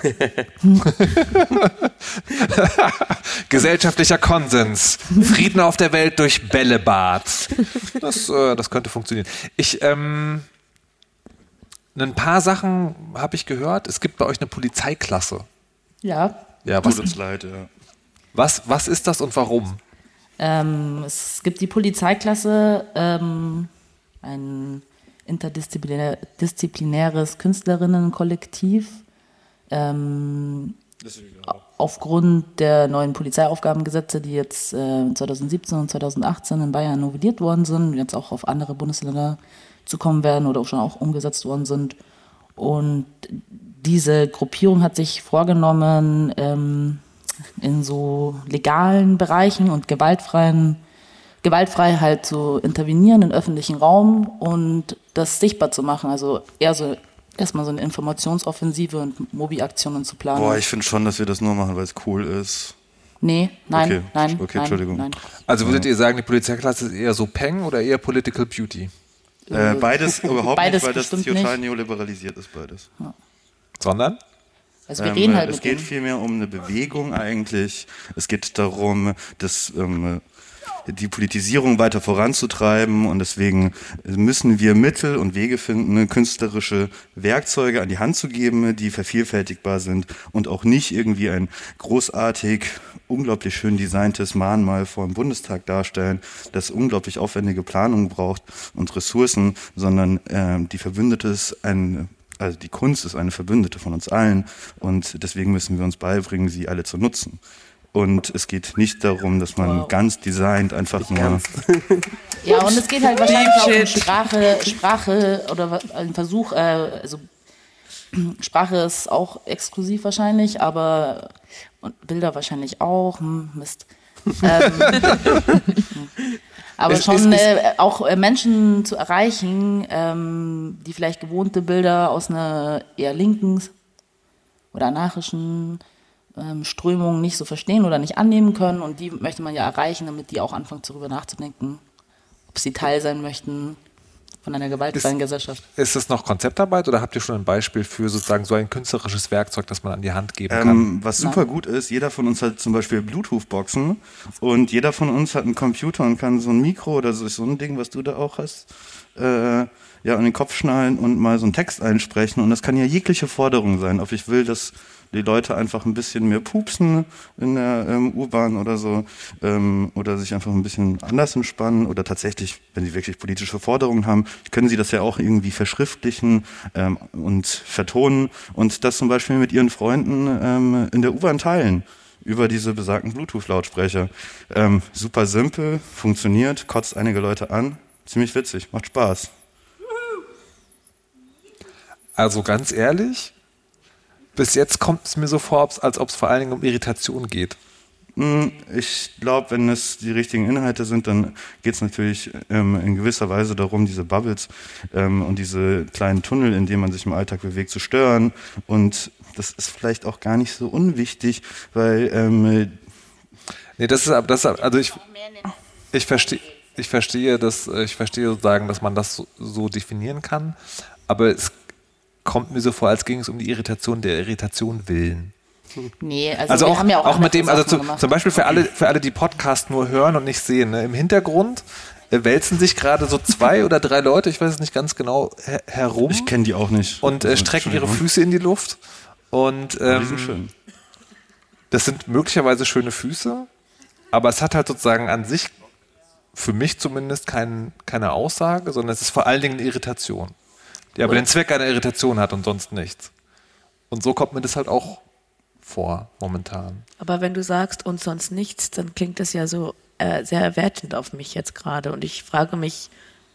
Gesellschaftlicher Konsens. Frieden auf der Welt durch Bällebad. Das könnte funktionieren. Ein paar Sachen habe ich gehört. Es gibt bei euch eine Polizeiklasse. Ja. Ja, Tut uns leid, ja. Was ist das und warum? Es gibt die Polizeiklasse, ein interdisziplinäres Künstlerinnenkollektiv. Aufgrund der neuen Polizeiaufgabengesetze, die jetzt 2017 und 2018 in Bayern novelliert worden sind, jetzt auch auf andere Bundesländer zukommen werden oder auch schon auch umgesetzt worden sind. Und diese Gruppierung hat sich vorgenommen, in so legalen Bereichen und gewaltfrei halt zu intervenieren im öffentlichen Raum und das sichtbar zu machen. Also eher so erstmal so eine Informationsoffensive und Mobi-Aktionen zu planen. Boah, ich finde schon, dass wir das nur machen, weil es cool ist. Nee, nein. Entschuldigung. Nein. Also würdet ihr sagen, die Polizeiklasse ist eher so Peng oder eher Political Beauty? Beides überhaupt beides nicht, weil das bestimmt total nicht. neoliberalisiert ist, beides. Ja. Sondern? Also wir reden halt es mit geht denen. vielmehr um eine Bewegung eigentlich. Es geht darum, dass die Politisierung weiter voranzutreiben und deswegen müssen wir Mittel und Wege finden, künstlerische Werkzeuge an die Hand zu geben, die vervielfältigbar sind und auch nicht irgendwie ein großartig, unglaublich schön designtes Mahnmal vor dem Bundestag darstellen, das unglaublich aufwendige Planung braucht und Ressourcen, sondern die Verbündete ist also die Kunst ist eine Verbündete von uns allen und deswegen müssen wir uns beibringen, sie alle zu nutzen. Und es geht nicht darum, dass man ganz designt einfach nur... Ja, und es geht halt wahrscheinlich auch um Sprache oder ein Versuch, also Sprache ist auch exklusiv wahrscheinlich, aber und Bilder wahrscheinlich auch, Mist. Aber schon auch Menschen zu erreichen, die vielleicht gewohnte Bilder aus einer eher linken oder anarchischen Strömungen nicht so verstehen oder nicht annehmen können und die möchte man ja erreichen, damit die auch anfangen darüber nachzudenken, ob sie Teil sein möchten von einer gewaltfreien Gesellschaft. Ist das noch Konzeptarbeit oder habt ihr schon ein Beispiel für sozusagen so ein künstlerisches Werkzeug, das man an die Hand geben kann? Was super gut ist, jeder von uns hat zum Beispiel Bluetooth-Boxen und jeder von uns hat einen Computer und kann so ein Mikro oder so ein Ding, was du da auch hast, an den Kopf schnallen und mal so einen Text einsprechen und das kann ja jegliche Forderung sein, ob ich will, dass die Leute einfach ein bisschen mehr pupsen in der U-Bahn oder so oder sich einfach ein bisschen anders entspannen oder tatsächlich, wenn sie wirklich politische Forderungen haben, können sie das ja auch irgendwie verschriftlichen und vertonen und das zum Beispiel mit ihren Freunden in der U-Bahn teilen über diese besagten Bluetooth-Lautsprecher. Super simpel, funktioniert, kotzt einige Leute an, ziemlich witzig, macht Spaß. Also ganz ehrlich, bis jetzt kommt es mir so vor, als ob es vor allen Dingen um Irritation geht. Ich glaube, wenn es die richtigen Inhalte sind, dann geht es natürlich in gewisser Weise darum, diese Bubbles und diese kleinen Tunnel, in denen man sich im Alltag bewegt, zu stören. Und das ist vielleicht auch gar nicht so unwichtig, weil ich verstehe sozusagen, dass man das so definieren kann, aber es kommt mir so vor, als ging es um die Irritation der Irritation willen. Nee, also wir haben ja auch mit dem, zum Beispiel für alle, die Podcast nur hören und nicht sehen, ne, im Hintergrund wälzen sich gerade so 2 oder 3 Leute, ich weiß es nicht ganz genau, herum. Ich kenne die auch nicht. Und strecken ihre Füße in die Luft. Und die sind schön. Das sind möglicherweise schöne Füße, aber es hat halt sozusagen an sich, für mich zumindest, keine Aussage, sondern es ist vor allen Dingen eine Irritation, die aber den Zweck einer Irritation hat und sonst nichts. Und so kommt mir das halt auch vor, momentan. Aber wenn du sagst und sonst nichts, dann klingt das ja so sehr wertend auf mich jetzt gerade. Und ich frage mich,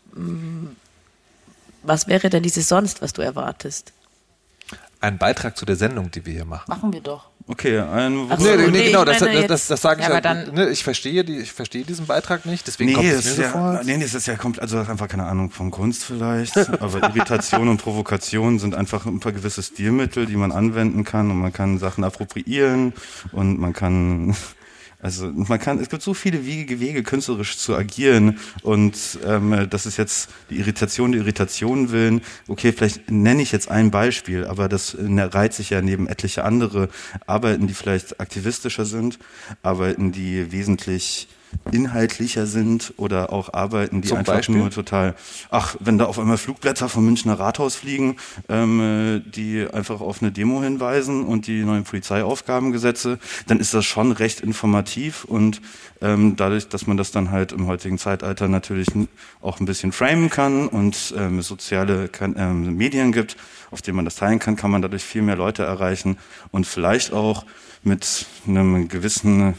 was wäre denn dieses sonst, was du erwartest? Ein Beitrag zu der Sendung, die wir hier machen. Machen wir doch. Okay, genau, das sage ich ja. Ja, ich verstehe diesen Beitrag nicht, deswegen kommt es mir so vor. Das ist ja also einfach keine Ahnung von Kunst vielleicht, aber Irritation und Provokation sind einfach ein paar gewisse Stilmittel, die man anwenden kann und man kann Sachen appropriieren und man kann... Also es gibt so viele Wege, künstlerisch zu agieren und das ist jetzt die Irritation willen. Okay, vielleicht nenne ich jetzt ein Beispiel, aber das reiht sich ja neben etliche andere Arbeiten, die vielleicht aktivistischer sind, Arbeiten, die wesentlich inhaltlicher sind oder auch Arbeiten, die einfach nur total, wenn da auf einmal Flugblätter vom Münchner Rathaus fliegen, die einfach auf eine Demo hinweisen und die neuen Polizeiaufgabengesetze, dann ist das schon recht informativ und dadurch, dass man das dann halt im heutigen Zeitalter natürlich auch ein bisschen framen kann und soziale Medien gibt, auf denen man das teilen kann, kann man dadurch viel mehr Leute erreichen und vielleicht auch mit einem gewissen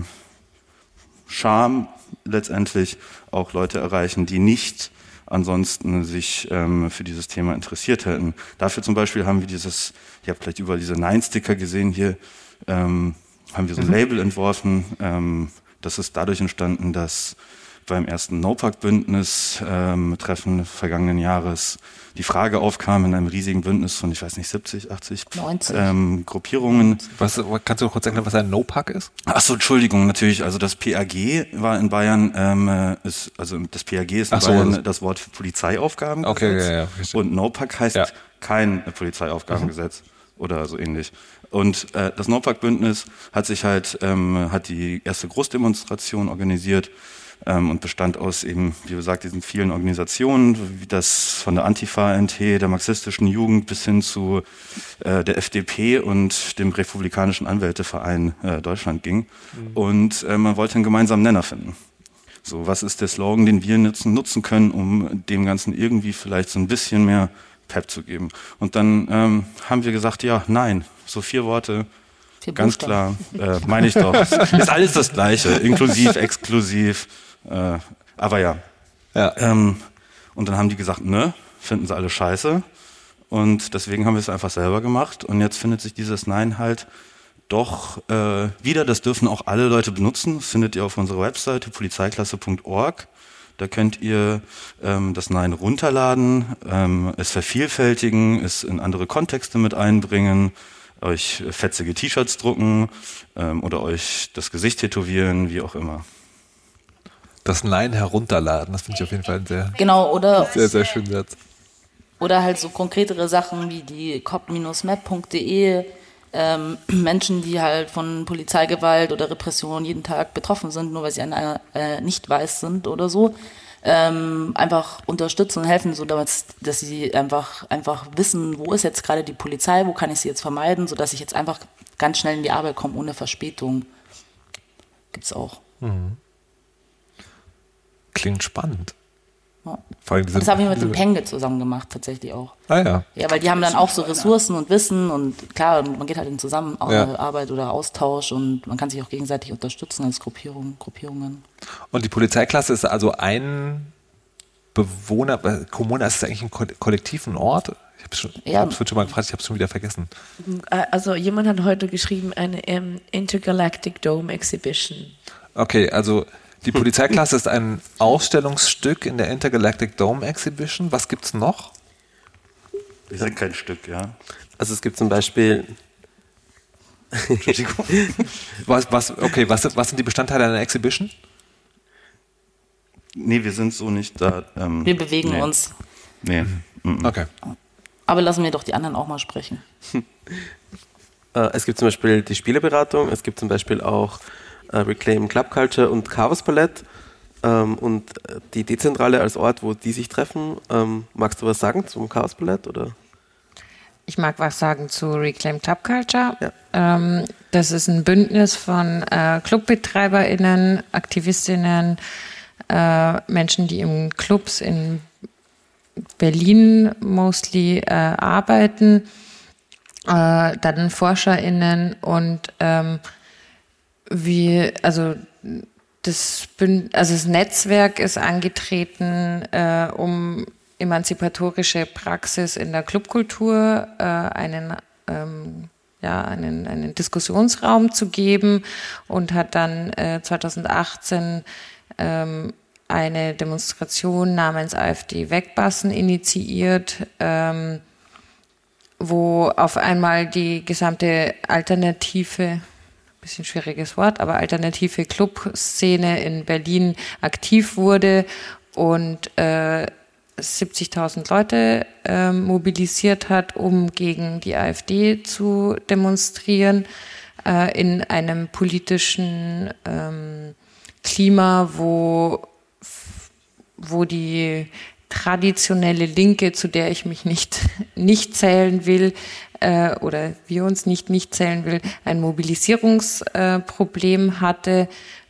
Charme letztendlich auch Leute erreichen, die nicht ansonsten sich für dieses Thema interessiert hätten. Dafür zum Beispiel haben wir ihr habt vielleicht überall diese Nein-Sticker gesehen hier, haben wir so ein Label entworfen. Das ist dadurch entstanden, dass beim ersten No-Pack-Bündnis-Treffen vergangenen Jahres die Frage aufkam in einem riesigen Bündnis von, 70, 80 90. Gruppierungen. Kannst du noch kurz sagen, was ein No-Pack ist? Achso, Entschuldigung, natürlich. Also das PAG war in Bayern, das PAG ist in Bayern das Wort für Polizeiaufgabengesetz. Okay, ja. Und No-Pack heißt kein Polizeiaufgabengesetz oder so ähnlich. Und das No-Pack-Bündnis hat sich hat die erste Großdemonstration organisiert. Und bestand aus eben, wie gesagt, diesen vielen Organisationen, wie das von der Antifa-NT, der marxistischen Jugend bis hin zu der FDP und dem Republikanischen Anwälteverein Deutschland ging. Und man wollte einen gemeinsamen Nenner finden. So, was ist der Slogan, den wir nutzen können, um dem Ganzen irgendwie vielleicht so ein bisschen mehr Pep zu geben? Und dann haben wir gesagt, nein, so 4 Worte. Ganz klar, meine ich doch. Ist alles das Gleiche, inklusiv, exklusiv. Aber ja. Und dann haben die gesagt, finden sie alle scheiße. Und deswegen haben wir es einfach selber gemacht. Und jetzt findet sich dieses Nein halt doch wieder. Das dürfen auch alle Leute benutzen. Das findet ihr auf unserer Webseite polizeiklasse.org. Da könnt ihr das Nein runterladen, es vervielfältigen, es in andere Kontexte mit einbringen, euch fetzige T-Shirts drucken oder euch das Gesicht tätowieren, wie auch immer. Das Nein herunterladen, das finde ich auf jeden Fall ein sehr, sehr, sehr schönen Satz. Oder halt so konkretere Sachen wie die cop-map.de, Menschen, die halt von Polizeigewalt oder Repression jeden Tag betroffen sind, nur weil sie nicht weiß sind oder so, einfach unterstützen und helfen, so dass sie einfach wissen, wo ist jetzt gerade die Polizei, wo kann ich sie jetzt vermeiden, sodass ich jetzt einfach ganz schnell in die Arbeit komme, ohne Verspätung. Gibt's auch. Klingt spannend. Ja. Das habe ich mit dem Penge zusammen gemacht, tatsächlich auch. Ja. Ja, weil die haben dann auch so Ressourcen und Wissen und klar, man geht halt in Zusammenarbeit oder Austausch und man kann sich auch gegenseitig unterstützen als Gruppierungen. Und die Polizeiklasse ist also ein Bewohner, Kommune, ist es eigentlich ein kollektiver Ort? Ich habe es schon mal gefragt, ich habe es schon wieder vergessen. Also jemand hat heute geschrieben, eine Intergalactic Dome Exhibition. Okay, also die Polizeiklasse ist ein Ausstellungsstück in der Intergalactic Dome Exhibition. Was gibt's noch? Wir sind kein Stück, ja. Also es gibt zum Beispiel... Entschuldigung. Was sind die Bestandteile einer Exhibition? Nee, wir sind so nicht da. Wir bewegen uns. Nee. Okay. Aber lassen wir doch die anderen auch mal sprechen. Es gibt zum Beispiel die Spieleberatung, es gibt zum Beispiel auch Reclaim Club Culture und Chaos Palette und die Dezentrale als Ort, wo die sich treffen. Magst du was sagen zum Chaos Palette, oder? Ich mag was sagen zu Reclaim Club Culture. Ja. Das ist ein Bündnis von ClubbetreiberInnen, AktivistInnen, Menschen, die in Clubs in Berlin mostly arbeiten, dann ForscherInnen und das Netzwerk ist angetreten, um emanzipatorische Praxis in der Clubkultur einen Diskussionsraum zu geben und hat dann 2018 eine Demonstration namens AfD Wegbassen initiiert, wo auf einmal die gesamte alternative, bisschen schwieriges Wort, aber alternative Clubszene in Berlin aktiv wurde und 70.000 Leute mobilisiert hat, um gegen die AfD zu demonstrieren, in einem politischen Klima, wo die traditionelle Linke, zu der ich mich nicht zählen will, oder wir uns nicht zählen will, ein Mobilisierungsproblem hatte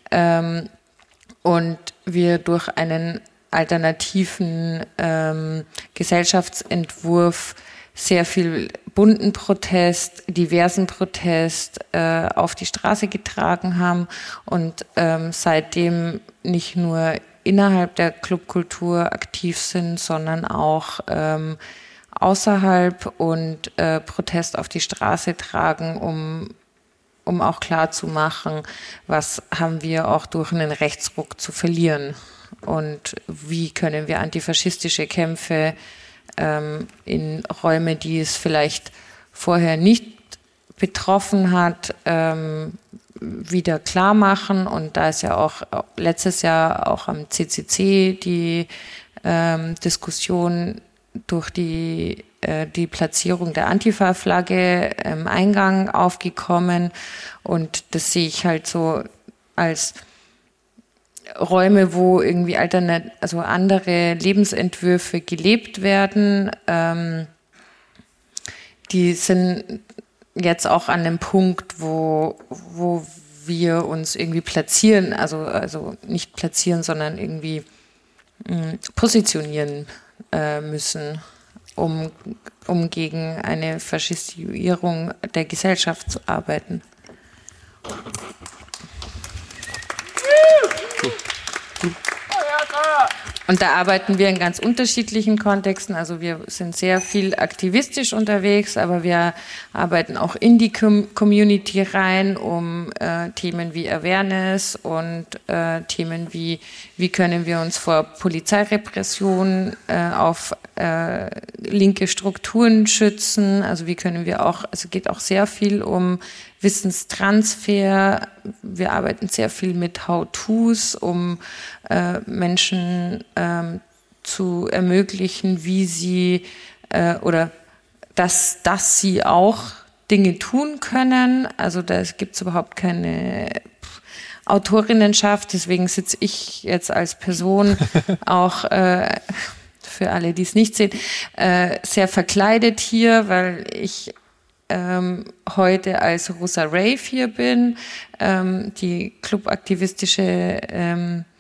und wir durch einen alternativen Gesellschaftsentwurf sehr viel bunten Protest, diversen Protest auf die Straße getragen haben und seitdem nicht nur innerhalb der Clubkultur aktiv sind, sondern auch außerhalb und Protest auf die Straße tragen, um auch klarzumachen, was haben wir auch durch einen Rechtsruck zu verlieren und wie können wir antifaschistische Kämpfe in Räume, die es vielleicht vorher nicht betroffen hat, wieder klar machen. Und da ist ja auch letztes Jahr auch am CCC die Diskussion durch die Platzierung der Antifa-Flagge im Eingang aufgekommen. Und das sehe ich halt so als Räume, wo irgendwie andere Lebensentwürfe gelebt werden, die sind jetzt auch an dem Punkt, wo wir uns irgendwie platzieren, also nicht platzieren, sondern irgendwie positionieren müssen, um gegen eine Faschisierung der Gesellschaft zu arbeiten. Und da arbeiten wir in ganz unterschiedlichen Kontexten. Also wir sind sehr viel aktivistisch unterwegs, aber wir arbeiten auch in die Community rein, um Themen wie Awareness und Themen wie können wir uns vor Polizeirepression auf linke Strukturen schützen. Also wie können wir auch, also geht auch sehr viel um Wissenstransfer. Wir arbeiten sehr viel mit How-Tos, um Menschen zu ermöglichen, wie sie oder dass sie auch Dinge tun können. Also da gibt es überhaupt keine Autorinnenschaft. Deswegen sitze ich jetzt als Person auch für alle, die es nicht sehen, sehr verkleidet hier, weil ich heute als Rosa Rave hier bin, die clubaktivistische,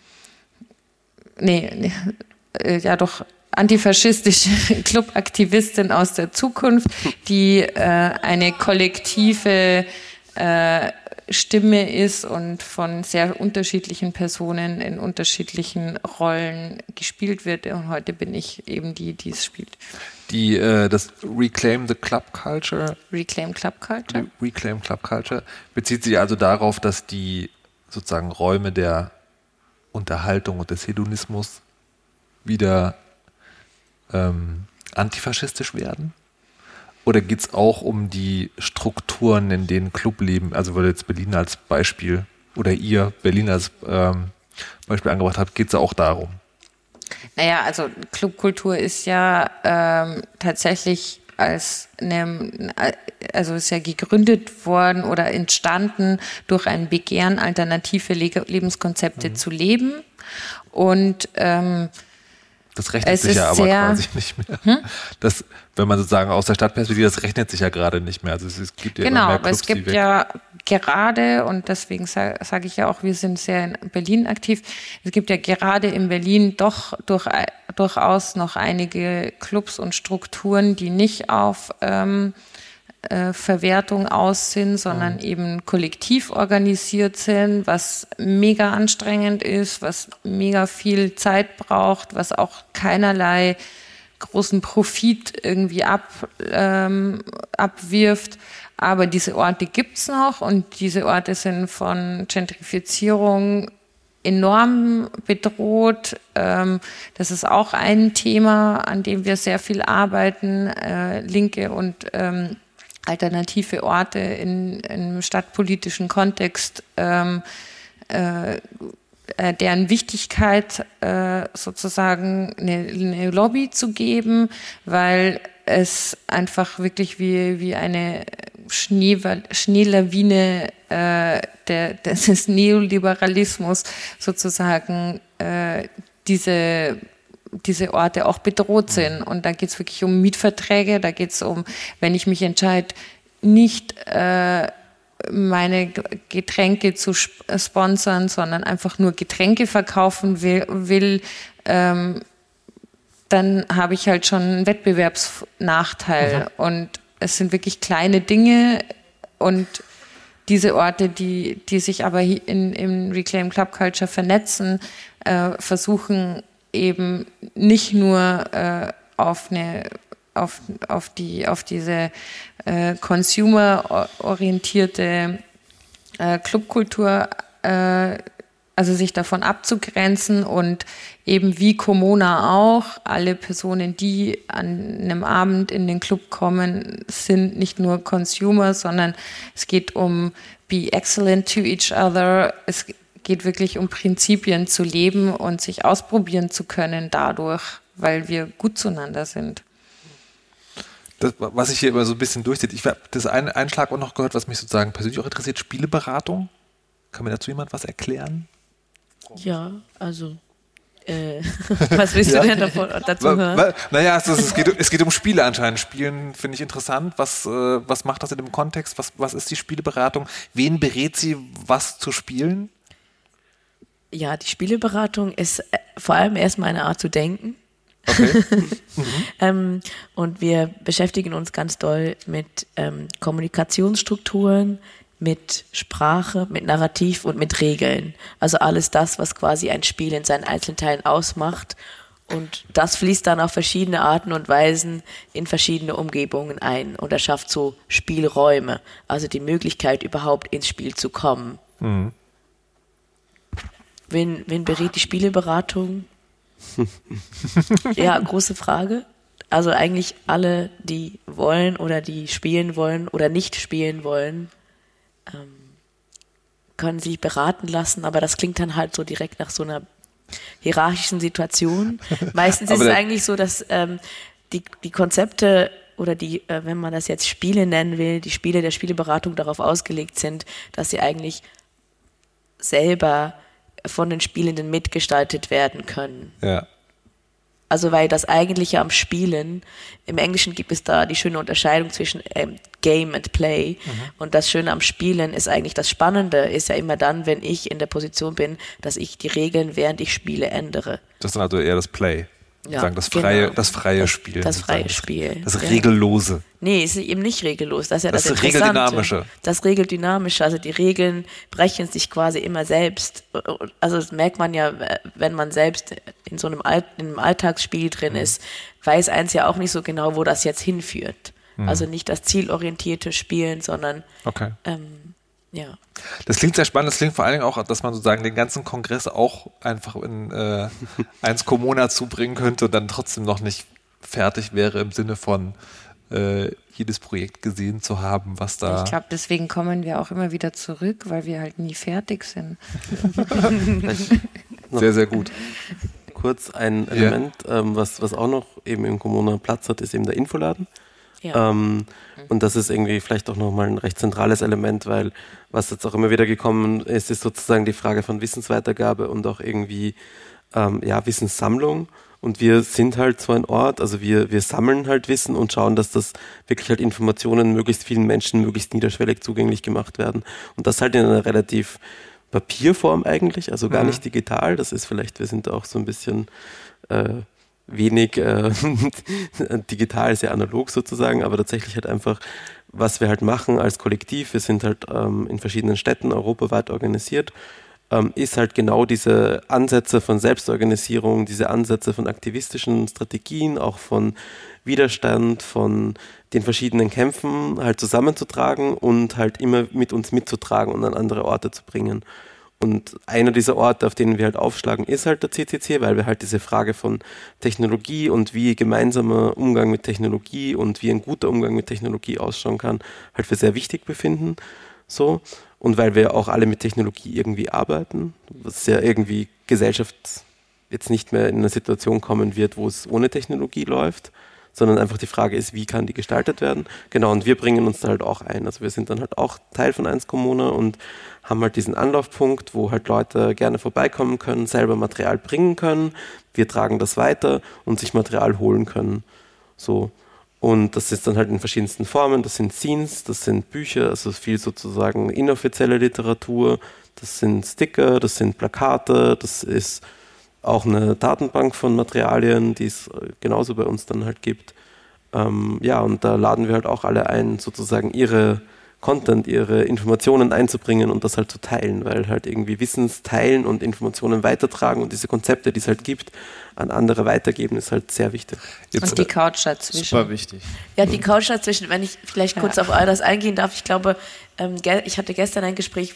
antifaschistische Clubaktivistin aus der Zukunft, die eine kollektive Stimme ist und von sehr unterschiedlichen Personen in unterschiedlichen Rollen gespielt wird. Und heute bin ich eben die es spielt. Das Reclaim the Club Culture. Reclaim Club Culture. Reclaim Club Culture bezieht sich also darauf, dass die sozusagen Räume der Unterhaltung und des Hedonismus wieder antifaschistisch werden? Oder geht es auch um die Strukturen, in denen Clubleben, also weil jetzt Berlin als Beispiel oder ihr Berlin als Beispiel angebracht habt, geht es auch darum? Naja, also Clubkultur ist ja tatsächlich ist ja gegründet worden oder entstanden durch ein Begehren, alternative Lebenskonzepte zu leben. Und das rechnet sich ja aber quasi nicht mehr. Das, wenn man sozusagen aus der Stadtperspektive, das rechnet sich ja gerade nicht mehr. Also es gibt ja genau, immer mehr aber Clubs, es gibt ja gerade, und deswegen sage ich ja auch, wir sind sehr in Berlin aktiv, es gibt ja gerade in Berlin doch durchaus noch einige Clubs und Strukturen, die nicht auf Verwertung aus sind, sondern eben kollektiv organisiert sind, was mega anstrengend ist, was mega viel Zeit braucht, was auch keinerlei großen Profit irgendwie abwirft. Aber diese Orte gibt's noch und diese Orte sind von Gentrifizierung enorm bedroht. Das ist auch ein Thema, an dem wir sehr viel arbeiten, linke und alternative Orte im stadtpolitischen Kontext, deren Wichtigkeit sozusagen eine Lobby zu geben, weil es einfach wirklich wie eine Schneelawine des Neoliberalismus sozusagen diese Orte auch bedroht sind. Und da geht es wirklich um Mietverträge, da geht es um, wenn ich mich entscheide, nicht meine Getränke zu sponsern, sondern einfach nur Getränke verkaufen will, dann habe ich halt schon einen Wettbewerbsnachteil. Und es sind wirklich kleine Dinge und diese Orte, die sich aber im Reclaim Club Culture vernetzen, versuchen eben nicht nur auf diese consumer-orientierte Clubkultur, also sich davon abzugrenzen und eben wie Komona auch, alle Personen, die an einem Abend in den Club kommen, sind nicht nur Consumer, sondern es geht um be excellent to each other, es geht wirklich um Prinzipien zu leben und sich ausprobieren zu können dadurch, weil wir gut zueinander sind. Das, was sich hier immer so ein bisschen durchzieht, ich habe das einen Schlag auch noch gehört, was mich sozusagen persönlich auch interessiert, Spieleberatung. Kann mir dazu jemand was erklären? Ja, also was willst du denn dazu hören? Naja, es geht um Spiele anscheinend. Spielen finde ich interessant. Was macht das in dem Kontext? Was ist die Spieleberatung? Wen berät sie, was zu spielen? Ja, die Spieleberatung ist vor allem erstmal eine Art zu denken. Okay. Und wir beschäftigen uns ganz doll mit Kommunikationsstrukturen, mit Sprache, mit Narrativ und mit Regeln. Also alles das, was quasi ein Spiel in seinen Einzelteilen ausmacht. Und das fließt dann auf verschiedene Arten und Weisen in verschiedene Umgebungen ein und erschafft so Spielräume, also die Möglichkeit, überhaupt ins Spiel zu kommen. Mhm. Wen berät die Spieleberatung? Ja, große Frage. Also eigentlich alle, die wollen oder die spielen wollen oder nicht spielen wollen, können sich beraten lassen, aber das klingt dann halt so direkt nach so einer hierarchischen Situation. Meistens ist es eigentlich so, dass die Konzepte oder die, wenn man das jetzt Spiele nennen will, die Spiele der Spieleberatung darauf ausgelegt sind, dass sie eigentlich selber von den Spielenden mitgestaltet werden können. Ja. Also weil das Eigentliche am Spielen, im Englischen gibt es da die schöne Unterscheidung zwischen Game and Play. Und das Schöne am Spielen ist eigentlich, das Spannende ist ja immer dann, wenn ich in der Position bin, dass ich die Regeln, während ich spiele, ändere. Das ist dann also eher das Play. sagen, das freie Spiel. Das freie Spiel. Das Regellose. Nee, es ist eben nicht regellos. Das ist ja das Regeldynamische. Das Regeldynamische. Also die Regeln brechen sich quasi immer selbst. Also das merkt man ja, wenn man selbst in so einem Alltagsspiel drin ist, weiß eins ja auch nicht so genau, wo das jetzt hinführt. Also nicht das zielorientierte Spielen, sondern ja. Das klingt sehr spannend. Das klingt vor allen Dingen auch, dass man sozusagen den ganzen Kongress auch einfach in 1 Komona zubringen könnte und dann trotzdem noch nicht fertig wäre im Sinne von jedes Projekt gesehen zu haben, was da... Ich glaube, deswegen kommen wir auch immer wieder zurück, weil wir halt nie fertig sind. Sehr, sehr gut. Kurz ein Element, was auch noch eben im Komona Platz hat, ist eben der Infoladen. Ja. Und das ist irgendwie vielleicht auch nochmal ein recht zentrales Element, weil was jetzt auch immer wieder gekommen ist sozusagen die Frage von Wissensweitergabe und auch irgendwie Wissenssammlung. Und wir sind halt so ein Ort, also wir sammeln halt Wissen und schauen, dass das wirklich halt Informationen möglichst vielen Menschen möglichst niederschwellig zugänglich gemacht werden. Und das halt in einer relativ Papierform eigentlich, also gar nicht digital. Das ist vielleicht, wir sind da auch so ein bisschen wenig digital, sehr analog sozusagen, aber tatsächlich halt einfach, was wir halt machen als Kollektiv, wir sind halt in verschiedenen Städten europaweit organisiert, ist halt genau diese Ansätze von Selbstorganisierung, diese Ansätze von aktivistischen Strategien, auch von Widerstand, von den verschiedenen Kämpfen halt zusammenzutragen und halt immer mit uns mitzutragen und an andere Orte zu bringen. Und einer dieser Orte, auf denen wir halt aufschlagen, ist halt der CCC, weil wir halt diese Frage von Technologie und wie gemeinsamer Umgang mit Technologie und wie ein guter Umgang mit Technologie ausschauen kann, halt für sehr wichtig befinden. So. Und weil wir auch alle mit Technologie irgendwie arbeiten, was ja irgendwie Gesellschaft jetzt nicht mehr in eine Situation kommen wird, wo es ohne Technologie läuft, sondern einfach die Frage ist, wie kann die gestaltet werden? Genau, und wir bringen uns da halt auch ein. Also wir sind dann halt auch Teil von 1 Komona und haben halt diesen Anlaufpunkt, wo halt Leute gerne vorbeikommen können, selber Material bringen können. Wir tragen das weiter und sich Material holen können. So. Und das ist dann halt in verschiedensten Formen. Das sind Zines, das sind Bücher, also viel sozusagen inoffizielle Literatur. Das sind Sticker, das sind Plakate, das ist auch eine Datenbank von Materialien, die es genauso bei uns dann halt gibt. Und da laden wir halt auch alle ein, sozusagen ihre Content, ihre Informationen einzubringen und das halt zu teilen, weil halt irgendwie Wissensteilen und Informationen weitertragen und diese Konzepte, die es halt gibt, an andere weitergeben, ist halt sehr wichtig. Und die Couch dazwischen. Super wichtig. Ja, die Couch dazwischen, wenn ich vielleicht kurz auf all das eingehen darf, ich glaube, ich hatte gestern ein Gespräch,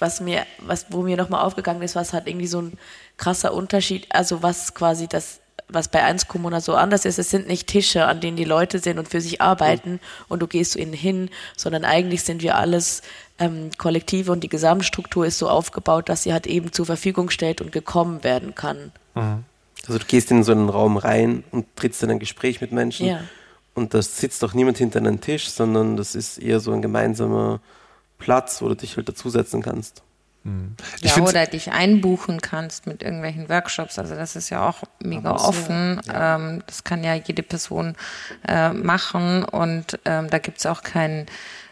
wo mir nochmal aufgegangen ist, was halt irgendwie so ein krasser Unterschied, also was quasi was bei 1 Komona so anders ist, es sind nicht Tische, an denen die Leute sind und für sich arbeiten und du gehst zu ihnen hin, sondern eigentlich sind wir alles Kollektive und die Gesamtstruktur ist so aufgebaut, dass sie halt eben zur Verfügung stellt und gekommen werden kann. Also du gehst in so einen Raum rein und trittst in ein Gespräch mit Menschen und da sitzt doch niemand hinter einem Tisch, sondern das ist eher so ein gemeinsamer Platz, wo du dich halt dazusetzen kannst. Oder dich einbuchen kannst mit irgendwelchen Workshops. Also das ist ja auch mega offen. Ja. Das kann ja jede Person machen und da gibt es auch keinen,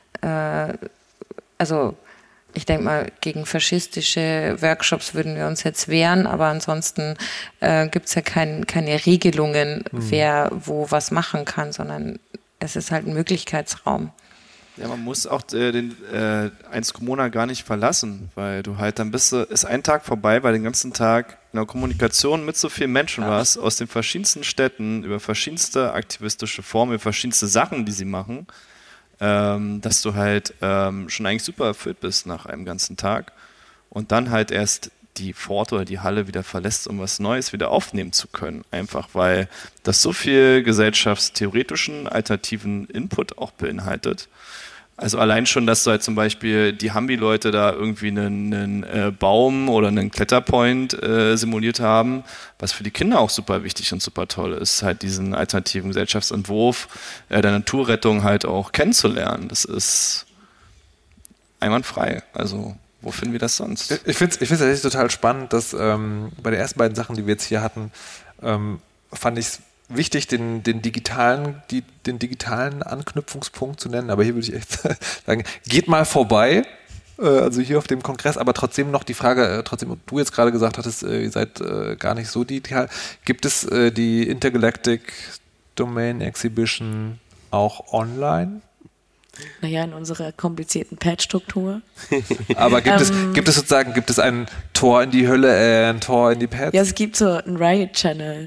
ich denke mal, gegen faschistische Workshops würden wir uns jetzt wehren, aber ansonsten gibt es ja keine Regelungen, wer wo was machen kann, sondern es ist halt ein Möglichkeitsraum. Ja, man muss auch den 1 Komona gar nicht verlassen, weil du halt dann ist ein Tag vorbei, weil den ganzen Tag in der Kommunikation mit so vielen Menschen warst, aus den verschiedensten Städten, über verschiedenste aktivistische Formen, über verschiedenste Sachen, die sie machen, dass du halt schon eigentlich super erfüllt bist nach einem ganzen Tag und dann halt erst die Pforte oder die Halle wieder verlässt, um was Neues wieder aufnehmen zu können. Einfach, weil das so viel gesellschaftstheoretischen, alternativen Input auch beinhaltet. Also allein schon, dass du halt zum Beispiel die Hambi-Leute da irgendwie einen Baum oder einen Kletterpoint simuliert haben, was für die Kinder auch super wichtig und super toll ist, halt diesen alternativen Gesellschaftsentwurf der Naturrettung halt auch kennenzulernen. Das ist einwandfrei. Also wo finden wir das sonst? Ich finde es tatsächlich total spannend, dass bei den ersten beiden Sachen, die wir jetzt hier hatten, fand ich es wichtig, den digitalen Anknüpfungspunkt zu nennen, aber hier würde ich echt sagen, geht mal vorbei also hier auf dem Kongress, aber trotzdem noch die Frage, trotzdem du jetzt gerade gesagt hattest, ihr seid gar nicht so digital. Gibt es die Intergalactic Domain Exhibition auch online? Naja, in unserer komplizierten Pad-Struktur. Aber gibt es ein Tor in die Hölle, ein Tor in die Pads? Ja, es gibt so einen Riot-Channel.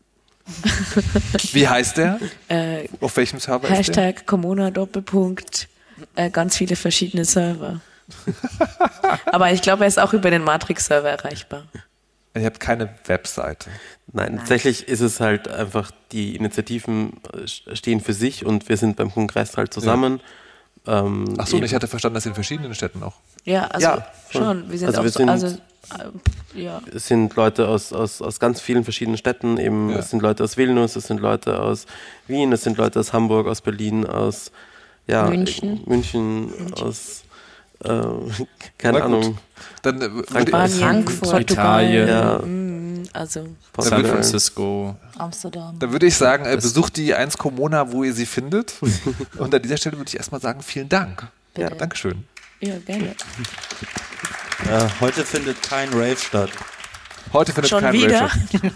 Wie heißt der? Auf welchem Server ist der? Hashtag Komona Doppelpunkt, ganz viele verschiedene Server. Aber ich glaube, er ist auch über den Matrix-Server erreichbar. Ihr habt keine Webseite. Nein, tatsächlich ist es halt einfach, die Initiativen stehen für sich und wir sind beim Kongress halt zusammen. Ja. Ach so, und ich hatte verstanden, dass in verschiedenen Städten auch. Ja, also schon. Wir sind Es sind Leute aus ganz vielen verschiedenen Städten, eben es sind Leute aus Vilnius, es sind Leute aus Wien, es sind Leute aus Hamburg, aus Berlin, aus München, aus keine Ahnung. Dann Frankfurt, Italien, also San Francisco, Amsterdam. Dann würde ich sagen, besucht die 1 Komona, wo ihr sie findet. Und an dieser Stelle würde ich erstmal sagen, vielen Dank. Bitte. Ja, Dankeschön. ja, gerne. Heute findet kein Rave statt. Heute findet Schon kein wieder? Rave statt.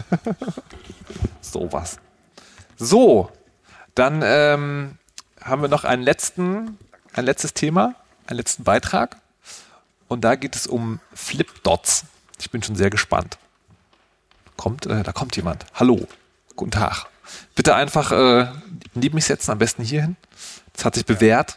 Sowas. So, dann haben wir noch ein letztes Thema, einen letzten Beitrag. Und da geht es um Flipdots. Ich bin schon sehr gespannt. Da kommt jemand. Hallo, guten Tag. Bitte einfach neben mich setzen, am besten hierhin. Das hat sich bewährt.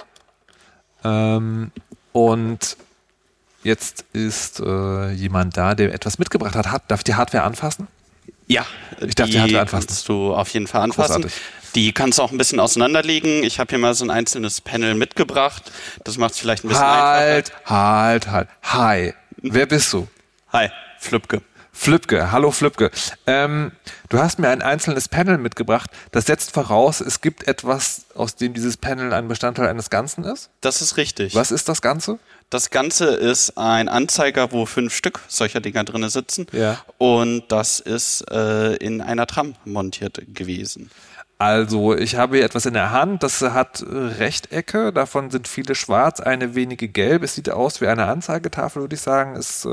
Und jetzt ist jemand da, der etwas mitgebracht hat. Darf ich die Hardware anfassen? Ja, ich darf die Hardware anfassen. Kannst du auf jeden Fall anfassen. Großartig. Die kannst du auch ein bisschen auseinanderlegen. Ich habe hier mal so ein einzelnes Panel mitgebracht. Das macht es vielleicht ein bisschen einfacher. Halt. Hi. Wer bist du? Hi, Flübke. Flübke, hallo Flübke. Du hast mir ein einzelnes Panel mitgebracht. Das setzt voraus, es gibt etwas, aus dem dieses Panel ein Bestandteil eines Ganzen ist? Das ist richtig. Was ist das Ganze? Das Ganze ist ein Anzeiger, wo 5 Stück solcher Dinger drin sitzen. Ja. Und das ist in einer Tram montiert gewesen. Also, ich habe hier etwas in der Hand, das hat Rechtecke, davon sind viele schwarz, eine wenige gelb. Es sieht aus wie eine Anzeigetafel, würde ich sagen.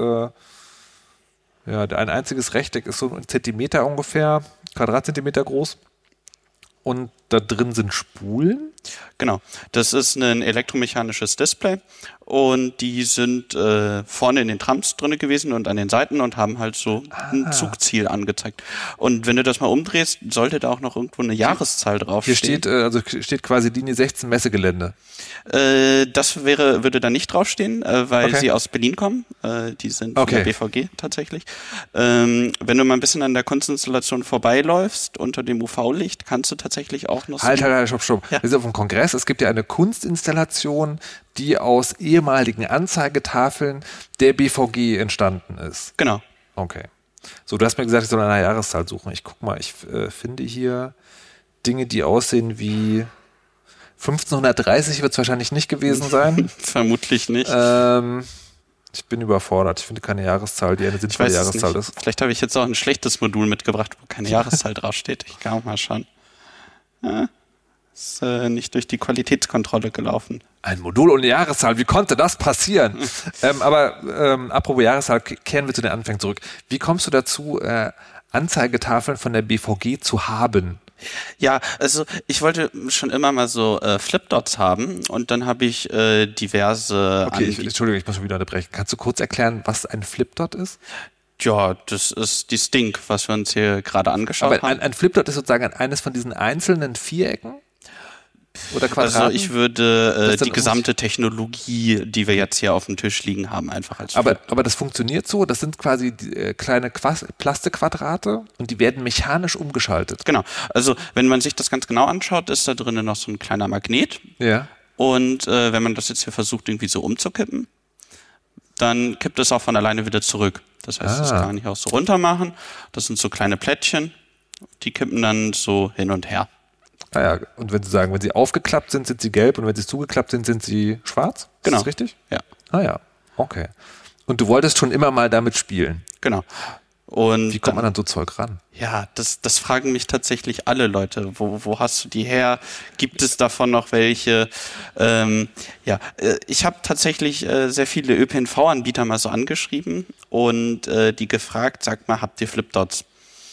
Ein einziges Rechteck ist so ein Zentimeter ungefähr, Quadratzentimeter groß. Und da drin sind Spulen. Genau, das ist ein elektromechanisches Display und die sind vorne in den Trams drin gewesen und an den Seiten und haben halt so ein Zugziel angezeigt. Und wenn du das mal umdrehst, sollte da auch noch irgendwo eine Jahreszahl draufstehen. Hier steht quasi Linie 16 Messegelände. Das würde da nicht draufstehen, weil sie aus Berlin kommen. Die sind von der BVG tatsächlich. Wenn du mal ein bisschen an der Kunstinstallation vorbeiläufst, unter dem UV-Licht, kannst du tatsächlich auch noch Stopp. Ja. Wir sind auf dem Kongress. Es gibt ja eine Kunstinstallation, die aus ehemaligen Anzeigetafeln der BVG entstanden ist. Genau. Okay. So, du hast mir gesagt, ich soll eine Jahreszahl suchen. Ich guck mal, ich finde hier Dinge, die aussehen wie 1530 wird es wahrscheinlich nicht gewesen sein. Vermutlich nicht. Ich bin überfordert. Ich finde keine Jahreszahl, die eine sinnvolle Jahreszahl ist. Vielleicht habe ich jetzt auch ein schlechtes Modul mitgebracht, wo keine Jahreszahl draufsteht. Ich kann auch mal schauen. Ist nicht durch die Qualitätskontrolle gelaufen. Ein Modul ohne Jahreszahl, wie konnte das passieren? Apropos Jahreszahl, kehren wir zu den Anfängen zurück. Wie kommst du dazu, Anzeigetafeln von der BVG zu haben? Ja, also ich wollte schon immer mal so Flipdots haben und dann habe ich diverse... Entschuldigung, ich muss schon wieder unterbrechen. Kannst du kurz erklären, was ein Flipdot ist? Ja, das ist die Stink, was wir uns hier gerade angeschaut haben. Aber ein Flipdot ist sozusagen eines von diesen einzelnen Vierecken? Oder Quadraten? Also ich würde die gesamte Technologie, die wir jetzt hier auf dem Tisch liegen haben, einfach als aber das funktioniert so, das sind quasi kleine Plastikquadrate und die werden mechanisch umgeschaltet. Genau, also wenn man sich das ganz genau anschaut, ist da drinnen noch so ein kleiner Magnet. Ja. Und wenn man das jetzt hier versucht irgendwie so umzukippen, dann kippt es auch von alleine wieder zurück. Das heißt, das kann ich auch so runter machen. Das sind so kleine Plättchen, die kippen dann so hin und her. Ja, und wenn sie aufgeklappt sind, sind sie gelb und wenn sie zugeklappt sind, sind sie schwarz? Genau. Ist das richtig? Ja. Ja, okay. Und du wolltest schon immer mal damit spielen? Genau. Und wie kommt man an so Zeug ran? Ja, das fragen mich tatsächlich alle Leute. Wo hast du die her? Gibt es davon noch welche? Ich habe tatsächlich sehr viele ÖPNV-Anbieter mal so angeschrieben und die gefragt, sagt mal, habt ihr Flipdots?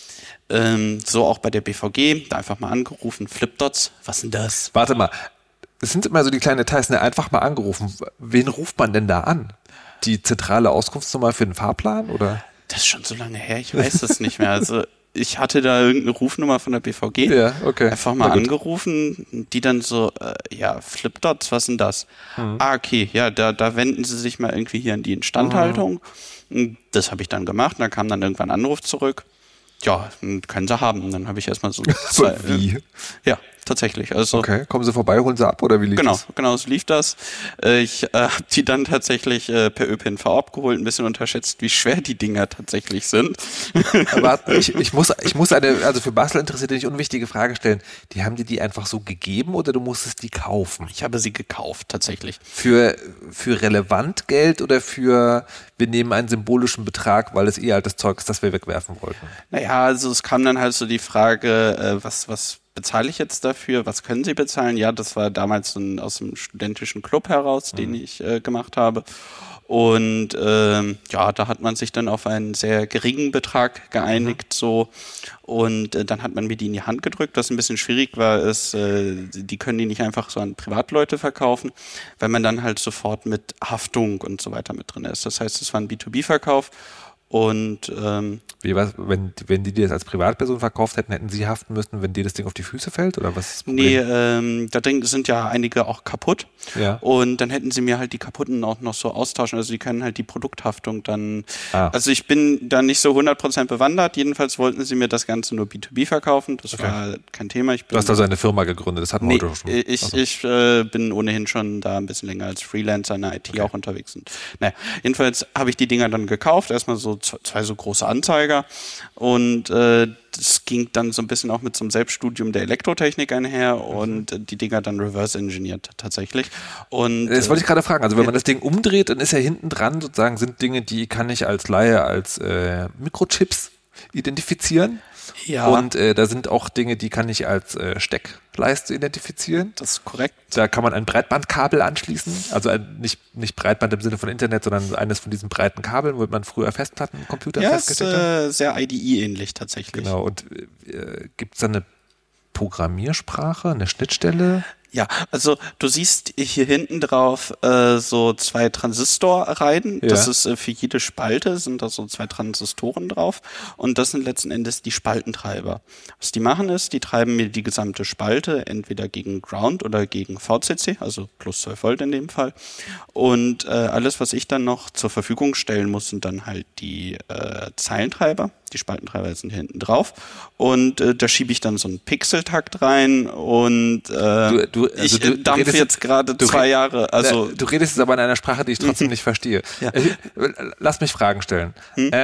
So auch bei der BVG, da einfach mal angerufen, Flipdots, was sind das? Warte mal, es sind immer so die kleinen Details, ne? Einfach mal angerufen. Wen ruft man denn da an? Die zentrale Auskunftsnummer für den Fahrplan, oder? Das ist schon so lange her, ich weiß es nicht mehr. Also ich hatte da irgendeine Rufnummer von der BVG, ja, okay. Einfach mal angerufen, die dann so, Flipdots, was sind das? Okay, ja, da wenden sie sich mal irgendwie hier an die Instandhaltung. Das habe ich dann gemacht, da kam dann irgendwann ein Anruf zurück. Ja, können sie haben. Dann habe ich erstmal so zwei, wie? Ja, tatsächlich. Also, okay, kommen sie vorbei, holen sie ab oder wie lief das? Genau, so lief das. Ich habe die dann tatsächlich per ÖPNV abgeholt, ein bisschen unterschätzt, wie schwer die Dinger tatsächlich sind. Aber ich muss also für Basel Interessierte nicht unwichtige Frage stellen. Die haben dir die einfach so gegeben oder du musstest die kaufen? Ich habe sie gekauft, tatsächlich. Für relevant Geld oder für wir nehmen einen symbolischen Betrag, weil es altes Zeug ist, das wir wegwerfen wollten? Naja, also es kam dann halt so die Frage, was bezahle ich jetzt dafür? Was können Sie bezahlen? Ja, das war damals aus dem studentischen Club heraus, den ich gemacht habe. Und da hat man sich dann auf einen sehr geringen Betrag geeinigt, so. Und dann hat man mir die in die Hand gedrückt. Was ein bisschen schwierig war, ist, die können die nicht einfach so an Privatleute verkaufen, weil man dann halt sofort mit Haftung und so weiter mit drin ist. Das heißt, es war ein B2B-Verkauf. Und wie was, wenn die das als Privatperson verkauft hätten sie haften müssen, wenn dir das Ding auf die Füße fällt? Oder was ist das Problem? Nee, da sind ja einige auch kaputt. Ja. Und dann hätten sie mir halt die kaputten auch noch so austauschen. Also die können halt die Produkthaftung dann. Also ich bin da nicht so 100% bewandert. Jedenfalls wollten sie mir das Ganze nur B2B verkaufen. Das war kein Thema. Du hast also eine Firma gegründet, das hatten wir heute schon. Ich bin ohnehin schon da ein bisschen länger als Freelancer in der IT auch unterwegs. Und, jedenfalls habe ich die Dinger dann gekauft. Erstmal so zwei so große Anzeiger und das ging dann so ein bisschen auch mit so einem Selbststudium der Elektrotechnik einher und die Dinger dann reverse engineert tatsächlich. Und das wollte ich gerade fragen, also wenn man das Ding umdreht, dann ist ja hinten dran sozusagen sind Dinge, die kann ich als Laie als Mikrochips identifizieren. Ja. Und da sind auch Dinge, die kann ich als Steckleiste identifizieren. Das ist korrekt. Da kann man ein Breitbandkabel anschließen. Also nicht Breitband im Sinne von Internet, sondern eines von diesen breiten Kabeln, wo man früher Festplatten, Computer festgestellt hat. Ja, ist sehr IDE-ähnlich tatsächlich. Genau. Und gibt es da eine Programmiersprache, eine Schnittstelle? Ja, also du siehst hier hinten drauf so 2 Transistorreihen. Das ist für jede Spalte sind da so 2 Transistoren drauf und das sind letzten Endes die Spaltentreiber. Was die machen ist, die treiben mir die gesamte Spalte entweder gegen Ground oder gegen VCC, also plus 12 Volt in dem Fall. Und alles, was ich dann noch zur Verfügung stellen muss, sind dann halt die Zeilentreiber. Die Spaltentreiber sind hier hinten drauf und da schiebe ich dann so einen Pixeltakt rein und ich dampfe jetzt gerade 2 Jahre. Also du redest jetzt aber in einer Sprache, die ich trotzdem nicht verstehe. Ja. Lass mich Fragen stellen.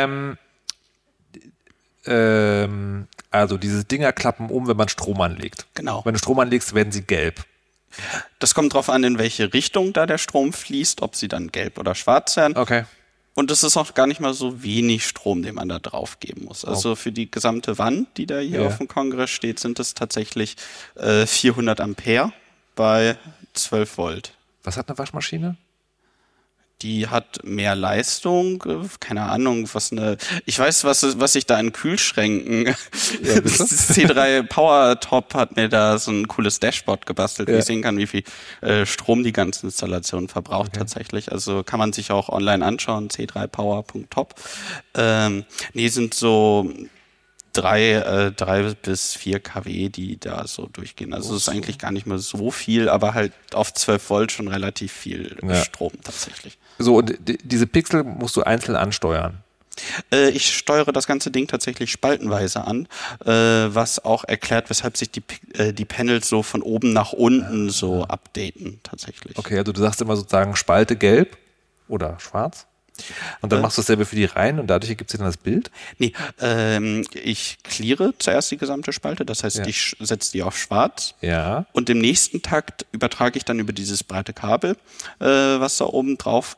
Also diese Dinger klappen wenn man Strom anlegt. Genau. Wenn du Strom anlegst, werden sie gelb. Das kommt drauf an, in welche Richtung da der Strom fließt, ob sie dann gelb oder schwarz werden. Okay. Und das ist auch gar nicht mal so wenig Strom, den man da drauf geben muss. Also für die gesamte Wand, die da hier auf dem Kongress steht, sind es tatsächlich 400 Ampere bei 12 Volt. Was hat eine Waschmaschine? Die hat mehr Leistung, keine Ahnung, ich weiß, was ich da in Kühlschränken, das C3 Power Top hat mir da so ein cooles Dashboard gebastelt, wie ich sehen kann, wie viel Strom die ganze Installation verbraucht tatsächlich. Also kann man sich auch online anschauen, c3power.top. Sind so 3 bis 4 kW, die da so durchgehen. Also es ist eigentlich gar nicht mehr so viel, aber halt auf 12 Volt schon relativ viel Strom tatsächlich. So, und diese Pixel musst du einzeln ansteuern? Ich steuere das ganze Ding tatsächlich spaltenweise an, was auch erklärt, weshalb sich die Panels so von oben nach unten so updaten tatsächlich. Okay, also du sagst immer sozusagen Spalte gelb oder schwarz? Und dann machst du dasselbe für die Reihen und dadurch ergibt sich dann das Bild? Nee, ich cleare zuerst die gesamte Spalte, das heißt, ich setze die auf schwarz. Ja. Und im nächsten Takt übertrage ich dann über dieses breite Kabel, was da oben drauf geht,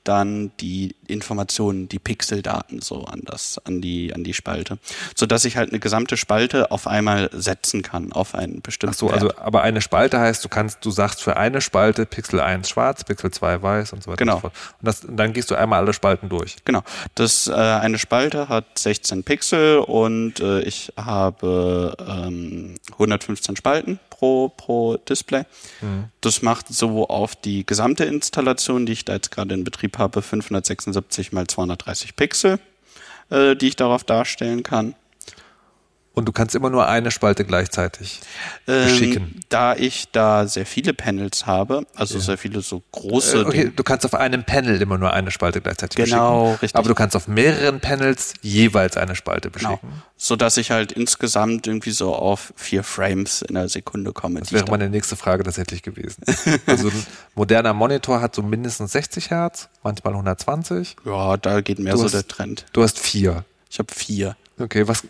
dann die Informationen, die Pixeldaten so an die Spalte, sodass ich halt eine gesamte Spalte auf einmal setzen kann auf einen bestimmten Wert. Also aber eine Spalte heißt, du sagst für eine Spalte Pixel 1 schwarz, Pixel 2 weiß und so weiter. Genau. Und so fort. Und dann gehst du einmal alle Spalten durch. Genau. Eine Spalte hat 16 Pixel und ich habe 115 Spalten pro Display. Das macht so auf die gesamte Installation, die ich da jetzt gerade in Betrieb habe, 576 mal 230 Pixel, die ich darauf darstellen kann. Und du kannst immer nur eine Spalte gleichzeitig beschicken. Da ich da sehr viele Panels habe, also sehr viele so große Okay, du kannst auf einem Panel immer nur eine Spalte gleichzeitig beschicken. Genau, richtig. Aber du kannst auf mehreren Panels jeweils eine Spalte beschicken. Genau. Sodass ich halt insgesamt irgendwie so auf 4 Frames in der Sekunde komme. Das wäre meine nächste Frage tatsächlich gewesen. Also ein moderner Monitor hat so mindestens 60 Hertz, manchmal 120. Ja, da geht mehr so der Trend. Du hast 4. Ich habe 4. Okay, was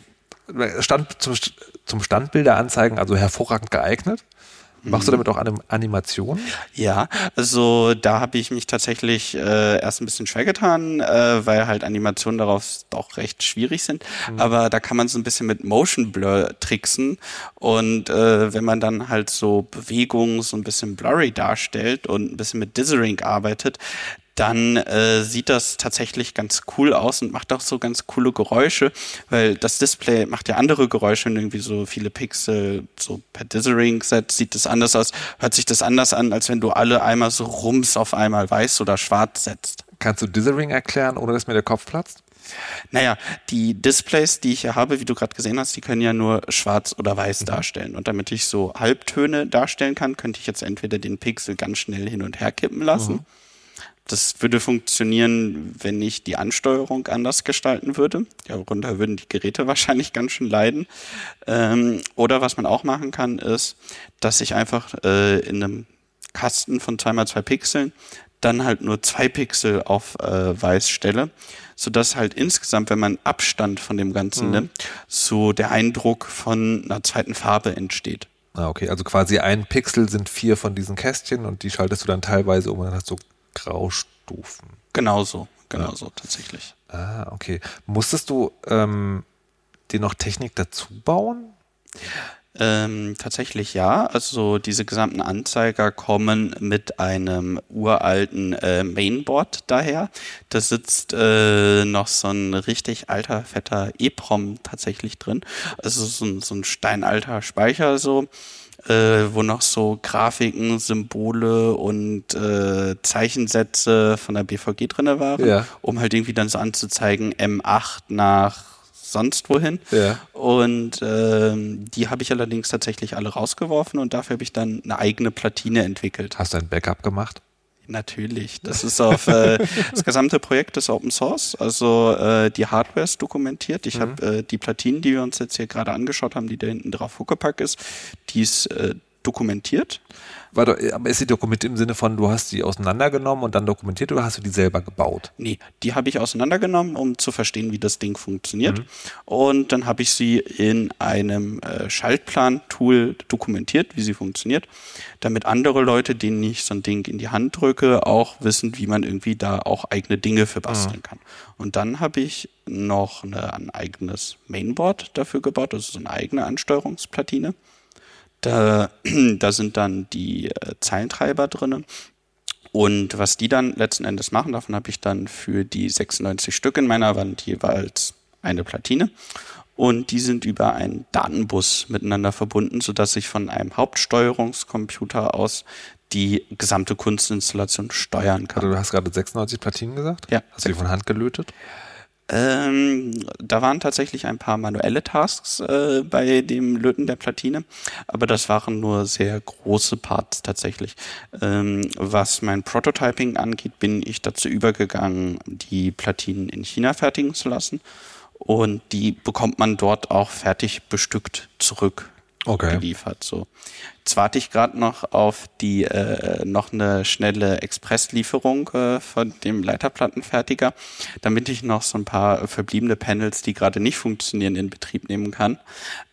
zum Standbilder anzeigen, also hervorragend geeignet. Machst du damit auch eine Animation? Ja, also da habe ich mich tatsächlich erst ein bisschen schwer getan, weil halt Animationen darauf auch recht schwierig sind. Aber da kann man so ein bisschen mit Motion Blur tricksen. Und wenn man dann halt so Bewegungen so ein bisschen blurry darstellt und ein bisschen mit Dithering arbeitet, dann sieht das tatsächlich ganz cool aus und macht auch so ganz coole Geräusche, weil das Display macht ja andere Geräusche und irgendwie so viele Pixel so per Dithering-Set sieht das anders aus, hört sich das anders an, als wenn du alle einmal so rums auf einmal weiß oder schwarz setzt. Kannst du Dithering erklären, ohne dass mir der Kopf platzt? Naja, die Displays, die ich hier habe, wie du gerade gesehen hast, die können ja nur schwarz oder weiß darstellen. Und damit ich so Halbtöne darstellen kann, könnte ich jetzt entweder den Pixel ganz schnell hin und her kippen lassen. Das würde funktionieren, wenn ich die Ansteuerung anders gestalten würde. Darunter würden die Geräte wahrscheinlich ganz schön leiden. Oder was man auch machen kann, ist, dass ich einfach in einem Kasten von 2x2 Pixeln dann halt nur 2 Pixel auf weiß stelle, sodass halt insgesamt, wenn man Abstand von dem Ganzen nimmt, so der Eindruck von einer zweiten Farbe entsteht. Ah, okay, also quasi ein Pixel sind 4 von diesen Kästchen und die schaltest du dann teilweise um und dann hast du Graustufen. Genau so tatsächlich. Ah, okay. Musstest du dir noch Technik dazu bauen? Tatsächlich ja. Also diese gesamten Anzeiger kommen mit einem uralten Mainboard daher. Da sitzt noch so ein richtig alter, fetter EEPROM tatsächlich drin. Also so ein steinalter Speicher so. Wo noch so Grafiken, Symbole und Zeichensätze von der BVG drin waren, um halt irgendwie dann so anzuzeigen, M8 nach sonst wohin. Ja. Und die habe ich allerdings tatsächlich alle rausgeworfen und dafür habe ich dann eine eigene Platine entwickelt. Hast du ein Backup gemacht? Natürlich. Das ist auf das gesamte Projekt ist Open Source, also die Hardware ist dokumentiert. Ich habe die Platinen, die wir uns jetzt hier gerade angeschaut haben, die da hinten drauf hochgepackt ist, die ist dokumentiert. Aber ist die dokumentiert im Sinne von, du hast die auseinandergenommen und dann dokumentiert oder hast du die selber gebaut? Nee, die habe ich auseinandergenommen, um zu verstehen, wie das Ding funktioniert. Und dann habe ich sie in einem Schaltplan-Tool dokumentiert, wie sie funktioniert, damit andere Leute, denen ich so ein Ding in die Hand drücke, auch wissen, wie man irgendwie da auch eigene Dinge für basteln kann. Und dann habe ich noch ein eigenes Mainboard dafür gebaut, also so eine eigene Ansteuerungsplatine. Da sind dann die Zeilentreiber drin. Und was die dann letzten Endes machen, davon habe ich dann für die 96 Stück in meiner Wand jeweils eine Platine. Und die sind über einen Datenbus miteinander verbunden, sodass ich von einem Hauptsteuerungscomputer aus die gesamte Kunstinstallation steuern kann. Also du hast gerade 96 Platinen gesagt? Ja. Hast du die von Hand gelötet? Da waren tatsächlich ein paar manuelle Tasks bei dem Löten der Platine, aber das waren nur sehr große Parts tatsächlich. Was mein Prototyping angeht, bin ich dazu übergegangen, die Platinen in China fertigen zu lassen und die bekommt man dort auch fertig bestückt zurückgeliefert. So. Jetzt warte ich gerade noch auf die noch eine schnelle Expresslieferung von dem Leiterplattenfertiger, damit ich noch so ein paar verbliebene Panels, die gerade nicht funktionieren, in Betrieb nehmen kann.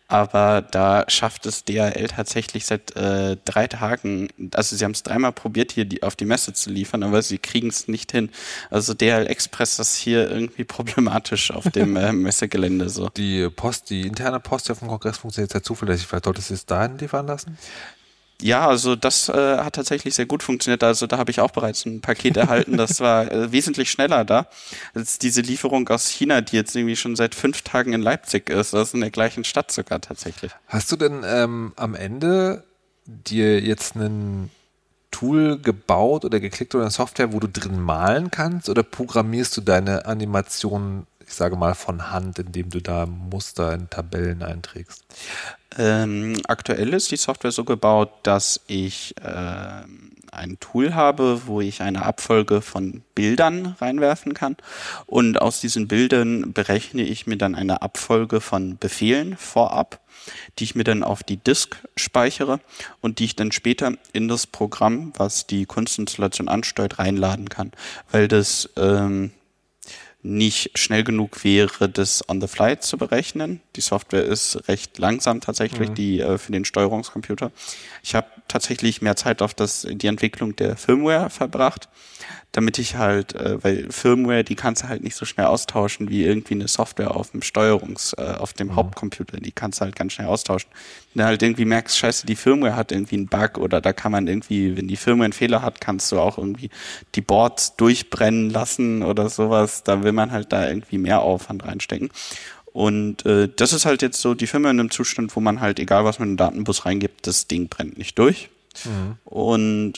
Aber da schafft es DHL tatsächlich seit 3 Tagen, also sie haben es 3-mal probiert, hier auf die Messe zu liefern, aber sie kriegen es nicht hin. Also DHL Express ist hier irgendwie problematisch auf dem Messegelände. So. Die interne Post auf dem Kongress funktioniert sehr zuverlässig. Vielleicht solltest du es dahin liefern lassen? Ja, also das hat tatsächlich sehr gut funktioniert. Also da habe ich auch bereits ein Paket erhalten. Das war wesentlich schneller da als diese Lieferung aus China, die jetzt irgendwie schon seit 5 Tagen in Leipzig ist. Das ist in der gleichen Stadt sogar tatsächlich. Hast du denn am Ende dir jetzt ein Tool gebaut oder geklickt oder eine Software, wo du drin malen kannst, oder programmierst du deine Animationen, ich sage mal, von Hand, indem du da Muster in Tabellen einträgst? Aktuell ist die Software so gebaut, dass ich ein Tool habe, wo ich eine Abfolge von Bildern reinwerfen kann, und aus diesen Bildern berechne ich mir dann eine Abfolge von Befehlen vorab, die ich mir dann auf die Disk speichere und die ich dann später in das Programm, was die Kunstinstallation ansteuert, reinladen kann, weil das nicht schnell genug wäre, das on the fly zu berechnen. Die Software ist recht langsam tatsächlich, die für den Steuerungscomputer. Ich habe tatsächlich mehr Zeit auf die Entwicklung der Firmware verbracht, damit ich halt, weil Firmware, die kannst du halt nicht so schnell austauschen wie irgendwie eine Software auf dem auf dem Hauptcomputer. Die kannst du halt ganz schnell austauschen. Wenn du halt irgendwie merkst, scheiße, die Firmware hat irgendwie einen Bug, oder da kann man irgendwie, wenn die Firmware einen Fehler hat, kannst du auch irgendwie die Boards durchbrennen lassen oder sowas. Da will man halt da irgendwie mehr Aufwand reinstecken. Und das ist halt jetzt so die Firmware in einem Zustand, wo man halt, egal was man in den Datenbus reingibt, das Ding brennt nicht durch. Und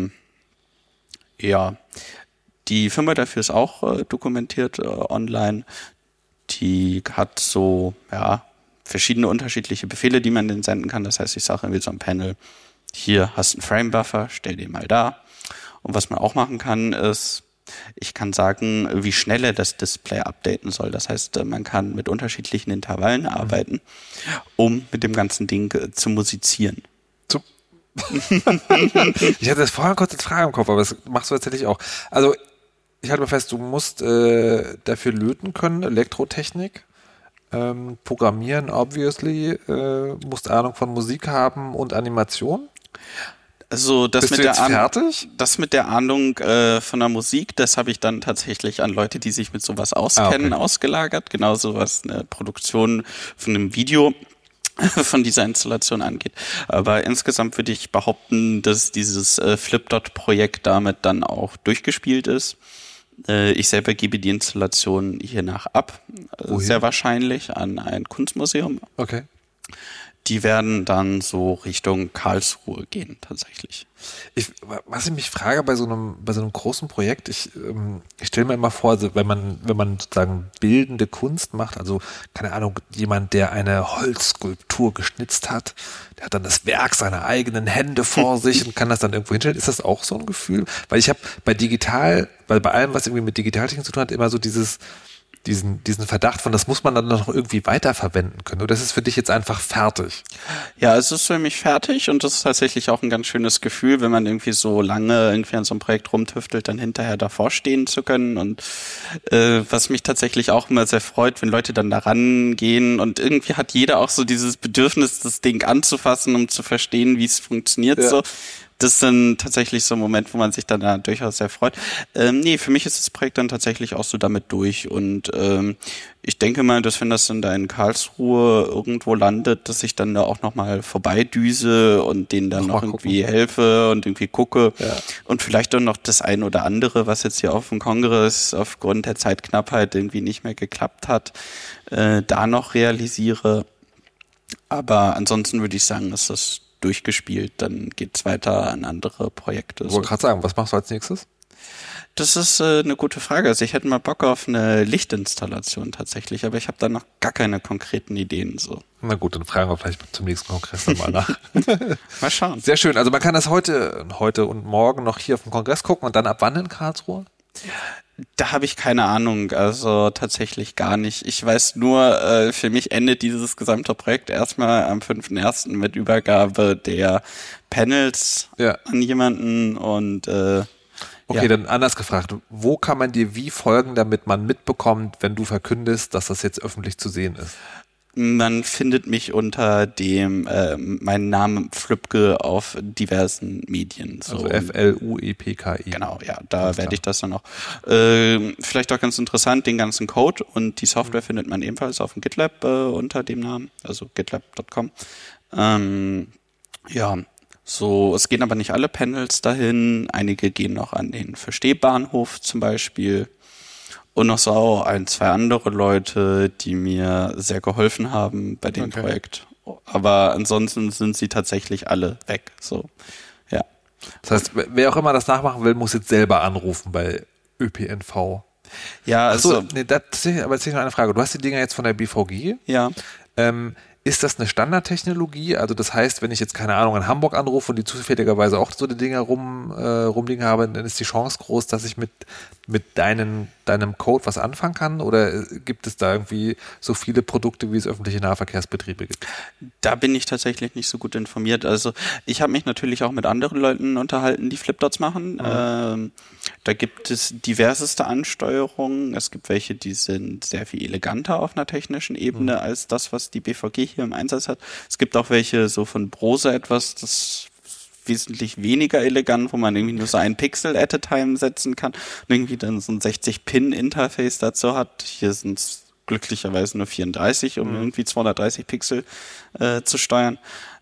ja, die Firmware dafür ist auch dokumentiert online. Die hat so, ja, verschiedene unterschiedliche Befehle, die man denen senden kann. Das heißt, ich sage irgendwie so am Panel, hier hast du einen Frame-Buffer, stell den mal da. Und was man auch machen kann, ist, ich kann sagen, wie schnell er das Display updaten soll. Das heißt, man kann mit unterschiedlichen Intervallen arbeiten, um mit dem ganzen Ding zu musizieren. Ich hatte das vorher kurz als Frage im Kopf, aber das machst du tatsächlich auch. Also, ich halte mal fest, du musst dafür löten können, Elektrotechnik, programmieren, obviously, musst Ahnung von Musik haben und Animation. Also das Bist du jetzt fertig? Das mit der Ahnung von der Musik, das habe ich dann tatsächlich an Leute, die sich mit sowas auskennen, ausgelagert. Genauso was eine Produktion von einem Video von dieser Installation angeht. Aber insgesamt würde ich behaupten, dass dieses Flipdot-Projekt damit dann auch durchgespielt ist. Ich selber gebe die Installation hiernach ab, sehr wahrscheinlich an ein Kunstmuseum. Okay. Die werden dann so Richtung Karlsruhe gehen, tatsächlich. Was ich mich frage bei so einem großen Projekt, ich stelle mir immer vor, also wenn man sozusagen bildende Kunst macht, also keine Ahnung, jemand, der eine Holzskulptur geschnitzt hat, der hat dann das Werk seiner eigenen Hände vor sich und kann das dann irgendwo hinstellen. Ist das auch so ein Gefühl? Weil ich habe bei allem, was irgendwie mit Digitaltechnik zu tun hat, immer so diesen Verdacht von, das muss man dann noch irgendwie weiterverwenden können. Oder ist es für dich jetzt einfach fertig? Ja, es ist für mich fertig, und das ist tatsächlich auch ein ganz schönes Gefühl, wenn man irgendwie so lange irgendwie an so einem Projekt rumtüftelt, dann hinterher davor stehen zu können. Und was mich tatsächlich auch immer sehr freut, wenn Leute dann da rangehen, und irgendwie hat jeder auch so dieses Bedürfnis, das Ding anzufassen, um zu verstehen, wie es funktioniert. Ja. So. Das ist dann tatsächlich so ein Moment, wo man sich dann da durchaus sehr freut. Nee, für mich ist das Projekt dann tatsächlich auch so damit durch. Und ich denke mal, dass wenn das dann da in Karlsruhe irgendwo landet, dass ich dann da auch nochmal vorbeidüse und denen dann noch irgendwie helfe und irgendwie gucke. Ja. Und vielleicht auch noch das ein oder andere, was jetzt hier auf dem Kongress aufgrund der Zeitknappheit irgendwie nicht mehr geklappt hat, da noch realisiere. Aber ansonsten würde ich sagen, ist das durchgespielt, dann geht's weiter an andere Projekte. Ich wollte gerade sagen, was machst du als nächstes? Das ist eine gute Frage. Also ich hätte mal Bock auf eine Lichtinstallation tatsächlich, aber ich habe da noch gar keine konkreten Ideen. So. Na gut, dann fragen wir vielleicht zum nächsten Kongress nochmal nach. Mal schauen. Sehr schön. Also man kann das heute und morgen noch hier auf dem Kongress gucken, und dann ab wann in Karlsruhe? Da habe ich keine Ahnung, also tatsächlich gar nicht. Ich weiß nur, für mich endet dieses gesamte Projekt erstmal am 5.1. mit Übergabe der Panels an jemanden, und okay, dann anders gefragt, wo kann man dir wie folgen, damit man mitbekommt, wenn du verkündest, dass das jetzt öffentlich zu sehen ist? Man findet mich unter dem meinen Namen Flüpke auf diversen Medien. So. Also F-L-U-E-P-K-E. Genau, ja, da werde ich das dann auch. Vielleicht auch ganz interessant, den ganzen Code und die Software findet man ebenfalls auf dem GitLab unter dem Namen, also gitlab.com. Ja, so, es gehen aber nicht alle Panels dahin. Einige gehen noch an den Verstehbahnhof zum Beispiel. Und noch so 1, 2 andere Leute, die mir sehr geholfen haben bei dem Projekt. Aber ansonsten sind sie tatsächlich alle weg. So, ja. Das heißt, wer auch immer das nachmachen will, muss jetzt selber anrufen bei ÖPNV. Ja, also. Aber jetzt noch eine Frage. Du hast die Dinger jetzt von der BVG. Ja. Ist das eine Standardtechnologie? Also das heißt, wenn ich jetzt, keine Ahnung, in Hamburg anrufe und die zufälligerweise auch so die Dinger rumliegen habe, dann ist die Chance groß, dass ich mit deinem Code was anfangen kann? Oder gibt es da irgendwie so viele Produkte, wie es öffentliche Nahverkehrsbetriebe gibt? Da bin ich tatsächlich nicht so gut informiert. Also ich habe mich natürlich auch mit anderen Leuten unterhalten, die Flipdots machen. Da gibt es diverseste Ansteuerungen. Es gibt welche, die sind sehr viel eleganter auf einer technischen Ebene als das, was die BVG hier im Einsatz hat. Es gibt auch welche so von Brose etwas, das wesentlich weniger elegant, wo man irgendwie nur so einen Pixel at a time setzen kann und irgendwie dann so ein 60-Pin-Interface dazu hat. Hier sind es glücklicherweise nur 34, um irgendwie 230 Pixel zu steuern.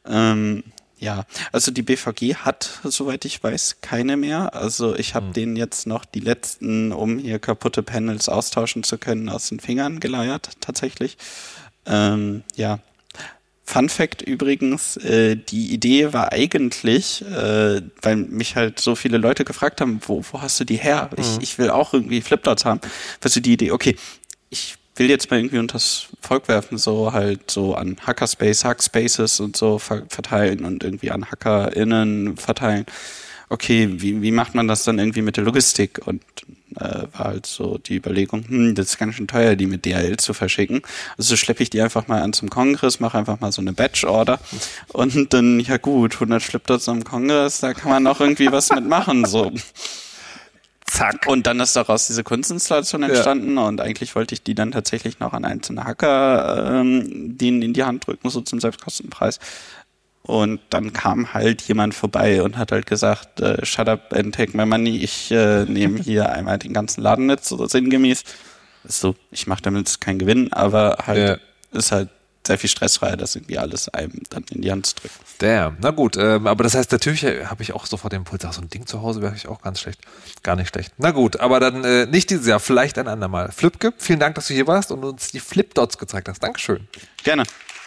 Ja, also die BVG hat, soweit ich weiß, keine mehr. Also ich habe denen jetzt noch die letzten, um hier kaputte Panels austauschen zu können, aus den Fingern geleiert, tatsächlich. Ja. Fun Fact übrigens, die Idee war eigentlich, weil mich halt so viele Leute gefragt haben, wo hast du die her? Ich will auch irgendwie Flipdots haben. Weißt du, die Idee, okay, ich will jetzt mal irgendwie unters Volk werfen, so halt so an Hackspaces und so verteilen und irgendwie an HackerInnen verteilen. Okay, wie macht man das dann irgendwie mit der Logistik? Und war halt so die Überlegung, das ist ganz schön teuer, die mit DHL zu verschicken. Also schleppe ich die einfach mal an zum Kongress, mache einfach mal so eine Batch-Order und dann, ja gut, 100 Flipdots am Kongress, da kann man auch irgendwie was mitmachen, so. Zack. Und dann ist daraus diese Kunstinstallation entstanden und eigentlich wollte ich die dann tatsächlich noch an einzelne Hacker denen in die Hand drücken, so zum Selbstkostenpreis. Und dann kam halt jemand vorbei und hat halt gesagt, shut up and take my money, ich nehme hier einmal den ganzen Laden mit, so sinngemäß. So, ich mache damit keinen Gewinn, aber halt ist halt sehr viel stressfreier, das irgendwie alles einem dann in die Hand zu drücken. Damn, na gut, aber das heißt, natürlich habe ich auch sofort den Impuls, so ein Ding zu Hause wäre ich auch gar nicht schlecht. Na gut, aber dann nicht dieses Jahr, vielleicht ein andermal. Flüpke, vielen Dank, dass du hier warst und uns die Flipdots gezeigt hast. Dankeschön. Gerne.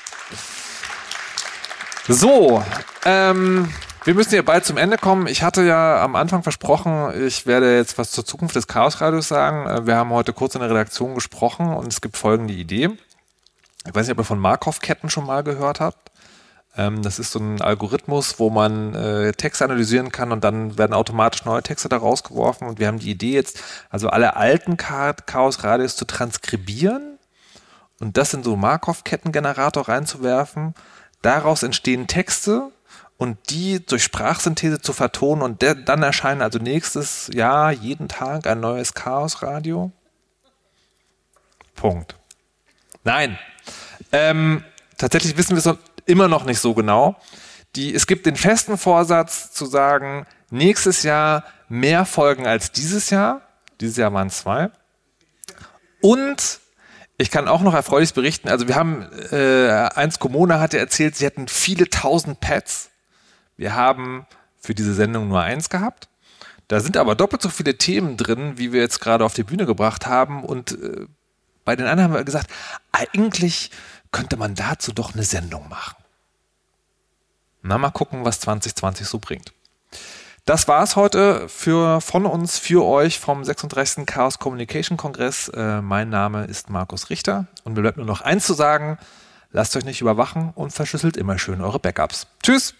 So, wir müssen hier bald zum Ende kommen. Ich hatte ja am Anfang versprochen, ich werde jetzt was zur Zukunft des Chaosradios sagen. Wir haben heute kurz in der Redaktion gesprochen und es gibt folgende Idee. Ich weiß nicht, ob ihr von Markov-Ketten schon mal gehört habt. Das ist so ein Algorithmus, wo man Texte analysieren kann und dann werden automatisch neue Texte da rausgeworfen. Und wir haben die Idee jetzt, also alle alten Chaosradios zu transkribieren und das in so einen Markov-Kettengenerator reinzuwerfen. Daraus entstehen Texte und die durch Sprachsynthese zu vertonen und dann erscheinen also nächstes Jahr jeden Tag ein neues Chaosradio. Punkt. Nein. Tatsächlich wissen wir es immer noch nicht so genau. Es gibt den festen Vorsatz zu sagen, nächstes Jahr mehr Folgen als dieses Jahr. Dieses Jahr waren 2. Und ich kann auch noch erfreulich berichten, also wir haben, 1 Kommune hatte erzählt, sie hätten viele tausend Pads. Wir haben für diese Sendung nur 1 gehabt. Da sind aber doppelt so viele Themen drin, wie wir jetzt gerade auf die Bühne gebracht haben. Und bei den anderen haben wir gesagt, eigentlich könnte man dazu doch eine Sendung machen. Na, mal gucken, was 2020 so bringt. Das war es heute von uns, für euch vom 36. Chaos Communication Kongress. Mein Name ist Markus Richter und mir bleibt nur noch eins zu sagen, lasst euch nicht überwachen und verschlüsselt immer schön eure Backups. Tschüss!